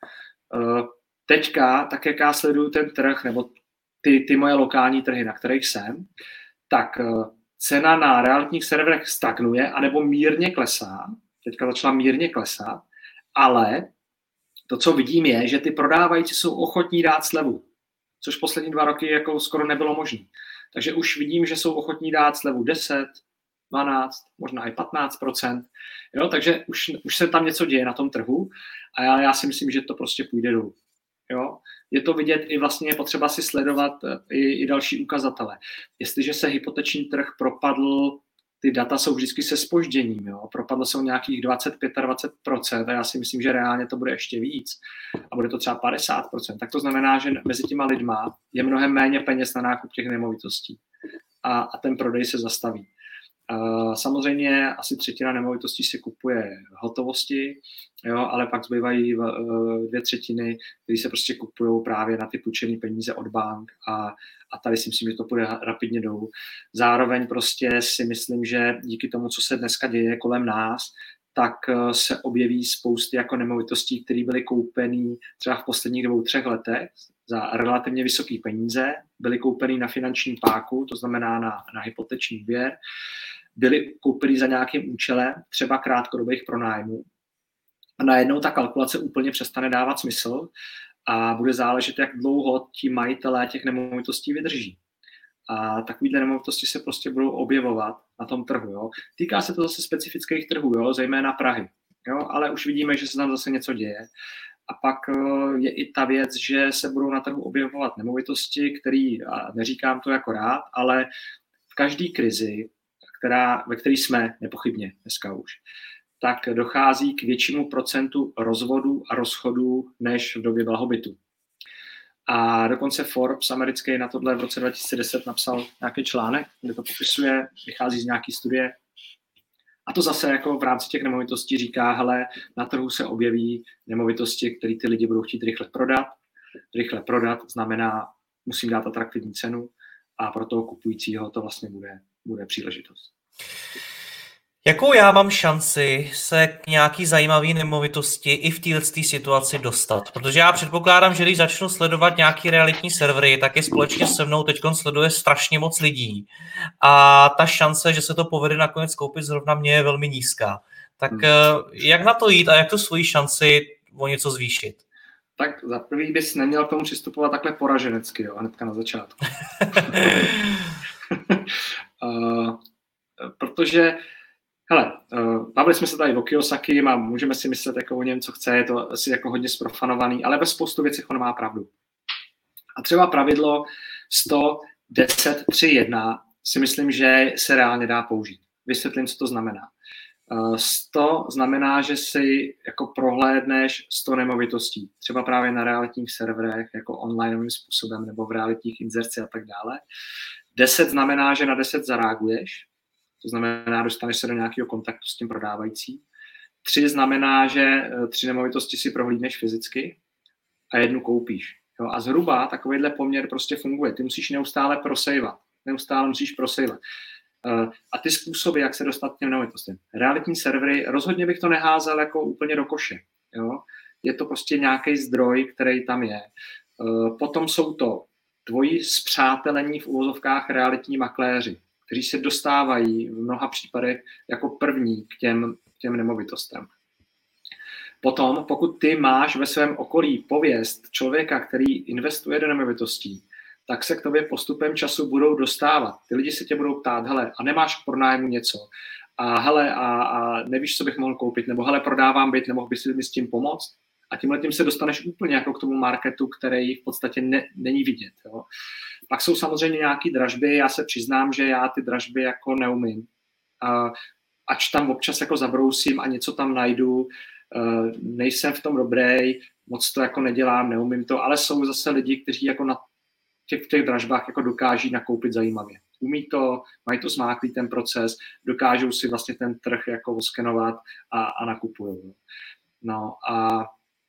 Teďka, tak jak já sleduju ten trh, nebo ty, ty moje lokální trhy, na kterých jsem, tak cena na realitních serverech stagnuje anebo mírně klesá. Teďka začala mírně klesat, ale to, co vidím, je, že ty prodávající jsou ochotní dát slevu, což poslední dva roky jako skoro nebylo možné. Takže už vidím, že jsou ochotní dát slevu deset, dvanáct, možná i patnáct procent. Jo, takže už, už se tam něco děje na tom trhu a já, já si myslím, že to prostě půjde dolů. Jo? Je to vidět i vlastně je potřeba si sledovat i, i další ukazatele. Jestliže se hypoteční trh propadl ty data jsou vždycky se zpožděním. Jo? Propadlo jsou nějakých dvacet až dvacet pět procent a já si myslím, že reálně to bude ještě víc a bude to třeba padesát procent. Tak to znamená, že mezi těma lidma je mnohem méně peněz na nákup těch nemovitostí a, a ten prodej se zastaví. Uh, samozřejmě asi třetina nemovitostí se kupuje v hotovosti, jo, ale pak zbývají uh, dvě třetiny, které se prostě kupují právě na ty půjčené peníze od bank a, a tady si myslím, že to půjde rapidně dolů. Zároveň prostě si myslím, že díky tomu, co se dneska děje kolem nás, tak uh, se objeví spousty jako nemovitostí, které byly koupeny třeba v posledních dvou, třech letech za relativně vysoké peníze, byly koupeny na finanční páku, to znamená na, na hypoteční úvěr, byly koupeny za nějakým účelem, třeba krátkodobých pronájmů. A najednou ta kalkulace úplně přestane dávat smysl a bude záležet, jak dlouho ti majitelé těch nemovitostí vydrží. A takovýhle nemovitosti se prostě budou objevovat na tom trhu. Jo. Týká se to zase specifických trhů, jo, zejména Prahy. Jo, ale už vidíme, že se tam zase něco děje. A pak je i ta věc, že se budou na trhu objevovat nemovitosti, které, a neříkám to jako rád, ale v každé krizi, která, ve které jsme nepochybně dneska už, tak dochází k většímu procentu rozvodů a rozchodů než v době blahobytu. A dokonce Forbes americký na tohle v roce dva tisíce deset napsal nějaký článek, kde to popisuje, vychází z nějaké studie. A to zase jako v rámci těch nemovitostí říká, hele, na trhu se objeví nemovitosti, které ty lidi budou chtít rychle prodat. Rychle prodat znamená, musím dát atraktivní cenu a pro toho kupujícího to vlastně bude, bude příležitost. Jakou já mám šanci se k nějaký zajímavý nemovitosti i v této situaci dostat? Protože já předpokládám, že když začnu sledovat nějaký realitní servery, tak je společně se mnou teďkon sleduje strašně moc lidí. A ta šance, že se to povede nakonec koupit zrovna mě je velmi nízká. Tak hmm. jak na to jít a jak tu svoji šanci o něco zvýšit? Tak za prvý bys neměl k tomu přistupovat takhle poraženecky, jo, hnedka na začátku. uh, protože hele, uh, bavili jsme se tady o Kiyosakim a můžeme si myslet jako o něm, co chce, je to asi jako hodně sprofanovaný, ale ve spoustu věcech on má pravdu. A třeba pravidlo sto deset tři jedna si myslím, že se reálně dá použít. Vysvětlím, co to znamená. Uh, sto znamená, že si jako prohlédneš sto nemovitostí, třeba právě na realitních serverech, jako onlineovým způsobem, nebo v realitních inzerci a tak dále. deset znamená, že na deset zareaguješ, to znamená, dostaneš se do nějakého kontaktu s tím prodávající. Tři znamená, že tři nemovitosti si prohlídneš fyzicky a jednu koupíš. Jo, a zhruba takovýhle poměr prostě funguje. Ty musíš neustále prosejvat. Neustále musíš prosejvat. A ty způsoby, jak se dostat k těm nemovitostem. Realitní servery, rozhodně bych to neházel jako úplně do koše. Jo. Je to prostě nějaký zdroj, který tam je. Potom jsou to tvoji spřátelení v uvozovkách realitní makléři, kteří se dostávají v mnoha případech jako první k těm, k těm nemovitostem. Potom, pokud ty máš ve svém okolí pověst člověka, který investuje do nemovitostí, tak se k tobě postupem času budou dostávat. Ty lidi se tě budou ptát, hele, a nemáš k pronájmu něco? A hele, a, a nevíš, co bych mohl koupit? Nebo hele, prodávám byt, nemohl bys mi s tím pomoct? A tímhletím se dostaneš úplně jako k tomu marketu, který v podstatě ne, není vidět. Jo. Pak jsou samozřejmě nějaké dražby, já se přiznám, že já ty dražby jako neumím. A, ač tam občas jako zabrousím a něco tam najdu, uh, nejsem v tom dobrý, moc to jako nedělám, neumím to, ale jsou zase lidi, kteří jako na těch, těch dražbách jako dokáží nakoupit zajímavě. Umí to, mají to zmáklý ten proces, dokážou si vlastně ten trh jako oskenovat a, a nakupují. No a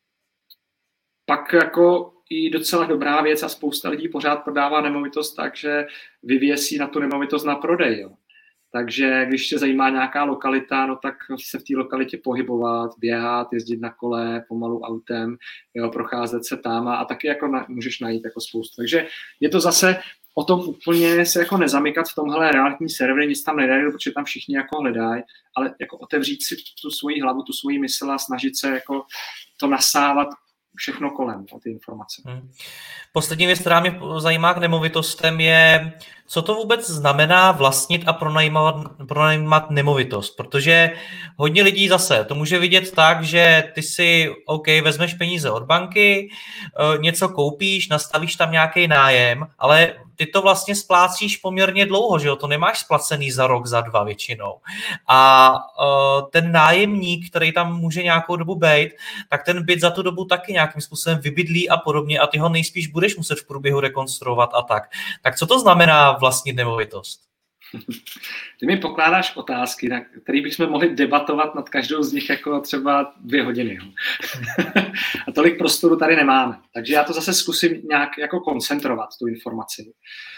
pak jako i docela dobrá věc a spousta lidí pořád prodává nemovitost, takže vyvěsí na tu nemovitost na prodej. Jo. Takže když tě zajímá nějaká lokalita, no tak se v té lokalitě pohybovat, běhat, jezdit na kole, pomalu autem, jo, procházet se tam a, a taky jako na, můžeš najít jako spoustu. Takže je to zase o tom úplně se jako nezamykat v tomhle realitní servery, nic tam nedají, protože tam všichni jako hledají, ale jako otevřít si tu svoji hlavu, tu svoji mysl a snažit se jako to nasávat všechno kolem, o ty informace. Hmm. Poslední věc, která mě zajímá k nemovitostem, je, co to vůbec znamená vlastnit a pronajímat, pronajímat nemovitost, protože hodně lidí zase to může vidět tak, že ty si, OK, vezmeš peníze od banky, něco koupíš, nastavíš tam nějaký nájem, ale ty to vlastně splácíš poměrně dlouho, že jo, to nemáš splacený za rok, za dva většinou. A uh, ten nájemník, který tam může nějakou dobu být, tak ten byt za tu dobu taky nějakým způsobem vybydlí a podobně a ty ho nejspíš budeš muset v průběhu rekonstruovat a tak. Tak co to znamená vlastnit nemovitost? Ty mi pokládáš otázky, na které bychom mohli debatovat nad každou z nich jako třeba dvě hodiny. A tolik prostoru tady nemáme. Takže já to zase zkusím nějak jako koncentrovat, tu informaci.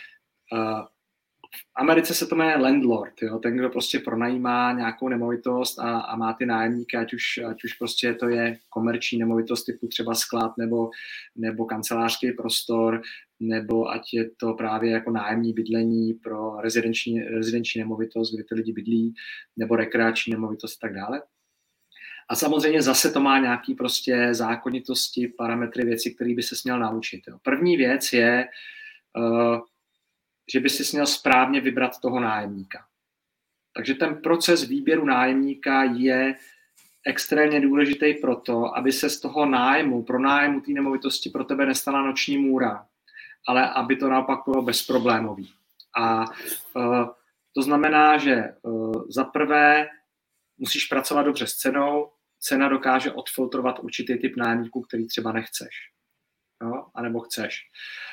V Americe se to jmenuje landlord, jo? Ten, kdo prostě pronajímá nějakou nemovitost a, a má ty nájemníky, ať už, ať už prostě to je komerční nemovitost typu třeba sklad nebo, nebo kancelářský prostor, nebo ať je to právě jako nájemní bydlení pro rezidenční, rezidenční nemovitost, kde ty lidi bydlí, nebo rekreační nemovitost a tak dále. A samozřejmě zase to má nějaký prostě zákonitosti, parametry, věci, které by se měl naučit. Jo. První věc je, uh, že by si měl správně vybrat toho nájemníka. Takže ten proces výběru nájemníka je extrémně důležitý proto, aby se z toho nájmu, pro nájmu té nemovitosti pro tebe nestala noční můra, ale aby to naopak bylo bezproblémový. A uh, to znamená, že uh, za prvé musíš pracovat dobře s cenou, cena dokáže odfiltrovat určitý typ nájemníků, který třeba nechceš. Jo? A nebo chceš.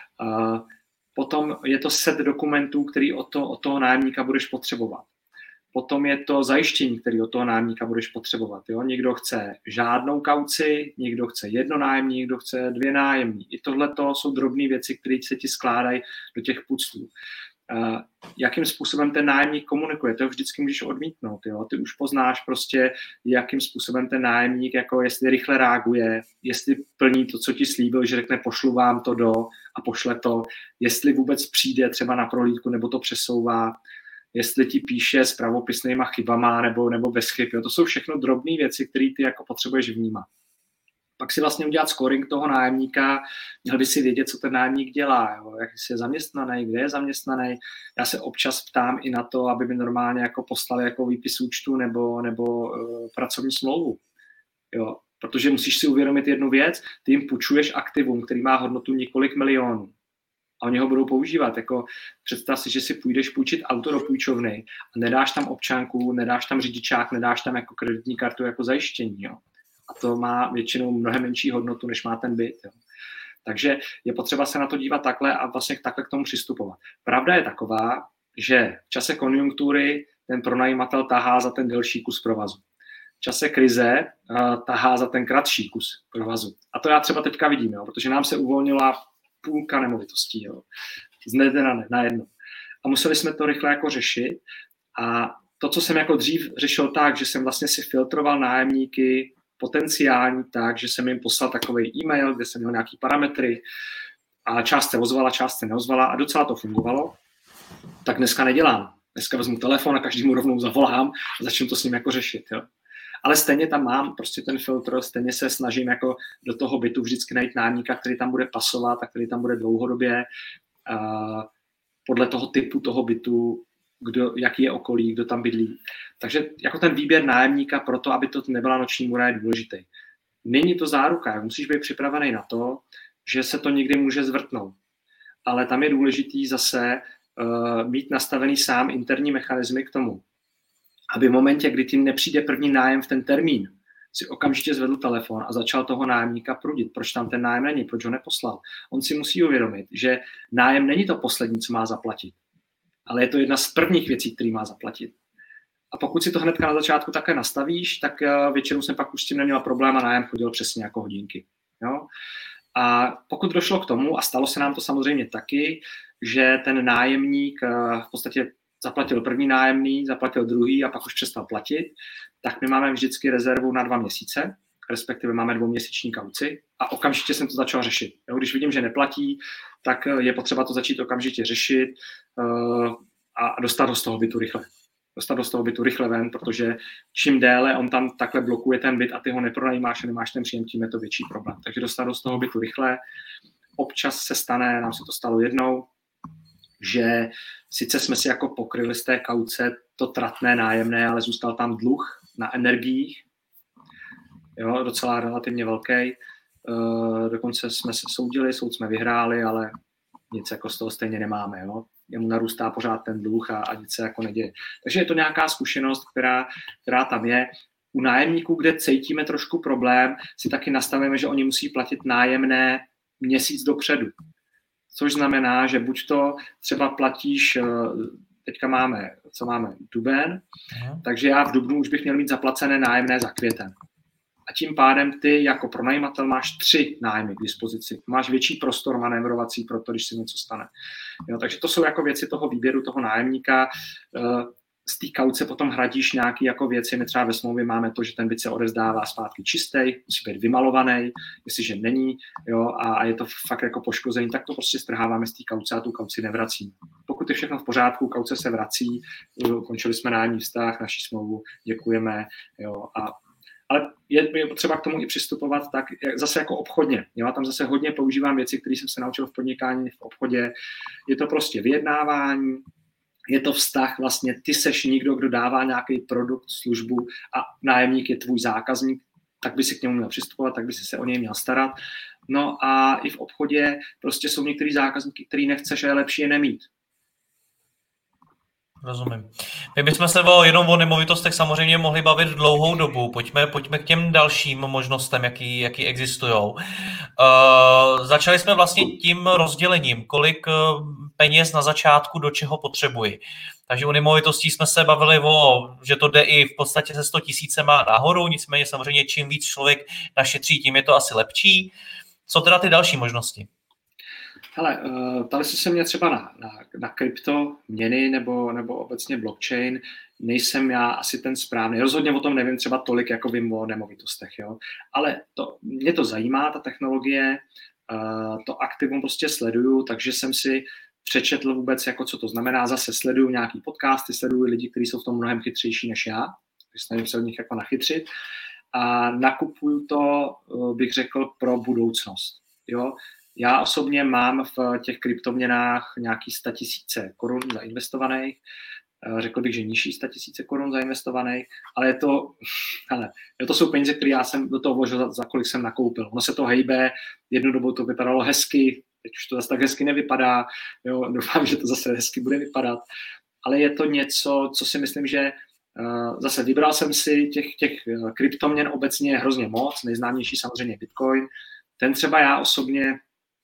Uh, potom je to set dokumentů, který od, to, od toho nájemníka budeš potřebovat. Potom je to zajištění, který od toho nájemníka budeš potřebovat. Jo? Někdo chce žádnou kauci, někdo chce jedno nájemní, někdo chce dvě nájemní. I tohle jsou drobné věci, které se ti skládají do těch puclů. Uh, jakým způsobem ten nájemník komunikuje, to vždycky můžeš odmítnout. Jo? Ty už poznáš prostě, jakým způsobem ten nájemník, jako jestli rychle reaguje, jestli plní to, co ti slíbil, že řekne pošlu vám to do a pošle to, jestli vůbec přijde třeba na prohlídku nebo to přesouvá, jestli ti píše s pravopisnýma chybama nebo, nebo bez chyb. Jo? To jsou všechno drobné věci, které ty jako potřebuješ vnímat. Pak si vlastně udělat scoring toho nájemníka, měl by si vědět, co ten nájemník dělá, jo? Jak je zaměstnaný, kde je zaměstnaný. Já se občas ptám i na to, aby mi normálně jako poslali jako výpis účtu nebo, nebo uh, pracovní smlouvu. Jo? Protože musíš si uvědomit jednu věc, ty jim půjčuješ aktivum, který má hodnotu několik milionů. A oni ho budou používat. Jako představ si, že si půjdeš půjčit auto do půjčovny a nedáš tam občanku, nedáš tam řidičák, nedáš tam jako kreditní kartu jako zajištění. Jo? A to má většinou mnohem menší hodnotu, než má ten byt. Jo. Takže je potřeba se na to dívat takhle a vlastně takhle k tomu přistupovat. Pravda je taková, že v čase konjunktury ten pronajímatel tahá za ten delší kus provazu. V čase krize uh, tahá za ten kratší kus provazu. A to já třeba teďka vidím, jo, protože nám se uvolnila půlka nemovitostí. Jo, z nedne na, na jedno. A museli jsme to rychle jako řešit. A to, co jsem jako dřív řešil tak, že jsem vlastně si filtroval nájemníky potenciální tak, že jsem jim poslal takový e-mail, kde jsem měl nějaký parametry a část se ozvala, část se neozvala a docela to fungovalo, tak dneska nedělám. Dneska vezmu telefon a každému rovnou zavolám a začnu to s ním jako řešit. Jo. Ale stejně tam mám prostě ten filtr, stejně se snažím jako do toho bytu vždycky najít nájemníka, který tam bude pasovat a který tam bude dlouhodobě uh, podle toho typu toho bytu, kdo, jaký je okolí, kdo tam bydlí. Takže jako ten výběr nájemníka pro to, aby to nebyla noční můra, je důležitý. Není to záruka, musíš být připravený na to, že se to někdy může zvrtnout. Ale tam je důležitý zase uh, mít nastavený sám interní mechanismy k tomu, aby v momentě, kdy ti nepřijde první nájem v ten termín, si okamžitě zvedl telefon a začal toho nájemníka prudit. Proč tam ten nájem není, proč ho neposlal? On si musí uvědomit, že nájem není to poslední, co má zaplatit, ale je to jedna z prvních věcí, který má zaplatit. A pokud si to hnedka na začátku také nastavíš, tak většinou jsem pak už s tím neměl problém a nájem chodil přesně jako hodinky. Jo? A pokud došlo k tomu, a stalo se nám to samozřejmě taky, že ten nájemník v podstatě zaplatil první nájemný, zaplatil druhý a pak už přestal platit, tak my máme vždycky rezervu na dva měsíce, respektive máme dvouměsíční kauci a okamžitě jsem to začal řešit. Jo, když vidím, že neplatí, tak je potřeba to začít okamžitě řešit uh, a dostat ho z toho bytu rychle. Dostat ho z toho bytu rychle ven, protože čím déle on tam takhle blokuje ten byt a ty ho nepronajímáš a nemáš ten příjem, tím je to větší problém. Takže dostat ho z toho bytu rychle. Občas se stane, nám se to stalo jednou, že sice jsme si jako pokryli z té kauce to tratné nájemné, ale zůstal tam dluh na energiích, jo, docela relativně velký. E, dokonce jsme se soudili, soud jsme vyhráli, ale nic jako z toho stejně nemáme, jo. Jemu narůstá pořád ten dluh a, a nic se jako neděje. Takže je to nějaká zkušenost, která, která tam je. U nájemníků, kde cítíme trošku problém, si taky nastavíme, že oni musí platit nájemné měsíc dopředu. Což znamená, že buď to třeba platíš, teďka máme, co máme, duben, Aha. takže já v dubnu už bych měl mít zaplacené nájemné za květen. A tím pádem ty jako pronajímatel máš tři nájmy k dispozici. Máš větší prostor manévrovací pro to, když se něco stane. Jo, takže to jsou jako věci toho výběru toho nájemníka. Z té kauce potom hradíš nějaké jako věci. My třeba ve smlouvě máme to, že ten byt se odevzdává zpátky čistý, musí být vymalovaný, jestliže není, jo, a je to fakt jako poškozený, tak to prostě strháváme z té kauce a tu kauci nevracíme. Pokud je všechno v pořádku, kauce se vrací, končili jsme nájemní vztah, naši smlouvu, děkujeme, jo, a ale je, je potřeba k tomu i přistupovat tak zase jako obchodně. Já tam zase hodně používám věci, které jsem se naučil v podnikání, v obchodě. Je to prostě vyjednávání, je to vztah, vlastně ty seš někdo, kdo dává nějaký produkt, službu a nájemník je tvůj zákazník, tak by si k němu měl přistupovat, tak by si se o něj měl starat. No a i v obchodě prostě jsou některý zákazníky, který nechceš a je lepší je nemít. Rozumím. My bychom se o, jenom o nemovitostech samozřejmě mohli bavit dlouhou dobu. Pojďme, pojďme k těm dalším možnostem, jaký, jaký existují. Uh, začali jsme vlastně tím rozdělením, kolik peněz na začátku do čeho potřebuji. Takže u nemovitostí jsme se bavili o, že to jde i v podstatě se sto tisícema nahoru, nicméně samozřejmě čím víc člověk našetří, tím je to asi lepší. Co teda ty další možnosti? Hele, ptali jste se mě třeba na, na, na kryptoměny nebo, nebo obecně blockchain. Nejsem já asi ten správný. Rozhodně o tom nevím třeba tolik, jako vím o nemovitostech. Jo? Ale to, mě to zajímá, ta technologie, to aktivum prostě sleduju, takže jsem si přečetl vůbec, jako co to znamená. Zase sleduju nějaký podcasty, sleduju lidi, kteří jsou v tom mnohem chytřejší než já. Snažím se od nich jako nachytřit. A nakupuju to, bych řekl, pro budoucnost. Jo? Já osobně mám v těch kryptoměnách nějaký sto tisíce korun zainvestovaných. Řekl bych, že nižší sto tisíce korun zainvestovaných, ale je to, ale, to jsou peníze, které já jsem do toho vložil, za, za kolik jsem nakoupil. Ono se to hejbe, jednu dobu to vypadalo hezky, teď už to zase tak hezky nevypadá, jo, doufám, že to zase hezky bude vypadat, ale je to něco, co si myslím, že uh, zase vybral jsem si těch, těch kryptoměn obecně hrozně moc, nejznámější samozřejmě Bitcoin, ten třeba já osobně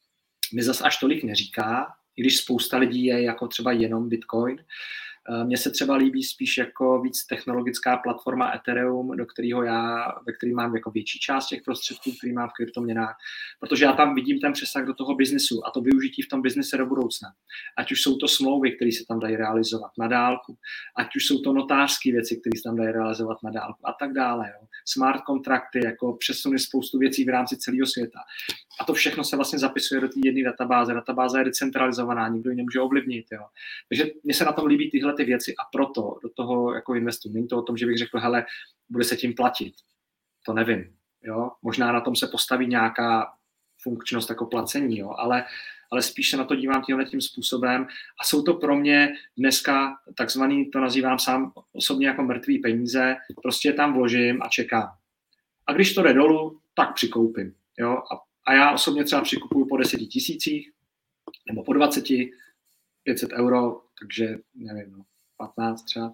mi zase až tolik neříká, i když spousta lidí je jako třeba jenom Bitcoin. Mně se třeba líbí spíš jako víc technologická platforma Ethereum, do kterého já, ve který mám jako větší část těch prostředků, který mám v kryptoměnách, protože já tam vidím ten přesah do toho biznesu a to využití v tom biznise do budoucna. Ať už jsou to smlouvy, které se tam dají realizovat na dálku, ať už jsou to notářské věci, které se tam dají realizovat na dálku a tak dále. Jo. Smart kontrakty, jako přesuny spoustu věcí v rámci celého světa. A to všechno se vlastně zapisuje do té jedné databáze. Databáze je decentralizovaná, nikdo ji nemůže ovlivnit. Jo. Takže mně se na tom líbí tyhle ty věci a proto do toho jako investuji. Není to o tom, že bych řekl, hele, bude se tím platit. To nevím. Jo. Možná na tom se postaví nějaká funkčnost jako placení, jo. Ale, ale spíš se na to dívám tímhle tím způsobem a jsou to pro mě dneska takzvaný, to nazývám sám osobně jako mrtvý peníze, prostě je tam vložím a čekám. A když to jde dolů, tak přikoupím. Jo. A A já osobně třeba přikupuju po deseti tisících nebo po dvaceti, pět set euro, takže nevím, no, patnáct třeba.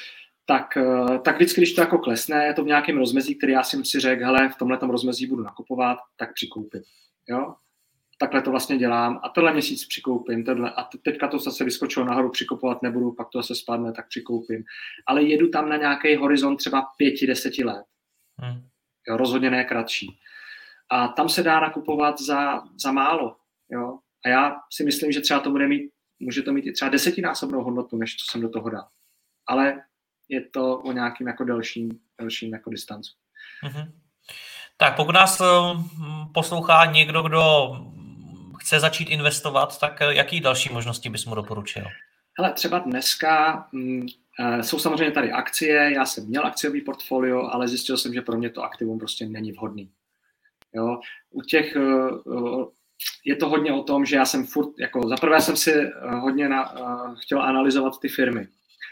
Tak, tak vždycky, když to jako klesne, je to v nějakém rozmezí, který já jsem si řekl, hele, v tomhletom rozmezí budu nakupovat, tak přikoupím. Jo? Takhle to vlastně dělám a tenhle měsíc přikoupím, tenhle, a teďka to zase vyskočilo nahoru, přikupovat nebudu, pak to zase spadne, tak přikoupím. Ale jedu tam na nějaký horizont třeba pěti, deseti let. Hmm. Jo, rozhodně ne kratší. A tam se dá nakupovat za, za málo. Jo? A já si myslím, že třeba to bude mít, může to mít i třeba desetinásobnou hodnotu, než co jsem do toho dal. Ale je to o nějakým jako delším, delším jako distancu. Mm-hmm. Tak pokud nás poslouchá někdo, kdo chce začít investovat, tak jaký další možnosti bys mu doporučil? Hele, třeba dneska mm, jsou samozřejmě tady akcie, já jsem měl akciový portfolio, ale zjistil jsem, že pro mě to aktivum prostě není vhodný. Jo, u těch je to hodně o tom, že já jsem furt, jako zaprvé jsem si hodně na, chtěl analyzovat ty firmy,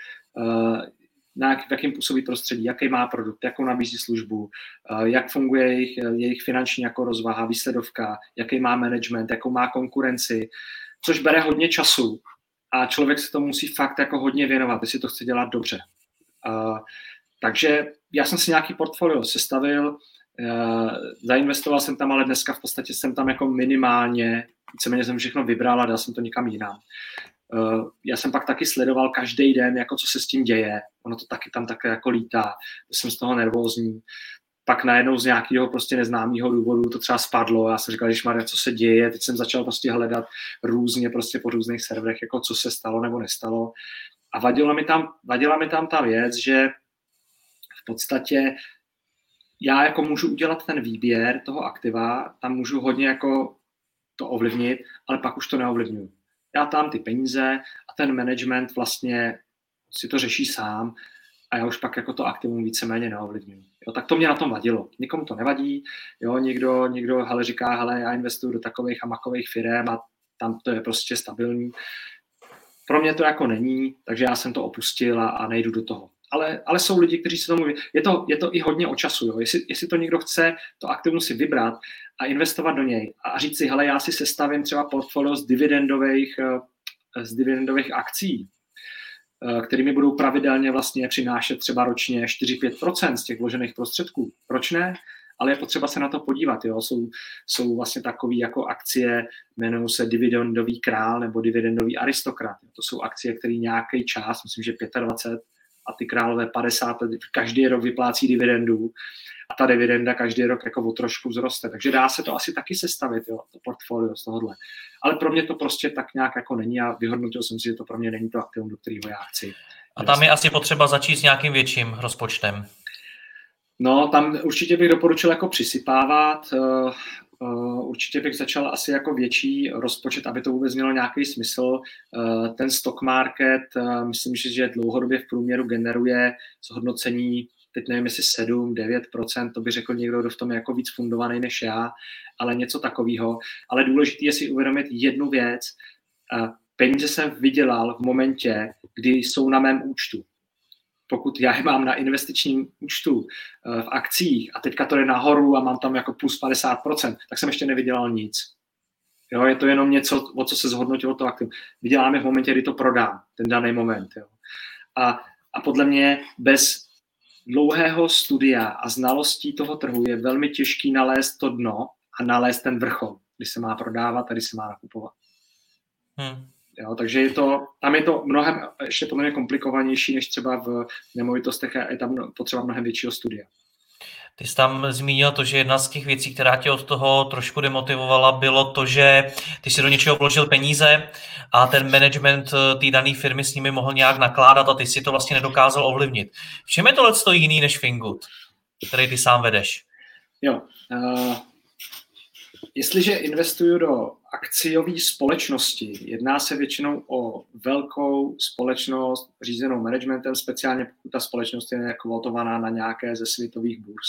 na jak, v jakém působí prostředí, jaký má produkt, jakou nabízí službu, jak funguje jejich, jejich finanční jako rozvaha, výsledovka, jaký má management, jakou má konkurenci. což bere hodně času a člověk se to musí fakt jako hodně věnovat, jestli to chce dělat dobře. Uh, takže já jsem si nějaký portfolio sestavil, uh, zainvestoval jsem tam, ale dneska v podstatě jsem tam jako minimálně, víceméně jsem všechno vybral a dal jsem to někam jinam. Uh, já jsem pak taky sledoval každý den, jako co se s tím děje, ono to taky tam také jako lítá, jsem z toho nervózní. Pak najednou z nějakého prostě neznámého důvodu to třeba spadlo. Já jsem říkal, ježišmarja, co se děje. Teď jsem začal prostě hledat různě prostě po různých serverech, jako co se stalo nebo nestalo. A vadila mi tam, vadila mi tam ta věc, že v podstatě já jako můžu udělat ten výběr toho aktiva, tam můžu hodně jako to ovlivnit, ale pak už to neovlivňuji. Já tam ty peníze a ten management vlastně si to řeší sám a já už pak jako to aktivum víceméně neovlivňuji. Jo, tak to mě na tom vadilo. Nikomu to nevadí, jo, někdo, někdo hele, říká, hele, já investuju do takových a makových firem a tam to je prostě stabilní. Pro mě to jako není, takže já jsem to opustil a, a nejdu do toho. Ale, ale jsou lidi, kteří se tomu... Je to, je to i hodně o času. Jo. Jestli, jestli to někdo chce, to aktivum si vybrat a investovat do něj a říct si, hele, já si sestavím třeba portfolio z dividendových, z dividendových akcí, kterými budou pravidelně vlastně přinášet třeba ročně čtyři až pět procent z těch vložených prostředků. Proč ne? Ale je potřeba se na to podívat. Jo. Jsou, jsou vlastně takové jako akcie, jmenují se dividendový král nebo dividendový aristokrat. To jsou akcie, které nějaký čas, myslím, že dvacet pět a ty králové padesát let, každý rok vyplácí dividendu a ta dividenda každý rok jako o trošku vzroste. Takže dá se to asi taky sestavit, jo, to portfolio z tohohle. Ale pro mě to prostě tak nějak jako není a vyhodnotil jsem si, že to pro mě není to aktivum, do kterého já chci. A tam je asi potřeba začít s nějakým větším rozpočtem. No, tam určitě bych doporučil jako přisypávat. Uh, uh, určitě bych začal asi jako větší rozpočet, aby to vůbec mělo nějaký smysl. Uh, ten stock market, uh, myslím, že dlouhodobě v průměru generuje zhodnocení, teď nevím, jestli sedm až devět procent, to by řekl někdo, kdo v tom je jako víc fundovaný než já, ale něco takového. Ale důležité je si uvědomit jednu věc. Uh, peníze jsem vydělal v momentě, kdy jsou na mém účtu. Pokud já je mám na investičním účtu v akcích a teďka to jde nahoru a mám tam jako plus padesát procent, tak jsem ještě nevydělal nic. Jo, je to jenom něco, o co se zhodnotilo to aktiv. Vyděláme v momentě, kdy to prodám, ten daný moment. Jo. A, a podle mě bez dlouhého studia a znalostí toho trhu je velmi těžký nalézt to dno a nalézt ten vrchol, kdy se má prodávat a kdy se má nakupovat. Hmm. Jo, takže je to, tam je to mnohem ještě podle mě komplikovanější než třeba v nemovitostech a je tam potřeba mnohem většího studia. Ty jsi tam zmínil to, že jedna z těch věcí, která tě od toho trošku demotivovala, bylo to, že ty si do něčeho vložil peníze a ten management té dané firmy s nimi mohl nějak nakládat a ty si to vlastně nedokázal ovlivnit. V čem je tohleto jiný než Fingood, který ty sám vedeš? Jo, uh, jestliže investuju do akciové společnosti, jedná se většinou o velkou společnost řízenou managementem, speciálně pokud ta společnost je kvotovaná na nějaké ze světových burz.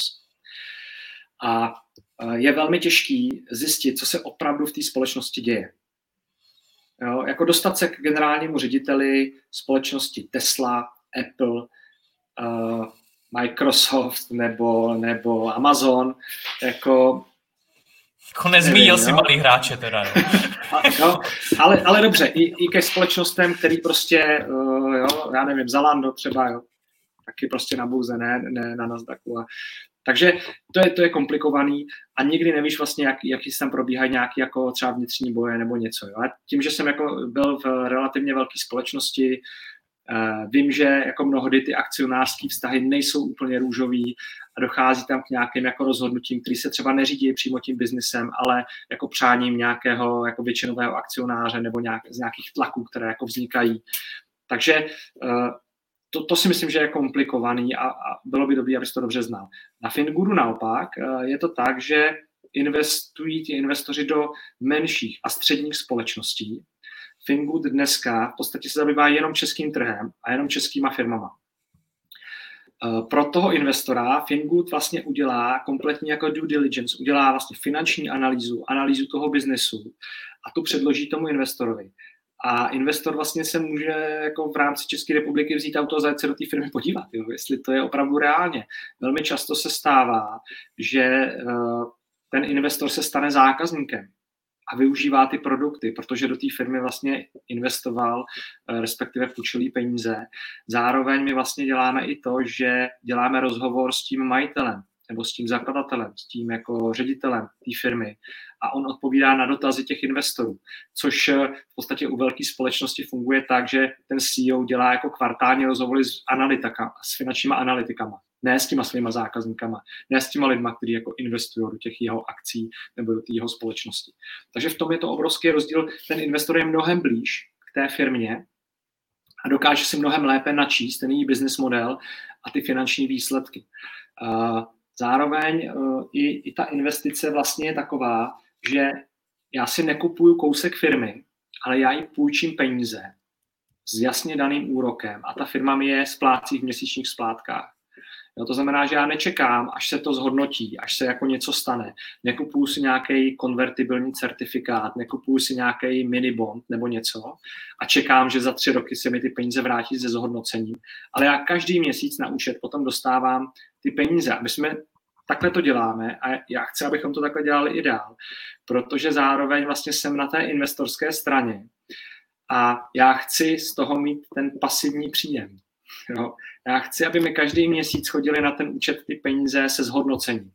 A je velmi těžký zjistit, co se opravdu v té společnosti děje. Jo, jako dostat se k generálnímu řediteli společnosti Tesla, Apple, uh, Microsoft nebo, nebo Amazon, jako Jako nezmínil si malý hráče teda. No. A, jo, ale, ale dobře, i, i ke společnostem, který prostě, uh, jo, já nevím, Zalando třeba, jo, taky prostě na burze, ne, ne na Nasdaqu. A, takže to je, to je komplikovaný a nikdy nevíš vlastně, jak, jaký tam probíhají nějaký jako třeba vnitřní boje nebo něco. Jo. A tím, že jsem jako byl v relativně velké společnosti, uh, vím, že jako mnohdy ty akcionářské vztahy nejsou úplně růžový a dochází tam k nějakým jako rozhodnutím, který se třeba neřídí přímo tím biznisem, ale jako přáním nějakého jako většinového akcionáře nebo nějak, z nějakých tlaků, které jako vznikají. Takže uh, to, to si myslím, že je komplikovaný a, a bylo by dobré, abys to dobře znal. Na Fingoodu naopak uh, je to tak, že investují ti investoři do menších a středních společností. Fingood dneska v podstatě se zabývá jenom českým trhem a jenom českýma firmama. Pro toho investora Fingood vlastně udělá kompletní jako due diligence, udělá vlastně finanční analýzu, analýzu toho biznesu a tu předloží tomu investorovi. A investor vlastně se může jako v rámci České republiky vzít auto a zajet se do té firmy podívat, jo, jestli to je opravdu reálně. Velmi často se stává, že uh, ten investor se stane zákazníkem a využívá ty produkty, protože do té firmy vlastně investoval, respektive půjčil peníze. Zároveň my vlastně děláme i to, že děláme rozhovor s tím majitelem nebo s tím zakladatelem, s tím jako ředitelem té firmy a on odpovídá na dotazy těch investorů, což v podstatě u velké společnosti funguje tak, že ten C E O dělá jako kvartálně rozhovory s analytikama, s finančníma analytikama, ne s těma svýma zákazníkama, ne s těma lidma, kteří jako investují do těch jeho akcí nebo do té jeho společnosti. Takže v tom je to obrovský rozdíl. Ten investor je mnohem blíž k té firmě a dokáže si mnohem lépe načíst ten její business model a ty finanční výsledky. Zároveň i, i ta investice vlastně je taková, že já si nekupuju kousek firmy, ale já jí půjčím peníze s jasně daným úrokem a ta firma mi je splácí v měsíčních splátkách. Jo, to znamená, že já nečekám, až se to zhodnotí, až se jako něco stane. Nekupuju si nějaký konvertibilní certifikát, nekupuju si nějaký minibond nebo něco a čekám, že za tři roky se mi ty peníze vrátí ze zhodnocením. Ale já každý měsíc na účet potom dostávám ty peníze. A my jsme takhle to děláme a já chci, abychom to takhle dělali i dál, protože zároveň vlastně jsem na té investorské straně a já chci z toho mít ten pasivní příjem. Jo. Já chci, aby mi každý měsíc chodili na ten účet ty peníze se zhodnocením.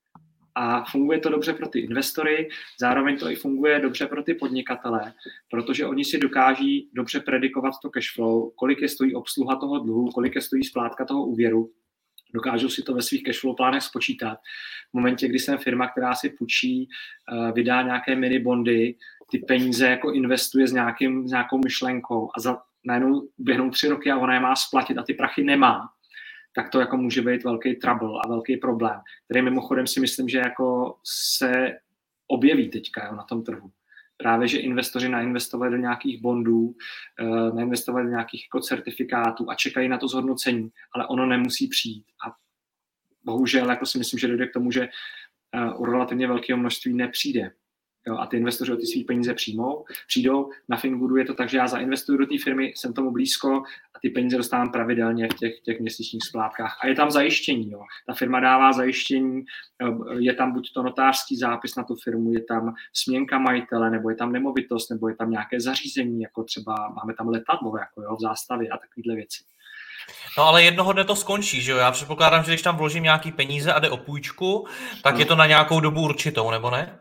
A funguje to dobře pro ty investory, zároveň to i funguje dobře pro ty podnikatele, protože oni si dokáží dobře predikovat to cash flow, kolik je stojí obsluha toho dluhu, kolik je stojí splátka toho úvěru. Dokážou si to ve svých cashflow plánech spočítat. V momentě, kdy jsem firma, která si půjčí, vydá nějaké minibondy, ty peníze jako investuje s, nějakým, s nějakou myšlenkou a za najednou běhnou tři roky a ona je má splatit a ty prachy nemá, tak to jako může být velký trouble a velký problém, který mimochodem si myslím, že jako se objeví teďka jo, na tom trhu. Právě, že investoři nainvestovali do nějakých bondů, nainvestovali do nějakých jako certifikátů a čekají na to zhodnocení, ale ono nemusí přijít. A bohužel jako si myslím, že dojde k tomu, že u relativně velkého množství nepřijde. Jo, a ty investoři o ty svý peníze přijmou, přijdou. Na Finwoodu je to tak, že já zainvestuju do té firmy, jsem tomu blízko a ty peníze dostávám pravidelně v těch, těch měsíčních splátkách. A je tam zajištění. Jo. Ta firma dává zajištění, je tam buď to notářský zápis na tu firmu, je tam směnka majitele, nebo je tam nemovitost, nebo je tam nějaké zařízení, jako třeba máme tam letadlo jako jo, v zástavě a takovéhle věci. No ale jednoho dne to skončí, že jo? Já předpokládám, že když tam vložím nějaký peníze a jde o půjčku, tak no. Je to na nějakou dobu určitou, nebo ne?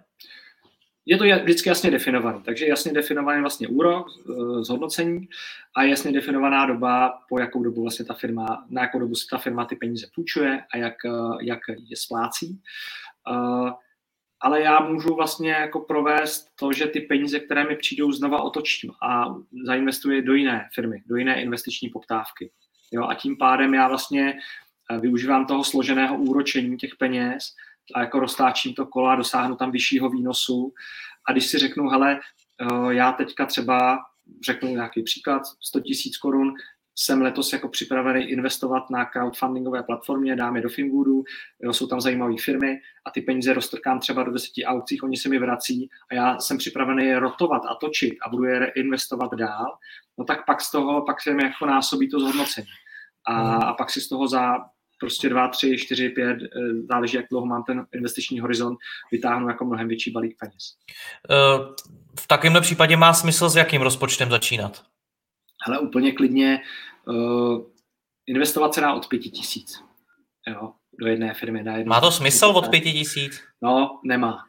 Je to vždycky jasně definovaný, takže jasně definovaný vlastně úrok, zhodnocení a jasně definovaná doba, po jakou dobu vlastně ta firma, na jakou dobu si ta firma ty peníze půjčuje a jak, jak je splácí. Ale já můžu vlastně jako provést to, že ty peníze, které mi přijdou, znova otočím a zainvestuji do jiné firmy, do jiné investiční poptávky. Jo, a tím pádem já vlastně využívám toho složeného úročení těch peněz a jako roztáčím to kola, dosáhnu tam vyššího výnosu. A když si řeknu, hele, já teďka třeba řeknu nějaký příklad, sto tisíc korun, jsem letos jako připravený investovat na crowdfundingové platformě, dám je do Finwoodu, jo, jsou tam zajímavé firmy a ty peníze roztrkám třeba do deseti aukcích, oni se mi vrací a já jsem připravený je rotovat a točit a budu je reinvestovat dál, no tak pak z toho, pak se mi jako násobí to zhodnocení. A, a pak si z toho za prostě dva, tři, čtyři, pět, záleží, jak dlouho mám ten investiční horizont, vytáhnu jako mnohem větší balík peněz. V takovémhle případě má smysl s jakým rozpočtem začínat? Hele, úplně klidně uh, investovat se dá od pěti tisíc. Jo, do jedné firmy. Na má to smysl od pěti tisíc? No, nemá.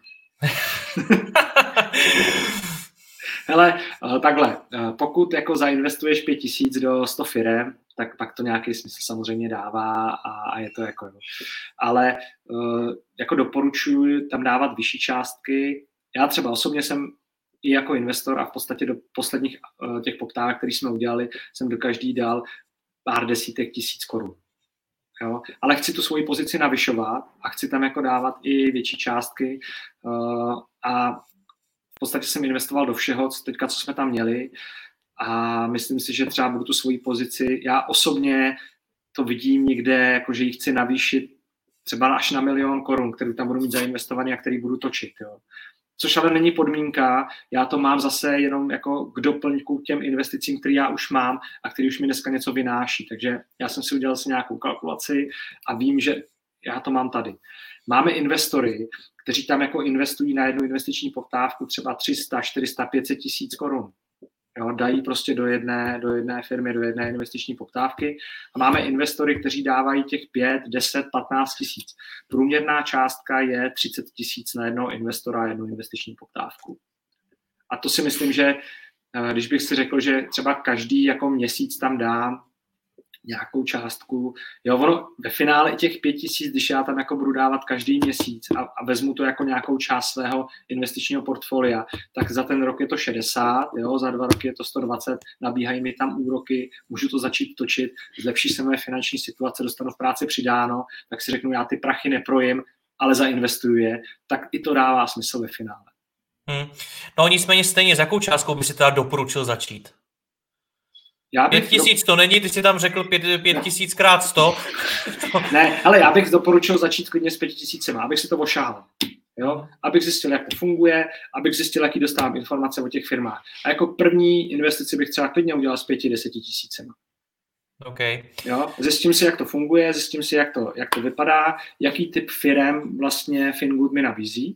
Hele, uh, takhle, uh, pokud jako zainvestuješ pět tisíc do sto firem, tak pak to nějaký smysl samozřejmě dává a, a je to jako, jo. Ale uh, jako doporučuji tam dávat vyšší částky. Já třeba osobně jsem i jako investor a v podstatě do posledních uh, těch poptávek, které jsme udělali, jsem do každý dal pár desítek tisíc korun. Jo? Ale chci tu svoji pozici navyšovat a chci tam jako dávat i větší částky uh, a v podstatě jsem investoval do všeho, teďka, co jsme tam měli a myslím si, že třeba budu tu svoji pozici, já osobně to vidím někde, jako že ji chci navýšit třeba až na milion korun, který tam budu mít zainvestovaný a který budu točit. Jo? Což ale není podmínka, já to mám zase jenom jako k doplňku těm investicím, které já už mám a který už mi dneska něco vynáší. Takže já jsem si udělal si nějakou kalkulaci a vím, že já to mám tady. Máme investory, kteří tam jako investují na jednu investiční poptávku třeba tři sta, čtyři sta, pět set tisíc korun. Jo, dají prostě do jedné, do jedné firmy, do jedné investiční poptávky. A máme investory, kteří dávají těch pět, deset, patnáct tisíc. Průměrná částka je třicet tisíc na jednoho investora a jednu investiční poptávku. A to si myslím, že když bych si řekl, že třeba každý jako měsíc tam dám nějakou částku, jo, ono ve finále těch pět tisíc, když já tam jako budu dávat každý měsíc a, a vezmu to jako nějakou část svého investičního portfolia, tak za ten rok je to šedesát, jo, za dva roky je to sto dvacet, nabíhají mi tam úroky, můžu to začít točit, zlepší se moje finanční situace, dostanu v práci přidáno, tak si řeknu, já ty prachy neprojím, ale zainvestuju je, tak i to dává smysl ve finále. Hmm. No nicméně stejně, s jakou částkou by si teda doporučil začít? Já bych pět tisíc to není, ty jsi tam řekl pět, pět tisíc krát sto. Ne, ale já bych doporučil začít klidně s pěti tisícema, abych si to ošáhl. Jo? Abych zjistil, jak to funguje, abych zjistil, jaký dostávám informace o těch firmách. A jako první investici bych třeba klidně udělal s pěti, deseti tisícema. Okay. Jo? Zjistím si, jak to funguje, zjistím si, jak to, jak to vypadá, jaký typ firem vlastně Fingood mi nabízí.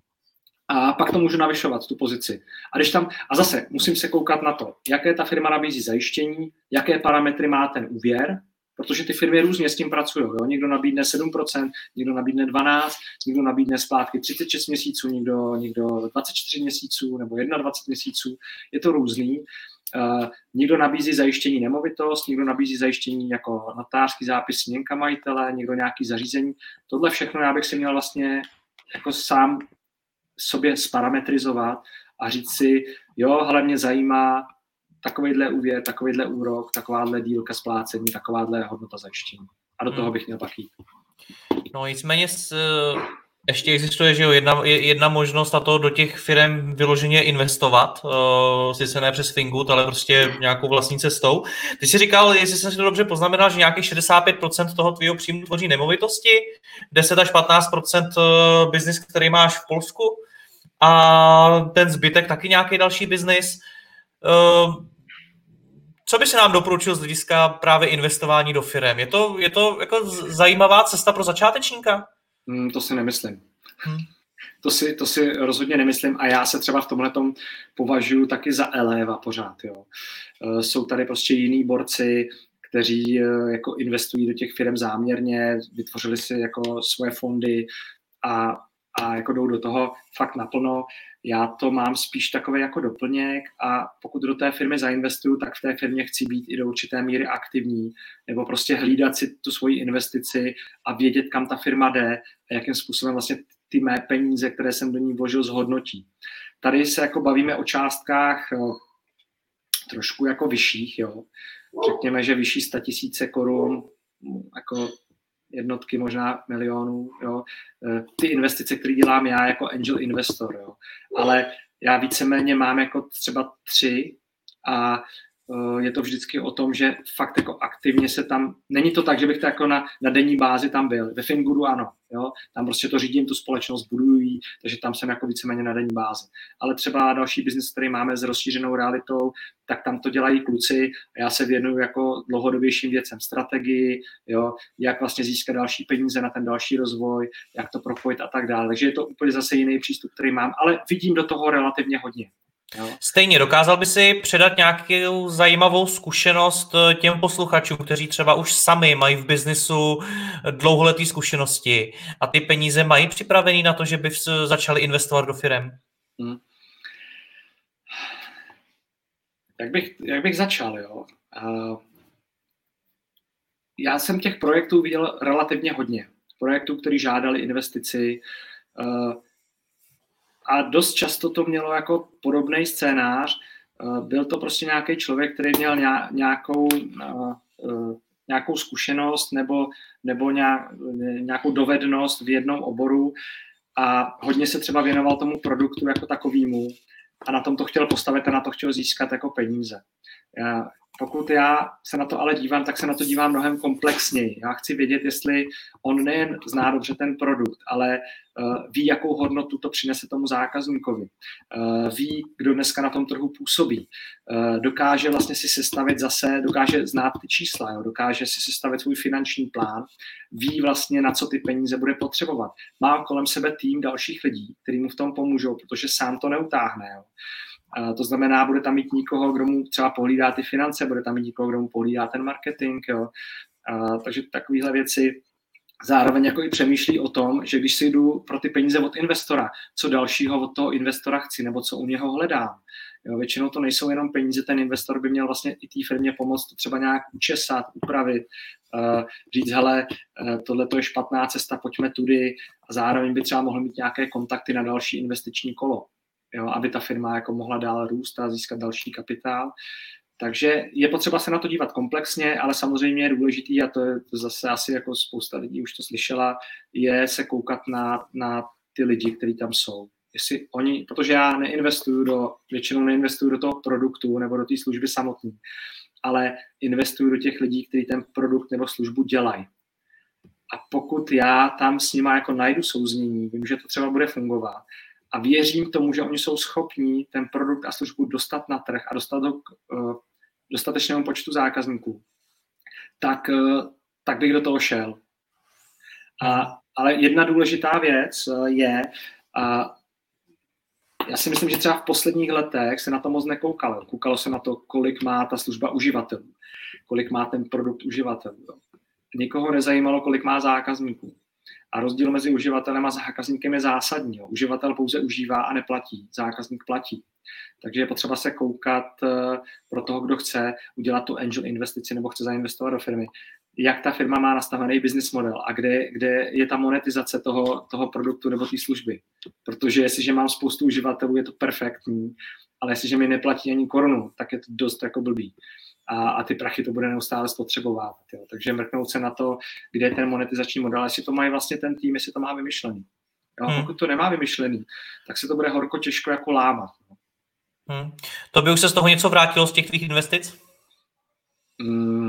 A pak to můžu navyšovat, tu pozici. A, když tam, a zase musím se koukat na to, jaké ta firma nabízí zajištění, jaké parametry má ten úvěr, protože ty firmy různě s tím pracují. Jo? Někdo nabídne sedm procent, někdo nabídne dvanáct procent, někdo nabídne splátky třicet šest měsíců, někdo, někdo dvacet čtyři měsíců nebo dvacet jedna měsíců. Je to různý. Uh, někdo nabízí zajištění nemovitost, někdo nabízí zajištění jako notářský zápis směnka majitele, někdo nějaký zařízení. Tohle všechno já bych si měl vlastně jako sám sobě sparametrizovat a říct si, jo, ale mě zajímá takovýhle úvěr, takovýhle úrok, takováhle dílka splácení, takováhle hodnota zajištění. A do toho bych měl pak jít. No nicméně s, ještě existuje, že jo, jedna, jedna možnost, a to do těch firm vyloženě investovat, uh, sice ne přes Fingood, ale prostě nějakou vlastní cestou. Ty jsi říkal, jestli jsem si to dobře poznamenal, že nějakých šedesát pět procent toho tvýho příjmu tvoří nemovitosti, deset až patnáct procent biznis, který máš v Polsku, a ten zbytek taky nějaký další biznis. Uh, co by se nám doporučil z hlediska právě investování do firem? Je to, je to jako zajímavá cesta pro začátečníka? Hmm, to si nemyslím. Hmm. To si, to si rozhodně nemyslím a já se třeba v tomhletom považuji taky za eléva pořád. Jo. Jsou tady prostě jiní borci, kteří jako investují do těch firm záměrně, vytvořili si jako svoje fondy a, a jako jdou do toho fakt naplno. Já to mám spíš takový jako doplněk a pokud do té firmy zainvestuju, tak v té firmě chci být i do určité míry aktivní nebo prostě hlídat si tu svoji investici a vědět, kam ta firma jde a jakým způsobem vlastně ty mé peníze, které jsem do ní vložil, zhodnotí. Tady se jako bavíme o částkách jo, trošku jako vyšších, jo. Řekněme, že vyšší sta tisíce korun, jako jednotky, možná milionů, jo. Ty investice, které dělám já jako angel investor, jo. Ale já víceméně mám jako třeba tři a je to vždycky o tom, že fakt jako aktivně se tam, není to tak, že bych to jako na, na denní bázi tam byl. Ve Fingoodu ano, jo, tam prostě to řídím, tu společnost budují, takže tam jsem jako víceméně na denní bázi. Ale třeba další biznis, který máme s rozšířenou realitou, tak tam to dělají kluci a já se věnuju jako dlouhodobějším věcem, strategii, jo, jak vlastně získat další peníze na ten další rozvoj, jak to propojit a tak dále. Takže je to úplně zase jiný přístup, který mám, ale vidím do toho relativně hodně. Jo. Stejně, dokázal by si předat nějakou zajímavou zkušenost těm posluchačům, kteří třeba už sami mají v biznisu dlouholetý zkušenosti a ty peníze mají připravený na to, že by začali investovat do firem? Hmm. Jak bych, jak bych začal, jo? Uh, já jsem těch projektů viděl relativně hodně. Projektů, který žádali investici, uh, a dost často to mělo jako podobný scénář. Byl to prostě nějaký člověk, který měl nějakou, nějakou zkušenost nebo, nebo nějakou dovednost v jednom oboru a hodně se třeba věnoval tomu produktu jako takovému a na tom to chtěl postavit a na to chtěl získat jako peníze. Pokud já se na to ale dívám, tak se na to dívám mnohem komplexněji. Já chci vědět, jestli on nejen zná dobře ten produkt, ale uh, ví, jakou hodnotu to přinese tomu zákazníkovi. Uh, ví, kdo dneska na tom trhu působí. Uh, dokáže vlastně si sestavit zase, dokáže znát ty čísla, jo? Dokáže si sestavit svůj finanční plán, ví vlastně, na co ty peníze bude potřebovat. Má kolem sebe tým dalších lidí, kteří mu v tom pomůžou, protože sám to neutáhne. Jo? Uh, to znamená, bude tam mít někoho, kdo mu třeba pohlídá ty finance, bude tam mít někoho, kdo mu pohlídá ten marketing. Jo. Uh, takže takovéhle věci zároveň jako i přemýšlí o tom, že když si jdu pro ty peníze od investora, co dalšího od toho investora chci, nebo co u něho hledám. Jo, většinou to nejsou jenom peníze, ten investor by měl vlastně i té firmě pomoct to třeba nějak učesat, upravit, uh, říct, hele, uh, tohle to je špatná cesta, pojďme tudy, a zároveň by třeba mohl mít nějaké kontakty na další investiční kolo. Jo, aby ta firma jako mohla dál růst a získat další kapitál. Takže je potřeba se na to dívat komplexně, ale samozřejmě je důležitý, a to je to zase asi jako spousta lidí už to slyšela, je se koukat na, na ty lidi, kteří tam jsou. Jestli oni, protože já neinvestuju do, většinou neinvestuju do toho produktu nebo do té služby samotné, ale investuju do těch lidí, kteří ten produkt nebo službu dělají. A pokud já tam s nima jako najdu souznění, vím, že to třeba bude fungovat, a věřím tomu, že oni jsou schopní ten produkt a službu dostat na trh a dostat do uh, dostatečnému počtu zákazníků, tak, uh, tak bych do toho šel. A, ale jedna důležitá věc uh, je, uh, já si myslím, že třeba v posledních letech se na to moc nekoukalo. Koukalo se na to, kolik má ta služba uživatelů, kolik má ten produkt uživatelů. Nikoho nezajímalo, kolik má zákazníků. A rozdíl mezi uživatelem a zákazníkem je zásadní. Jo. Uživatel pouze užívá a neplatí. Zákazník platí. Takže je potřeba se koukat uh, pro toho, kdo chce udělat tu angel investici nebo chce zainvestovat do firmy, jak ta firma má nastavený business model a kde, kde je ta monetizace toho, toho produktu nebo té služby. Protože jestliže mám spoustu uživatelů, je to perfektní, ale jestliže mi neplatí ani korunu, tak je to dost jako blbý. A, a ty prachy to bude neustále spotřebovávat. Jo. Takže mrknout se na to, kde je ten monetizační model, jestli to mají vlastně ten tým, jestli to má vymyšlený. Jo. Hmm. Pokud to nemá vymyšlený, tak se to bude horko těžko jako lámat. Hmm. To by už se z toho něco vrátilo z těch tvých investic? Hmm.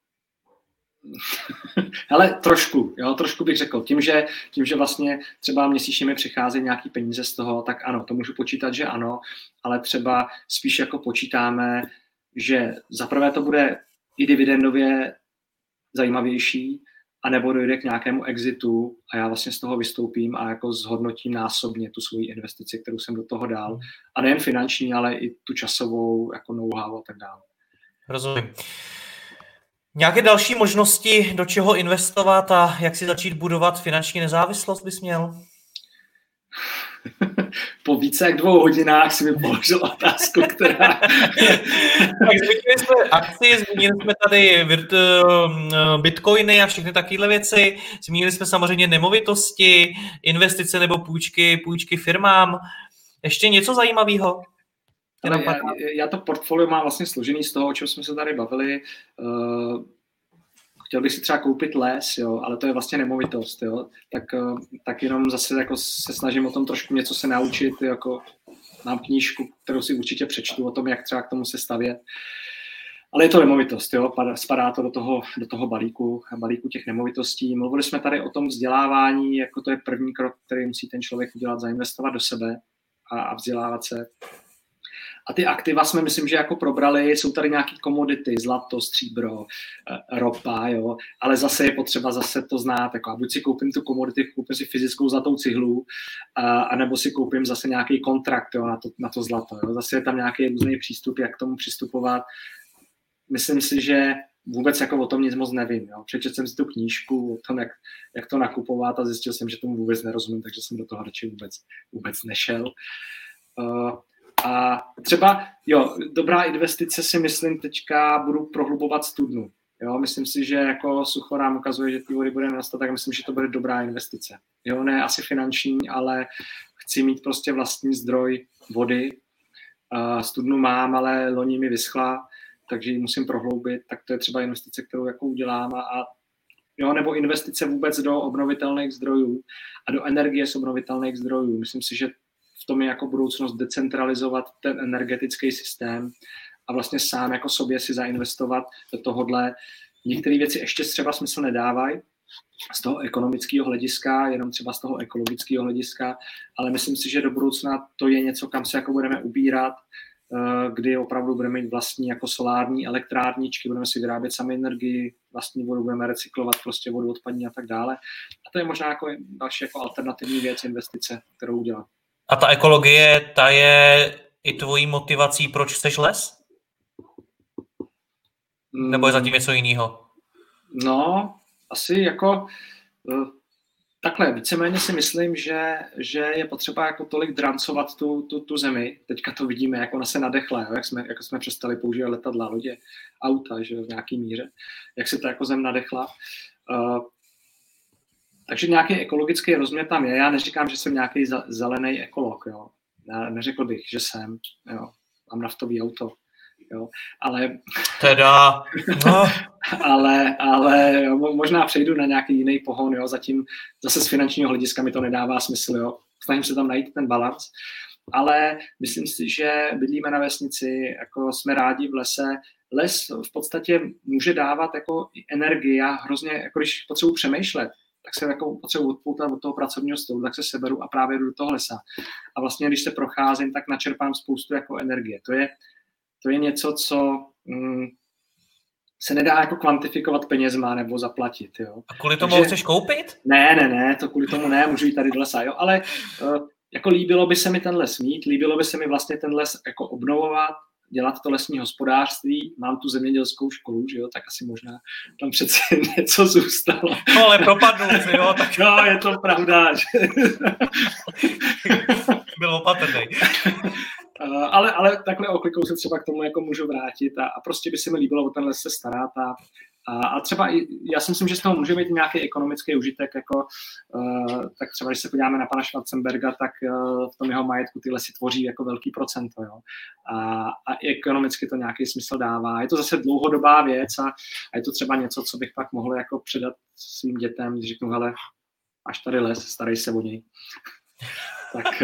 Hele, trošku, jo, trošku bych řekl. Tím že, tím, že vlastně třeba měsíčně mi přicházejí nějaký peníze z toho, tak ano, to můžu počítat, že ano, ale třeba spíš jako počítáme, že zaprvé to bude i dividendově zajímavější, anebo dojde k nějakému exitu a já vlastně z toho vystoupím a jako zhodnotím násobně tu svoji investici, kterou jsem do toho dal. A nejen finanční, ale i tu časovou, jako know-how a tak dále. Rozumím. Nějaké další možnosti, do čeho investovat a jak si začít budovat finanční nezávislost bys měl? Po více jak dvou hodinách si mi položil otázku, která... Tak zmínili jsme akci, zmínili jsme tady bitcoiny a všechny takovéhle věci, zmínili jsme samozřejmě nemovitosti, investice nebo půjčky, půjčky firmám. Ještě něco zajímavého? Já, já to portfolio mám vlastně složený z toho, o čem jsme se tady bavili. Uh, chtěl bych si třeba koupit les, jo, ale to je vlastně nemovitost, jo. Tak, uh, tak jenom zase jako se snažím o tom trošku něco se naučit, jako mám knížku, kterou si určitě přečtu o tom, jak třeba k tomu se stavět. Ale je to nemovitost, jo, spadá to do toho, do toho balíku, balíku těch nemovitostí. Mluvili jsme tady o tom vzdělávání, jako to je první krok, který musí ten člověk udělat, zainvestovat do sebe a, a vzdělávat se. A ty aktiva jsme, myslím, že jako probrali, jsou tady nějaký komodity, zlato, stříbro, ropa, jo, ale zase je potřeba zase to znát, jako a buď si koupím tu komodity, koupím si fyzickou zlatou cihlu, a, anebo si koupím zase nějaký kontrakt, jo, na to, na to zlato, jo. Zase je tam nějaký různý přístup, jak k tomu přistupovat. Myslím si, že vůbec jako o tom nic moc nevím, jo. Přečetl jsem si tu knížku o tom, jak, jak to nakupovat a zjistil jsem, že tomu vůbec nerozumím, takže jsem do toho radši vůbec, vůbec nešel. Uh, A třeba, jo, dobrá investice si myslím teďka budu prohlubovat studnu. Jo, myslím si, že jako sucho nám ukazuje, že ty vody bude nastat, tak myslím, že to bude dobrá investice. Jo, ne asi finanční, ale chci mít prostě vlastní zdroj vody. Uh, studnu mám, ale loni mi vyschla, takže ji musím prohloubit, tak to je třeba investice, kterou jako udělám. A, a jo, nebo investice vůbec do obnovitelných zdrojů a do energie z obnovitelných zdrojů. Myslím si, že v tom je jako budoucnost decentralizovat ten energetický systém a vlastně sám jako sobě si zainvestovat do tohohle. Některé věci ještě třeba smysl nedávají z toho ekonomického hlediska, jenom třeba z toho ekologického hlediska, ale myslím si, že do budoucna to je něco, kam se jako budeme ubírat, kdy opravdu budeme mít vlastní jako solární elektrárničky, budeme si vyrábět sami energii, vlastní vodu budeme recyklovat, prostě vodu odpadní a tak dále. A to je možná jako další jako alternativní věc, investice, kterou udělat. A ta ekologie, ta je i tvojí motivací, proč chceš les? Nebo je zatím něco jiného? No, asi jako takhle, víceméně si myslím, že, že je potřeba jako tolik drancovat tu, tu, tu zemi. Teďka to vidíme, jak ona se nadechla, jak jsme, jak jsme přestali používat letadla, lodě, auta, že v nějaký míře, jak se ta jako zem nadechla. Uh, takže nějaký ekologický rozměr tam je. Já neříkám, že jsem nějaký zelený ekolog, jo. Já neřekl bych, že jsem, jo. Mám naftový auto. Jo, ale, teda, no. ale, ale jo, možná přejdu na nějaký jiný pohon, jo, zatím zase z finančního hlediska mi to nedává smysl, jo, snažím se tam najít ten balans, ale myslím si, že bydlíme na vesnici, jako jsme rádi v lese, les v podstatě může dávat jako energii, já hrozně, jako když potřebuji přemýšlet, tak se jako potřebuji odpoutat od toho pracovního stolu, tak se seberu a právě jdu do toho lesa. A vlastně, když se procházím, tak načerpám spoustu jako energie. To je To je něco, co mm, se nedá jako kvantifikovat penězma nebo zaplatit. Jo. A kvůli tomu Takže, chceš koupit? Ne, ne, ne, to kvůli tomu ne, můžu jít tady do lesa, jo, ale uh, jako líbilo by se mi ten les mít, líbilo by se mi vlastně ten les jako obnovovat, dělat to lesní hospodářství, mám tu zemědělskou školu, že jo, tak asi možná tam přece něco zůstalo. No, ale propadnu, jo, tak... No, je to pravda, že... Byl opatrnej. Uh, ale, ale takhle oklikou se třeba k tomu jako můžu vrátit a, a prostě by se mi líbilo o ten les se starat a, a, a třeba i, já si myslím, že z toho může být nějaký ekonomický užitek, jako, uh, tak třeba když se podíváme na pana Schwarzenberga, tak uh, v tom jeho majetku ty lesy tvoří jako velký procento, jo. A, a i ekonomicky to nějaký smysl dává. Je to zase dlouhodobá věc a, a je to třeba něco, co bych pak mohl jako předat svým dětem, když řeknu, hele, až tady les, starej se o něj. Tak...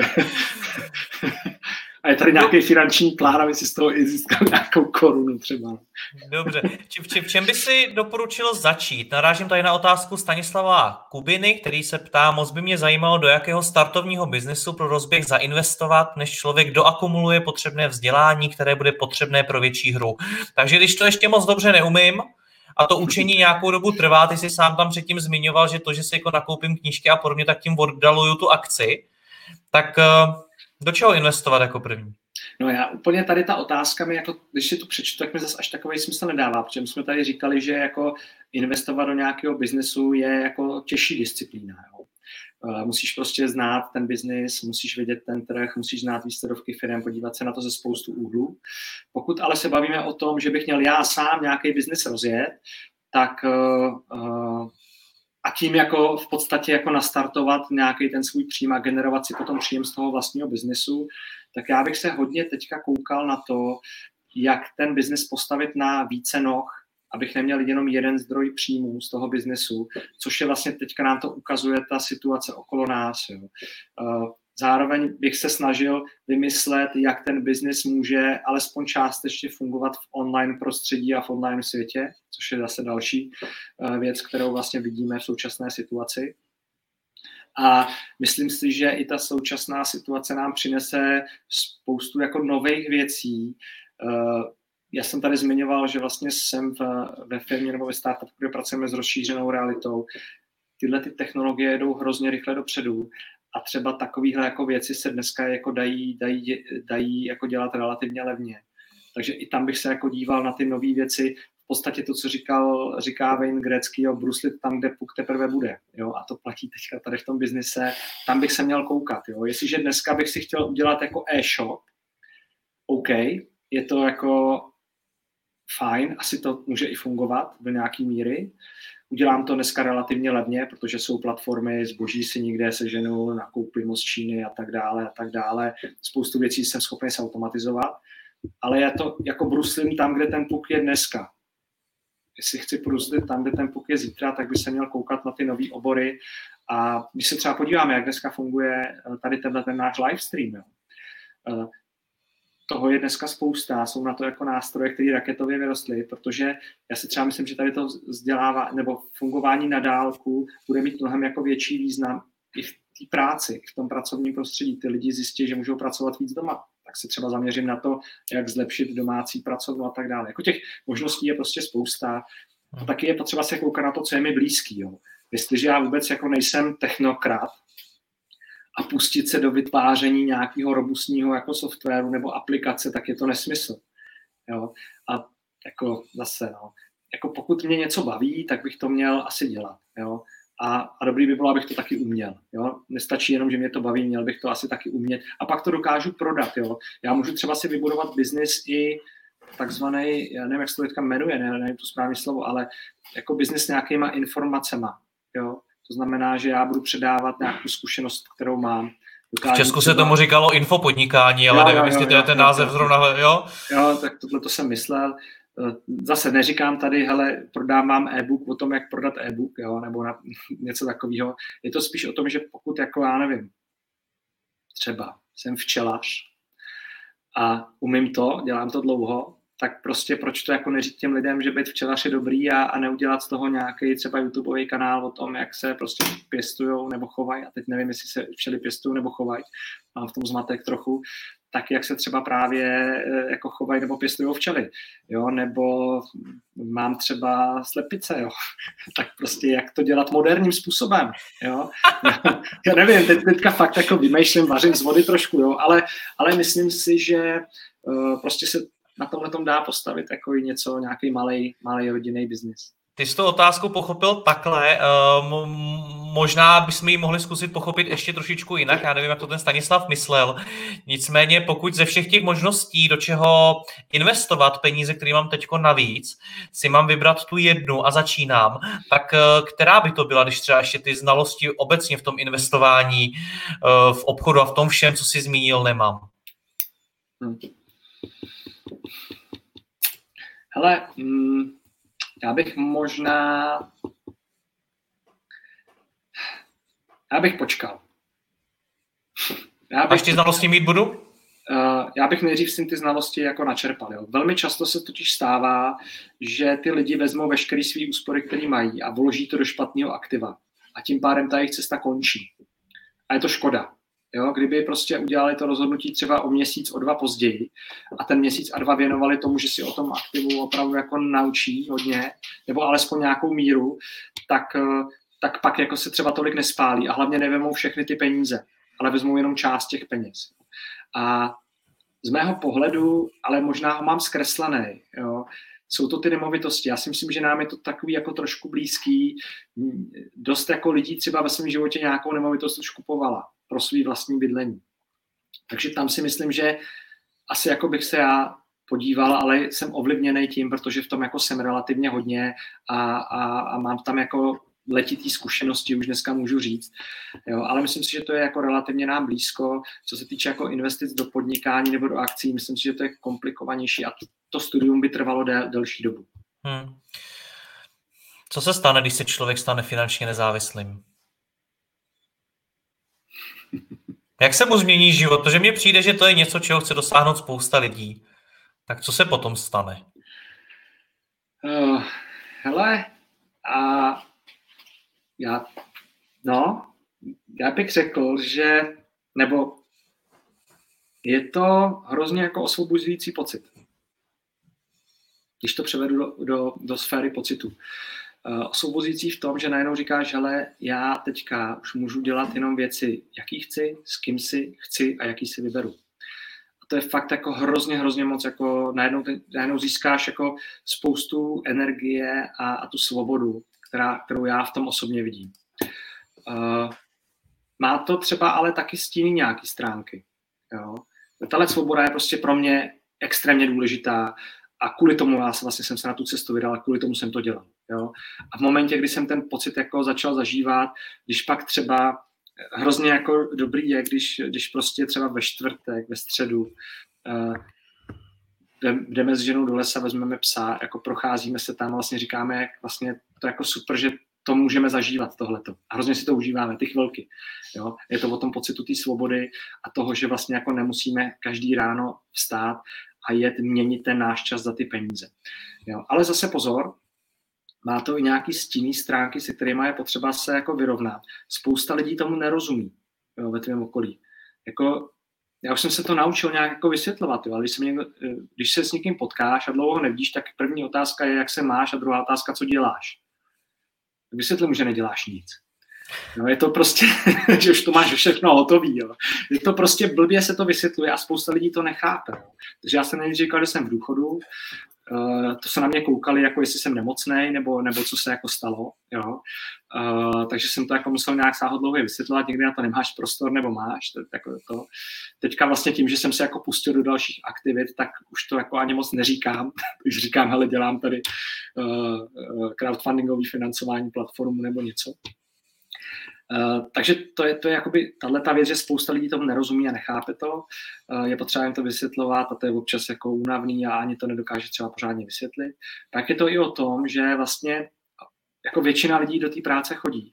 A je tady nějaký finanční plán, aby si z toho i získal nějakou korunu třeba. Dobře. V čem by si doporučil začít? Narážím tady na otázku Stanislava Kubiny, který se ptá, moc by mě zajímalo, do jakého startovního biznesu pro rozběh zainvestovat, než člověk doakumuluje potřebné vzdělání, které bude potřebné pro větší hru. Takže když to ještě moc dobře neumím, a to učení nějakou dobu trvá, ty jsi sám tam předtím zmiňoval, že to, že si jako nakoupím knížky a podobně, tak tím oddaluju tu akci, tak... Do čeho investovat jako první? No já úplně tady ta otázka mi, jako, když si to přečtu, tak mi zase až takový smysl nedává, protože my jsme tady říkali, že jako investovat do nějakého biznesu je jako těžší disciplína. Jo. Musíš prostě znát ten biznis, musíš vědět ten trh, musíš znát výsledovky firem, podívat se na to ze spoustu úhlů. Pokud ale se bavíme o tom, že bych měl já sám nějaký biznis rozjet, tak uh, a tím jako v podstatě jako nastartovat nějaký ten svůj příjem a generovat si potom příjem z toho vlastního biznesu, tak já bych se hodně teďka koukal na to, jak ten biznes postavit na více noh, abych neměl jenom jeden zdroj příjmů z toho biznesu, což je vlastně teďka nám to ukazuje ta situace okolo nás. Jo. Zároveň bych se snažil vymyslet, jak ten biznis může alespoň částečně fungovat v online prostředí a v online světě, což je zase další věc, kterou vlastně vidíme v současné situaci. A myslím si, že i ta současná situace nám přinese spoustu jako nových věcí. Já jsem tady zmiňoval, že vlastně jsem ve firmě nebo ve startupu, kde pracujeme s rozšířenou realitou. Tyhle ty technologie jedou hrozně rychle dopředu. A třeba takovýhle jako věci se dneska jako dají, dají, dají jako dělat relativně levně. Takže i tam bych se jako díval na ty nové věci. V podstatě to, co říkal, říká Wayne Gretzky, jo, bruslit tam, kde puk teprve bude. Jo, a to platí teďka tady v tom biznise. Tam bych se měl koukat. Jo. Jestliže dneska bych si chtěl udělat jako e-shop, OK, je to jako fajn, asi to může i fungovat do nějaký míry. Udělám to dneska relativně levně, protože jsou platformy, zboží si někde seženu, nakoupím z Číny a tak dále a tak dále. Spoustu věcí jsem schopný zautomatizovat, ale je to jako bruslím tam, kde ten puk je dneska. Jestli chci bruslit tam, kde ten puk je zítra, tak by se měl koukat na ty nové obory. A když se třeba podíváme, jak dneska funguje tady tenhle ten náš livestream, jo. toho je dneska spousta, jsou na to jako nástroje, které raketově vyrostly, protože já si třeba myslím, že tady to vzdělává, nebo fungování na dálku bude mít mnohem jako větší význam i v té práci, i v tom pracovním prostředí. Ty lidi zjistí, že můžou pracovat víc doma, tak se třeba zaměřím na to, jak zlepšit domácí pracovnu a tak dále. Jako těch možností je prostě spousta. A taky je potřeba se koukat na to, co je mi blízký. Jo. Jestliže já vůbec jako nejsem technokrat a pustit se do vytváření nějakého robustního jako softwaru nebo aplikace, tak je to nesmysl. Jo. A jako zase, no, jako pokud mě něco baví, tak bych to měl asi dělat. Jo. A, a dobrý by bylo, abych to taky uměl. Jo. Nestačí jenom, že mě to baví, měl bych to asi taky umět. A pak to dokážu prodat. Jo. Já můžu třeba si vybudovat biznis i takzvaný, já nevím, jak se to teďka jmenuje, ne, nevím to správné slovo, ale jako biznis s nějakýma informacema. Jo. To znamená, že já budu předávat nějakou zkušenost, kterou mám. Dokážu v Česku třeba... se tomu říkalo infopodnikání, ale jo, nevím, jo, jestli to je ten jo, název jo, zrovna, jo? Jo, tak tohle to jsem myslel. Zase neříkám tady, hele, prodám vám e-book o tom, jak prodat e-book, jo, nebo na, něco takového. Je to spíš o tom, že pokud jako, já nevím, třeba jsem včelař a umím to, dělám to dlouho, tak prostě proč to jako neříct těm lidem, že být včelař je dobrý a, a neudělat z toho nějaký třeba YouTubeový kanál o tom, jak se prostě pěstujou nebo chovají, a teď nevím, jestli se včely pěstují nebo chovají, mám v tom zmatek trochu, tak jak se třeba právě jako chovají nebo pěstují včely, jo, nebo mám třeba slepice, jo, tak prostě jak to dělat moderním způsobem, jo. Já nevím, teď, teďka fakt jako vymýšlím, vařím z vody trošku, jo, ale, ale myslím si, že uh, prostě se na tomhle tom dá postavit jako i něco, nějaký malej, malej rodinný biznis. Ty jsi tu otázku pochopil takhle, uh, možná bychom ji mohli zkusit pochopit ještě trošičku jinak, já nevím, jak to ten Stanislav myslel, nicméně pokud ze všech těch možností, do čeho investovat peníze, které mám teďko navíc, si mám vybrat tu jednu a začínám, tak uh, která by to byla, když třeba ještě ty znalosti obecně v tom investování, uh, v obchodu a v tom všem, co jsi zmínil, nemám? Hmm. Hele, mm, já bych možná... Já bych počkal. Já bych Až ty znalosti mít budu? Uh, já bych nejdřív si ty znalosti jako načerpal. Jo. Velmi často se totiž stává, že ty lidi vezmou veškeré své úspory, které mají a vloží to do špatného aktiva. A tím pádem ta jejich cesta končí. A je to škoda. Jo, kdyby prostě udělali to rozhodnutí třeba o měsíc, o dva později a ten měsíc a dva věnovali tomu, že si o tom aktivu opravdu jako naučí hodně, nebo alespoň nějakou míru, tak, tak pak jako se třeba tolik nespálí a hlavně nevemou všechny ty peníze, ale vezmou jenom část těch peněz. A z mého pohledu, ale možná ho mám zkreslený, jo, jsou to ty nemovitosti. Já si myslím, že nám je to takový jako trošku blízký. Dost jako lidí třeba ve svém životě nějakou nemovitost už kupovala pro svý vlastní bydlení. Takže tam si myslím, že asi jako bych se já podíval, ale jsem ovlivněný tím, protože v tom jako jsem relativně hodně a, a, a mám tam jako letitý zkušenosti, už dneska můžu říct. Jo, ale myslím si, že to je jako relativně nám blízko. Co se týče jako investic do podnikání nebo do akcí, myslím si, že to je komplikovanější a to, to studium by trvalo del, delší dobu. Hmm. Co se stane, když se člověk stane finančně nezávislým? Jak se mu změní život? Protože mně přijde, že to je něco, čeho chce dosáhnout spousta lidí. Tak co se potom stane? Uh, hele, a já, no, já bych řekl, že, nebo je to hrozně jako osvobozující pocit. Když to převedu do, do, do sféry pocitu. Uh, osvobozující v tom, že najednou říkáš, hele, já teďka už můžu dělat jenom věci, jaký chci, s kým si chci a jaký si vyberu. A to je fakt jako hrozně, hrozně moc, jako najednou, najednou získáš jako spoustu energie a, a tu svobodu, která, kterou já v tom osobně vidím. Uh, má to třeba ale taky stíny nějaký stránky. Jo? Tahle svoboda je prostě pro mě extrémně důležitá a kvůli tomu já jsem, vlastně jsem se na tu cestu vydal a kvůli tomu jsem to dělal. Jo? A v momentě, kdy jsem ten pocit jako začal zažívat, když pak třeba hrozně jako dobrý je, když, když prostě třeba ve čtvrtek, ve středu uh, jdeme s ženou do lesa, vezmeme psa, jako procházíme se tam a vlastně říkáme, jak vlastně to jako super, že to můžeme zažívat tohleto. A hrozně si to užíváme, ty chvilky. Jo? Je to o tom pocitu té svobody a toho, že vlastně jako nemusíme každý ráno vstát a jet měnit ten náš čas za ty peníze. Jo? Ale zase pozor, má to i nějaký stinný stránky, se kterými je potřeba se jako vyrovnat. Spousta lidí tomu nerozumí, jo, ve tvém okolí. Jako, já už jsem se to naučil nějak jako vysvětlovat, jo, ale když se, někdo, když se s někým potkáš a dlouho nevidíš, tak první otázka je, jak se máš, a druhá otázka, co děláš. Vysvětlím, že neděláš nic. No, je to prostě, že už to máš všechno hotový. Jo. Je to prostě blbě se to vysvětluje a spousta lidí to nechápe. Jo. Takže já jsem nejdřív říkal, že jsem v důchodu, Uh, to se na mě koukali, jako jestli jsem nemocnej, nebo, nebo co se jako stalo, jo. Uh, takže jsem to jako musel nějak sáhodlouhě vysvětlovat, někdy na to nemáš prostor, nebo máš, to, jako to. Teďka vlastně tím, že jsem se jako pustil do dalších aktivit, tak už to jako ani moc neříkám, už říkám, hele, dělám tady uh, crowdfundingový financování platformu nebo něco. Uh, takže to je, to je jakoby tato věc, že spousta lidí tomu nerozumí a nechápe to. Uh, je potřeba jim to vysvětlovat a to je občas jako únavný a ani to nedokáže třeba pořádně vysvětlit. Tak je to i o tom, že vlastně jako většina lidí do té práce chodí.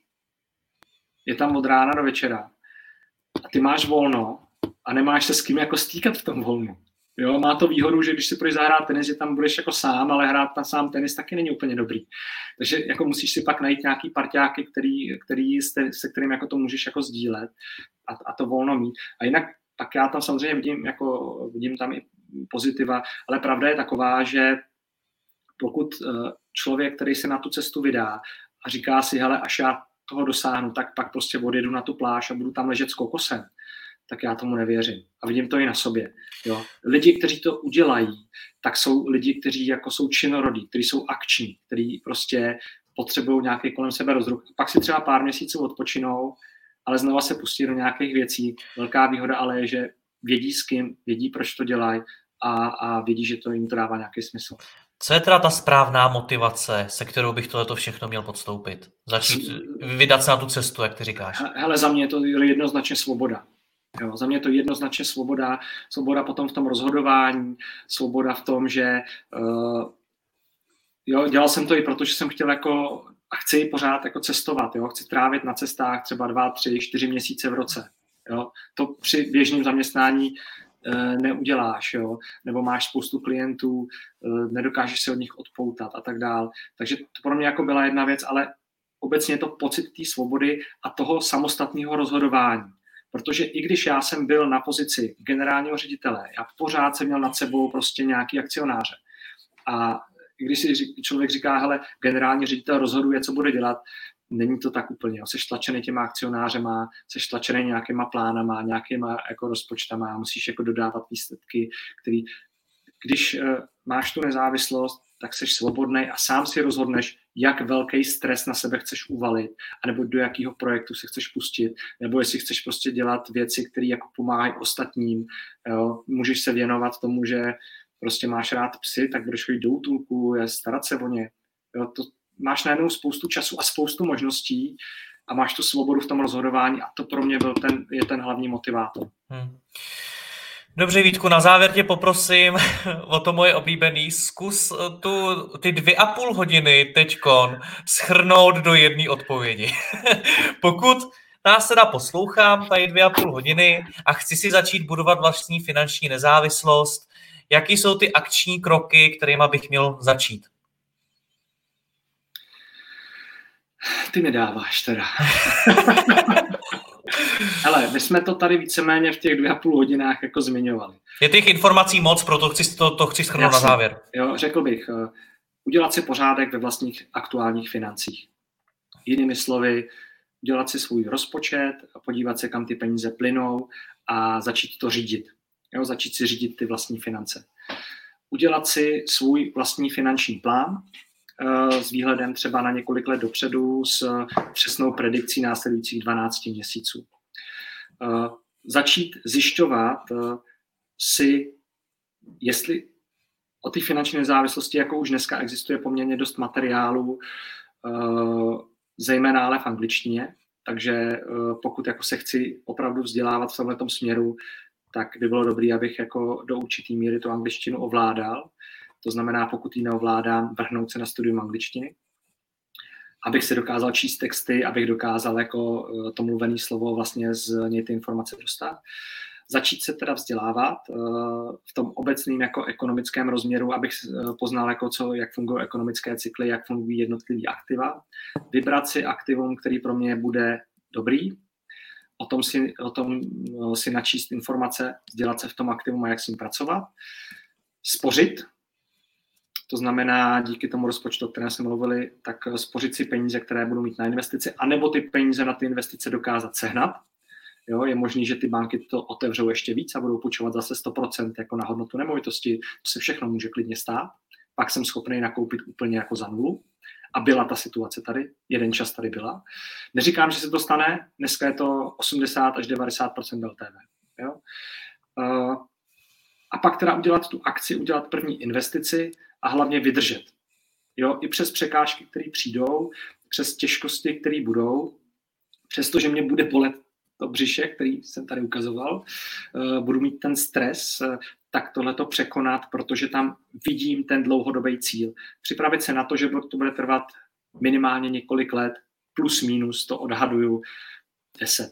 Je tam od rána do večera. A ty máš volno a nemáš se s kým jako stýkat v tom volnu. Jo, má to výhodu, že když si půjdeš zahrát tenis, že tam budeš jako sám, ale hrát tam sám tenis taky není úplně dobrý. Takže jako musíš si pak najít nějaký parťáky, který, který jste, se kterým jako to můžeš jako sdílet a, a to volno mít. A jinak tak já tam samozřejmě vidím, jako, vidím tam i pozitiva, ale pravda je taková, že pokud člověk, který se na tu cestu vydá a říká si, hele, až já toho dosáhnu, tak pak prostě odjedu na tu pláž a budu tam ležet s kokosem, tak já tomu nevěřím. A vidím to i na sobě. Jo. Lidi, kteří to udělají, tak jsou lidi, kteří jako jsou činorodí, kteří jsou akční, kteří prostě potřebují nějaký kolem sebe rozruch. Pak si třeba pár měsíců odpočinou, ale znova se pustí do nějakých věcí. Velká výhoda ale je, že vědí s kým, vědí, proč to dělají a, a vědí, že to jim to dává nějaký smysl. Co je teda ta správná motivace, se kterou bych tohleto všechno měl podstoupit? Začít vydat se na tu cestu, jak ty říkáš. Hele, za mě je to jednoznačně svoboda. Jo, za mě je to jednoznačně svoboda, svoboda potom v tom rozhodování, svoboda v tom, že uh, jo, dělal jsem to i proto, že jsem chtěl jako a chci pořád jako cestovat, jo, chci trávit na cestách třeba dva, tři, čtyři měsíce v roce, jo, to při běžném zaměstnání uh, neuděláš, jo, nebo máš spoustu klientů, uh, nedokážeš se od nich odpoutat a tak dál, takže to pro mě jako byla jedna věc, ale obecně je to pocit té svobody a toho samostatného rozhodování. Protože i když já jsem byl na pozici generálního ředitele, já pořád jsem měl nad sebou prostě nějaký akcionáře. A když si člověk říká, hele, generální ředitel rozhoduje, co bude dělat, není to tak úplně. Jsi tlačený těma akcionářema, jsi tlačený nějakýma plánama, nějakýma jako rozpočtama, musíš jako dodávat výsledky, který, když uh, máš tu nezávislost, tak jsi svobodnej a sám si rozhodneš, jak velký stres na sebe chceš uvalit, anebo do jakého projektu se chceš pustit, nebo jestli chceš prostě dělat věci, které jako pomáhají ostatním. Jo. Můžeš se věnovat tomu, že prostě máš rád psy, tak budeš chodit do útulku, je starat se o ně. Jo. To máš najednou spoustu času a spoustu možností a máš tu svobodu v tom rozhodování a to pro mě byl ten, je ten hlavní motivátor. Hmm. Dobře, Vítku, na závěr tě poprosím o to moje oblíbený. Zkus tu, ty dvě a půl hodiny teďkon shrnout do jedné odpovědi. Pokud nás teda poslouchám tady dvě a půl hodiny a chci si začít budovat vlastní finanční nezávislost, jaký jsou ty akční kroky, kterými bych měl začít? Ty mi dáváš teda. Hele, my jsme to tady víceméně v těch dvě a půl hodinách jako zmiňovali. Je těch informací moc, proto chci, to, to chci shrnout na závěr. Jo, řekl bych, uh, udělat si pořádek ve vlastních aktuálních financích. Jinými slovy, udělat si svůj rozpočet, podívat se, kam ty peníze plynou a začít to řídit. Jo, začít si řídit ty vlastní finance. Udělat si svůj vlastní finanční plán uh, s výhledem třeba na několik let dopředu s přesnou predikcí následujících dvanácti měsíců. Uh, začít zjišťovat uh, si, jestli o té finanční nezávislosti, jako už dneska existuje poměrně dost materiálů, uh, zejména ale v angličtině, takže uh, pokud jako se chci opravdu vzdělávat v tomhletom směru, tak by bylo dobré, abych jako do určitý míry tu angličtinu ovládal. To znamená, pokud ji neovládám, vrhnout se na studium angličtiny. abych si dokázal číst texty, abych dokázal jako to mluvené slovo vlastně z něj ty informace dostat. Začít se teda vzdělávat v tom obecném jako ekonomickém rozměru, abych poznal, jako co, jak fungují ekonomické cykly, jak fungují jednotlivý aktiva. Vybrat si aktivum, který pro mě bude dobrý, o tom si, o tom si načíst informace, vzdělat se v tom aktivu a jak s ním pracovat. Spořit, to znamená díky tomu rozpočtu, o kterém jsme mluvili, tak spořit si peníze, které budu mít na investici, anebo ty peníze na ty investice dokázat sehnat. Jo, je možný, že ty banky to otevřou ještě víc a budou půjčovat zase sto procent jako na hodnotu nemovitosti. To se všechno může klidně stát. Pak jsem schopný nakoupit úplně jako za nulu. A byla ta situace tady, jeden čas tady byla. Neříkám, že se to stane, dneska je to osmdesát až devadesát procent L T V. Jo? A pak teda udělat tu akci, udělat první investici a hlavně vydržet. Jo? I přes překážky, které přijdou, přes těžkosti, které budou, přestože mě bude bolet to břiše, který jsem tady ukazoval, budu mít ten stres, tak tohleto překonat, protože tam vidím ten dlouhodobý cíl. Připravit se na to, že to bude trvat minimálně několik let, plus minus, to odhaduju deset.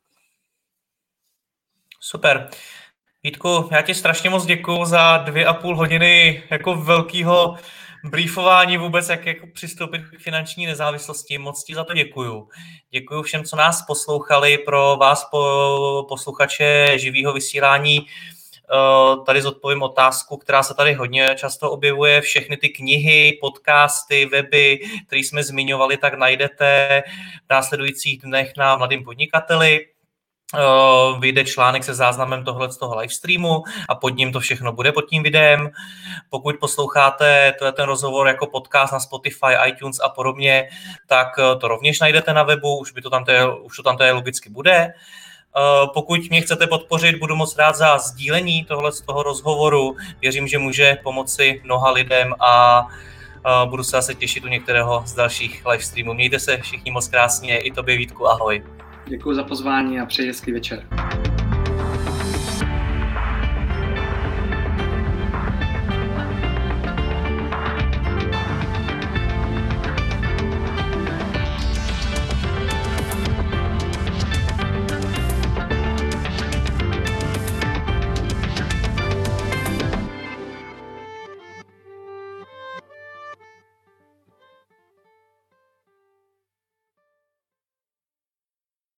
Super. Vítku, já ti strašně moc děkuju za dvě a půl hodiny jako velkého briefování vůbec, jak jako přistoupit k finanční nezávislosti. Moc ti za to děkuju. Děkuju všem, co nás poslouchali. Pro vás po, posluchače živého vysílání tady zodpovím otázku, která se tady hodně často objevuje. Všechny ty knihy, podcasty, weby, které jsme zmiňovali, tak najdete v následujících dnech na Mladým podnikateli. Uh, vyjde článek se záznamem tohle z toho livestreamu a pod ním to všechno bude pod tím videem. Pokud posloucháte ten rozhovor jako podcast na Spotify, iTunes a podobně, tak to rovněž najdete na webu, už, by to tam té, už to tam té logicky bude. Uh, pokud mě chcete podpořit, budu moc rád za sdílení tohle z toho rozhovoru. Věřím, že může pomoci mnoha lidem a uh, budu se zase těšit u některého z dalších livestreamů. Mějte se všichni moc krásně, i tobě, Vítku, ahoj. Děkuji za pozvání a přeji hezký večer.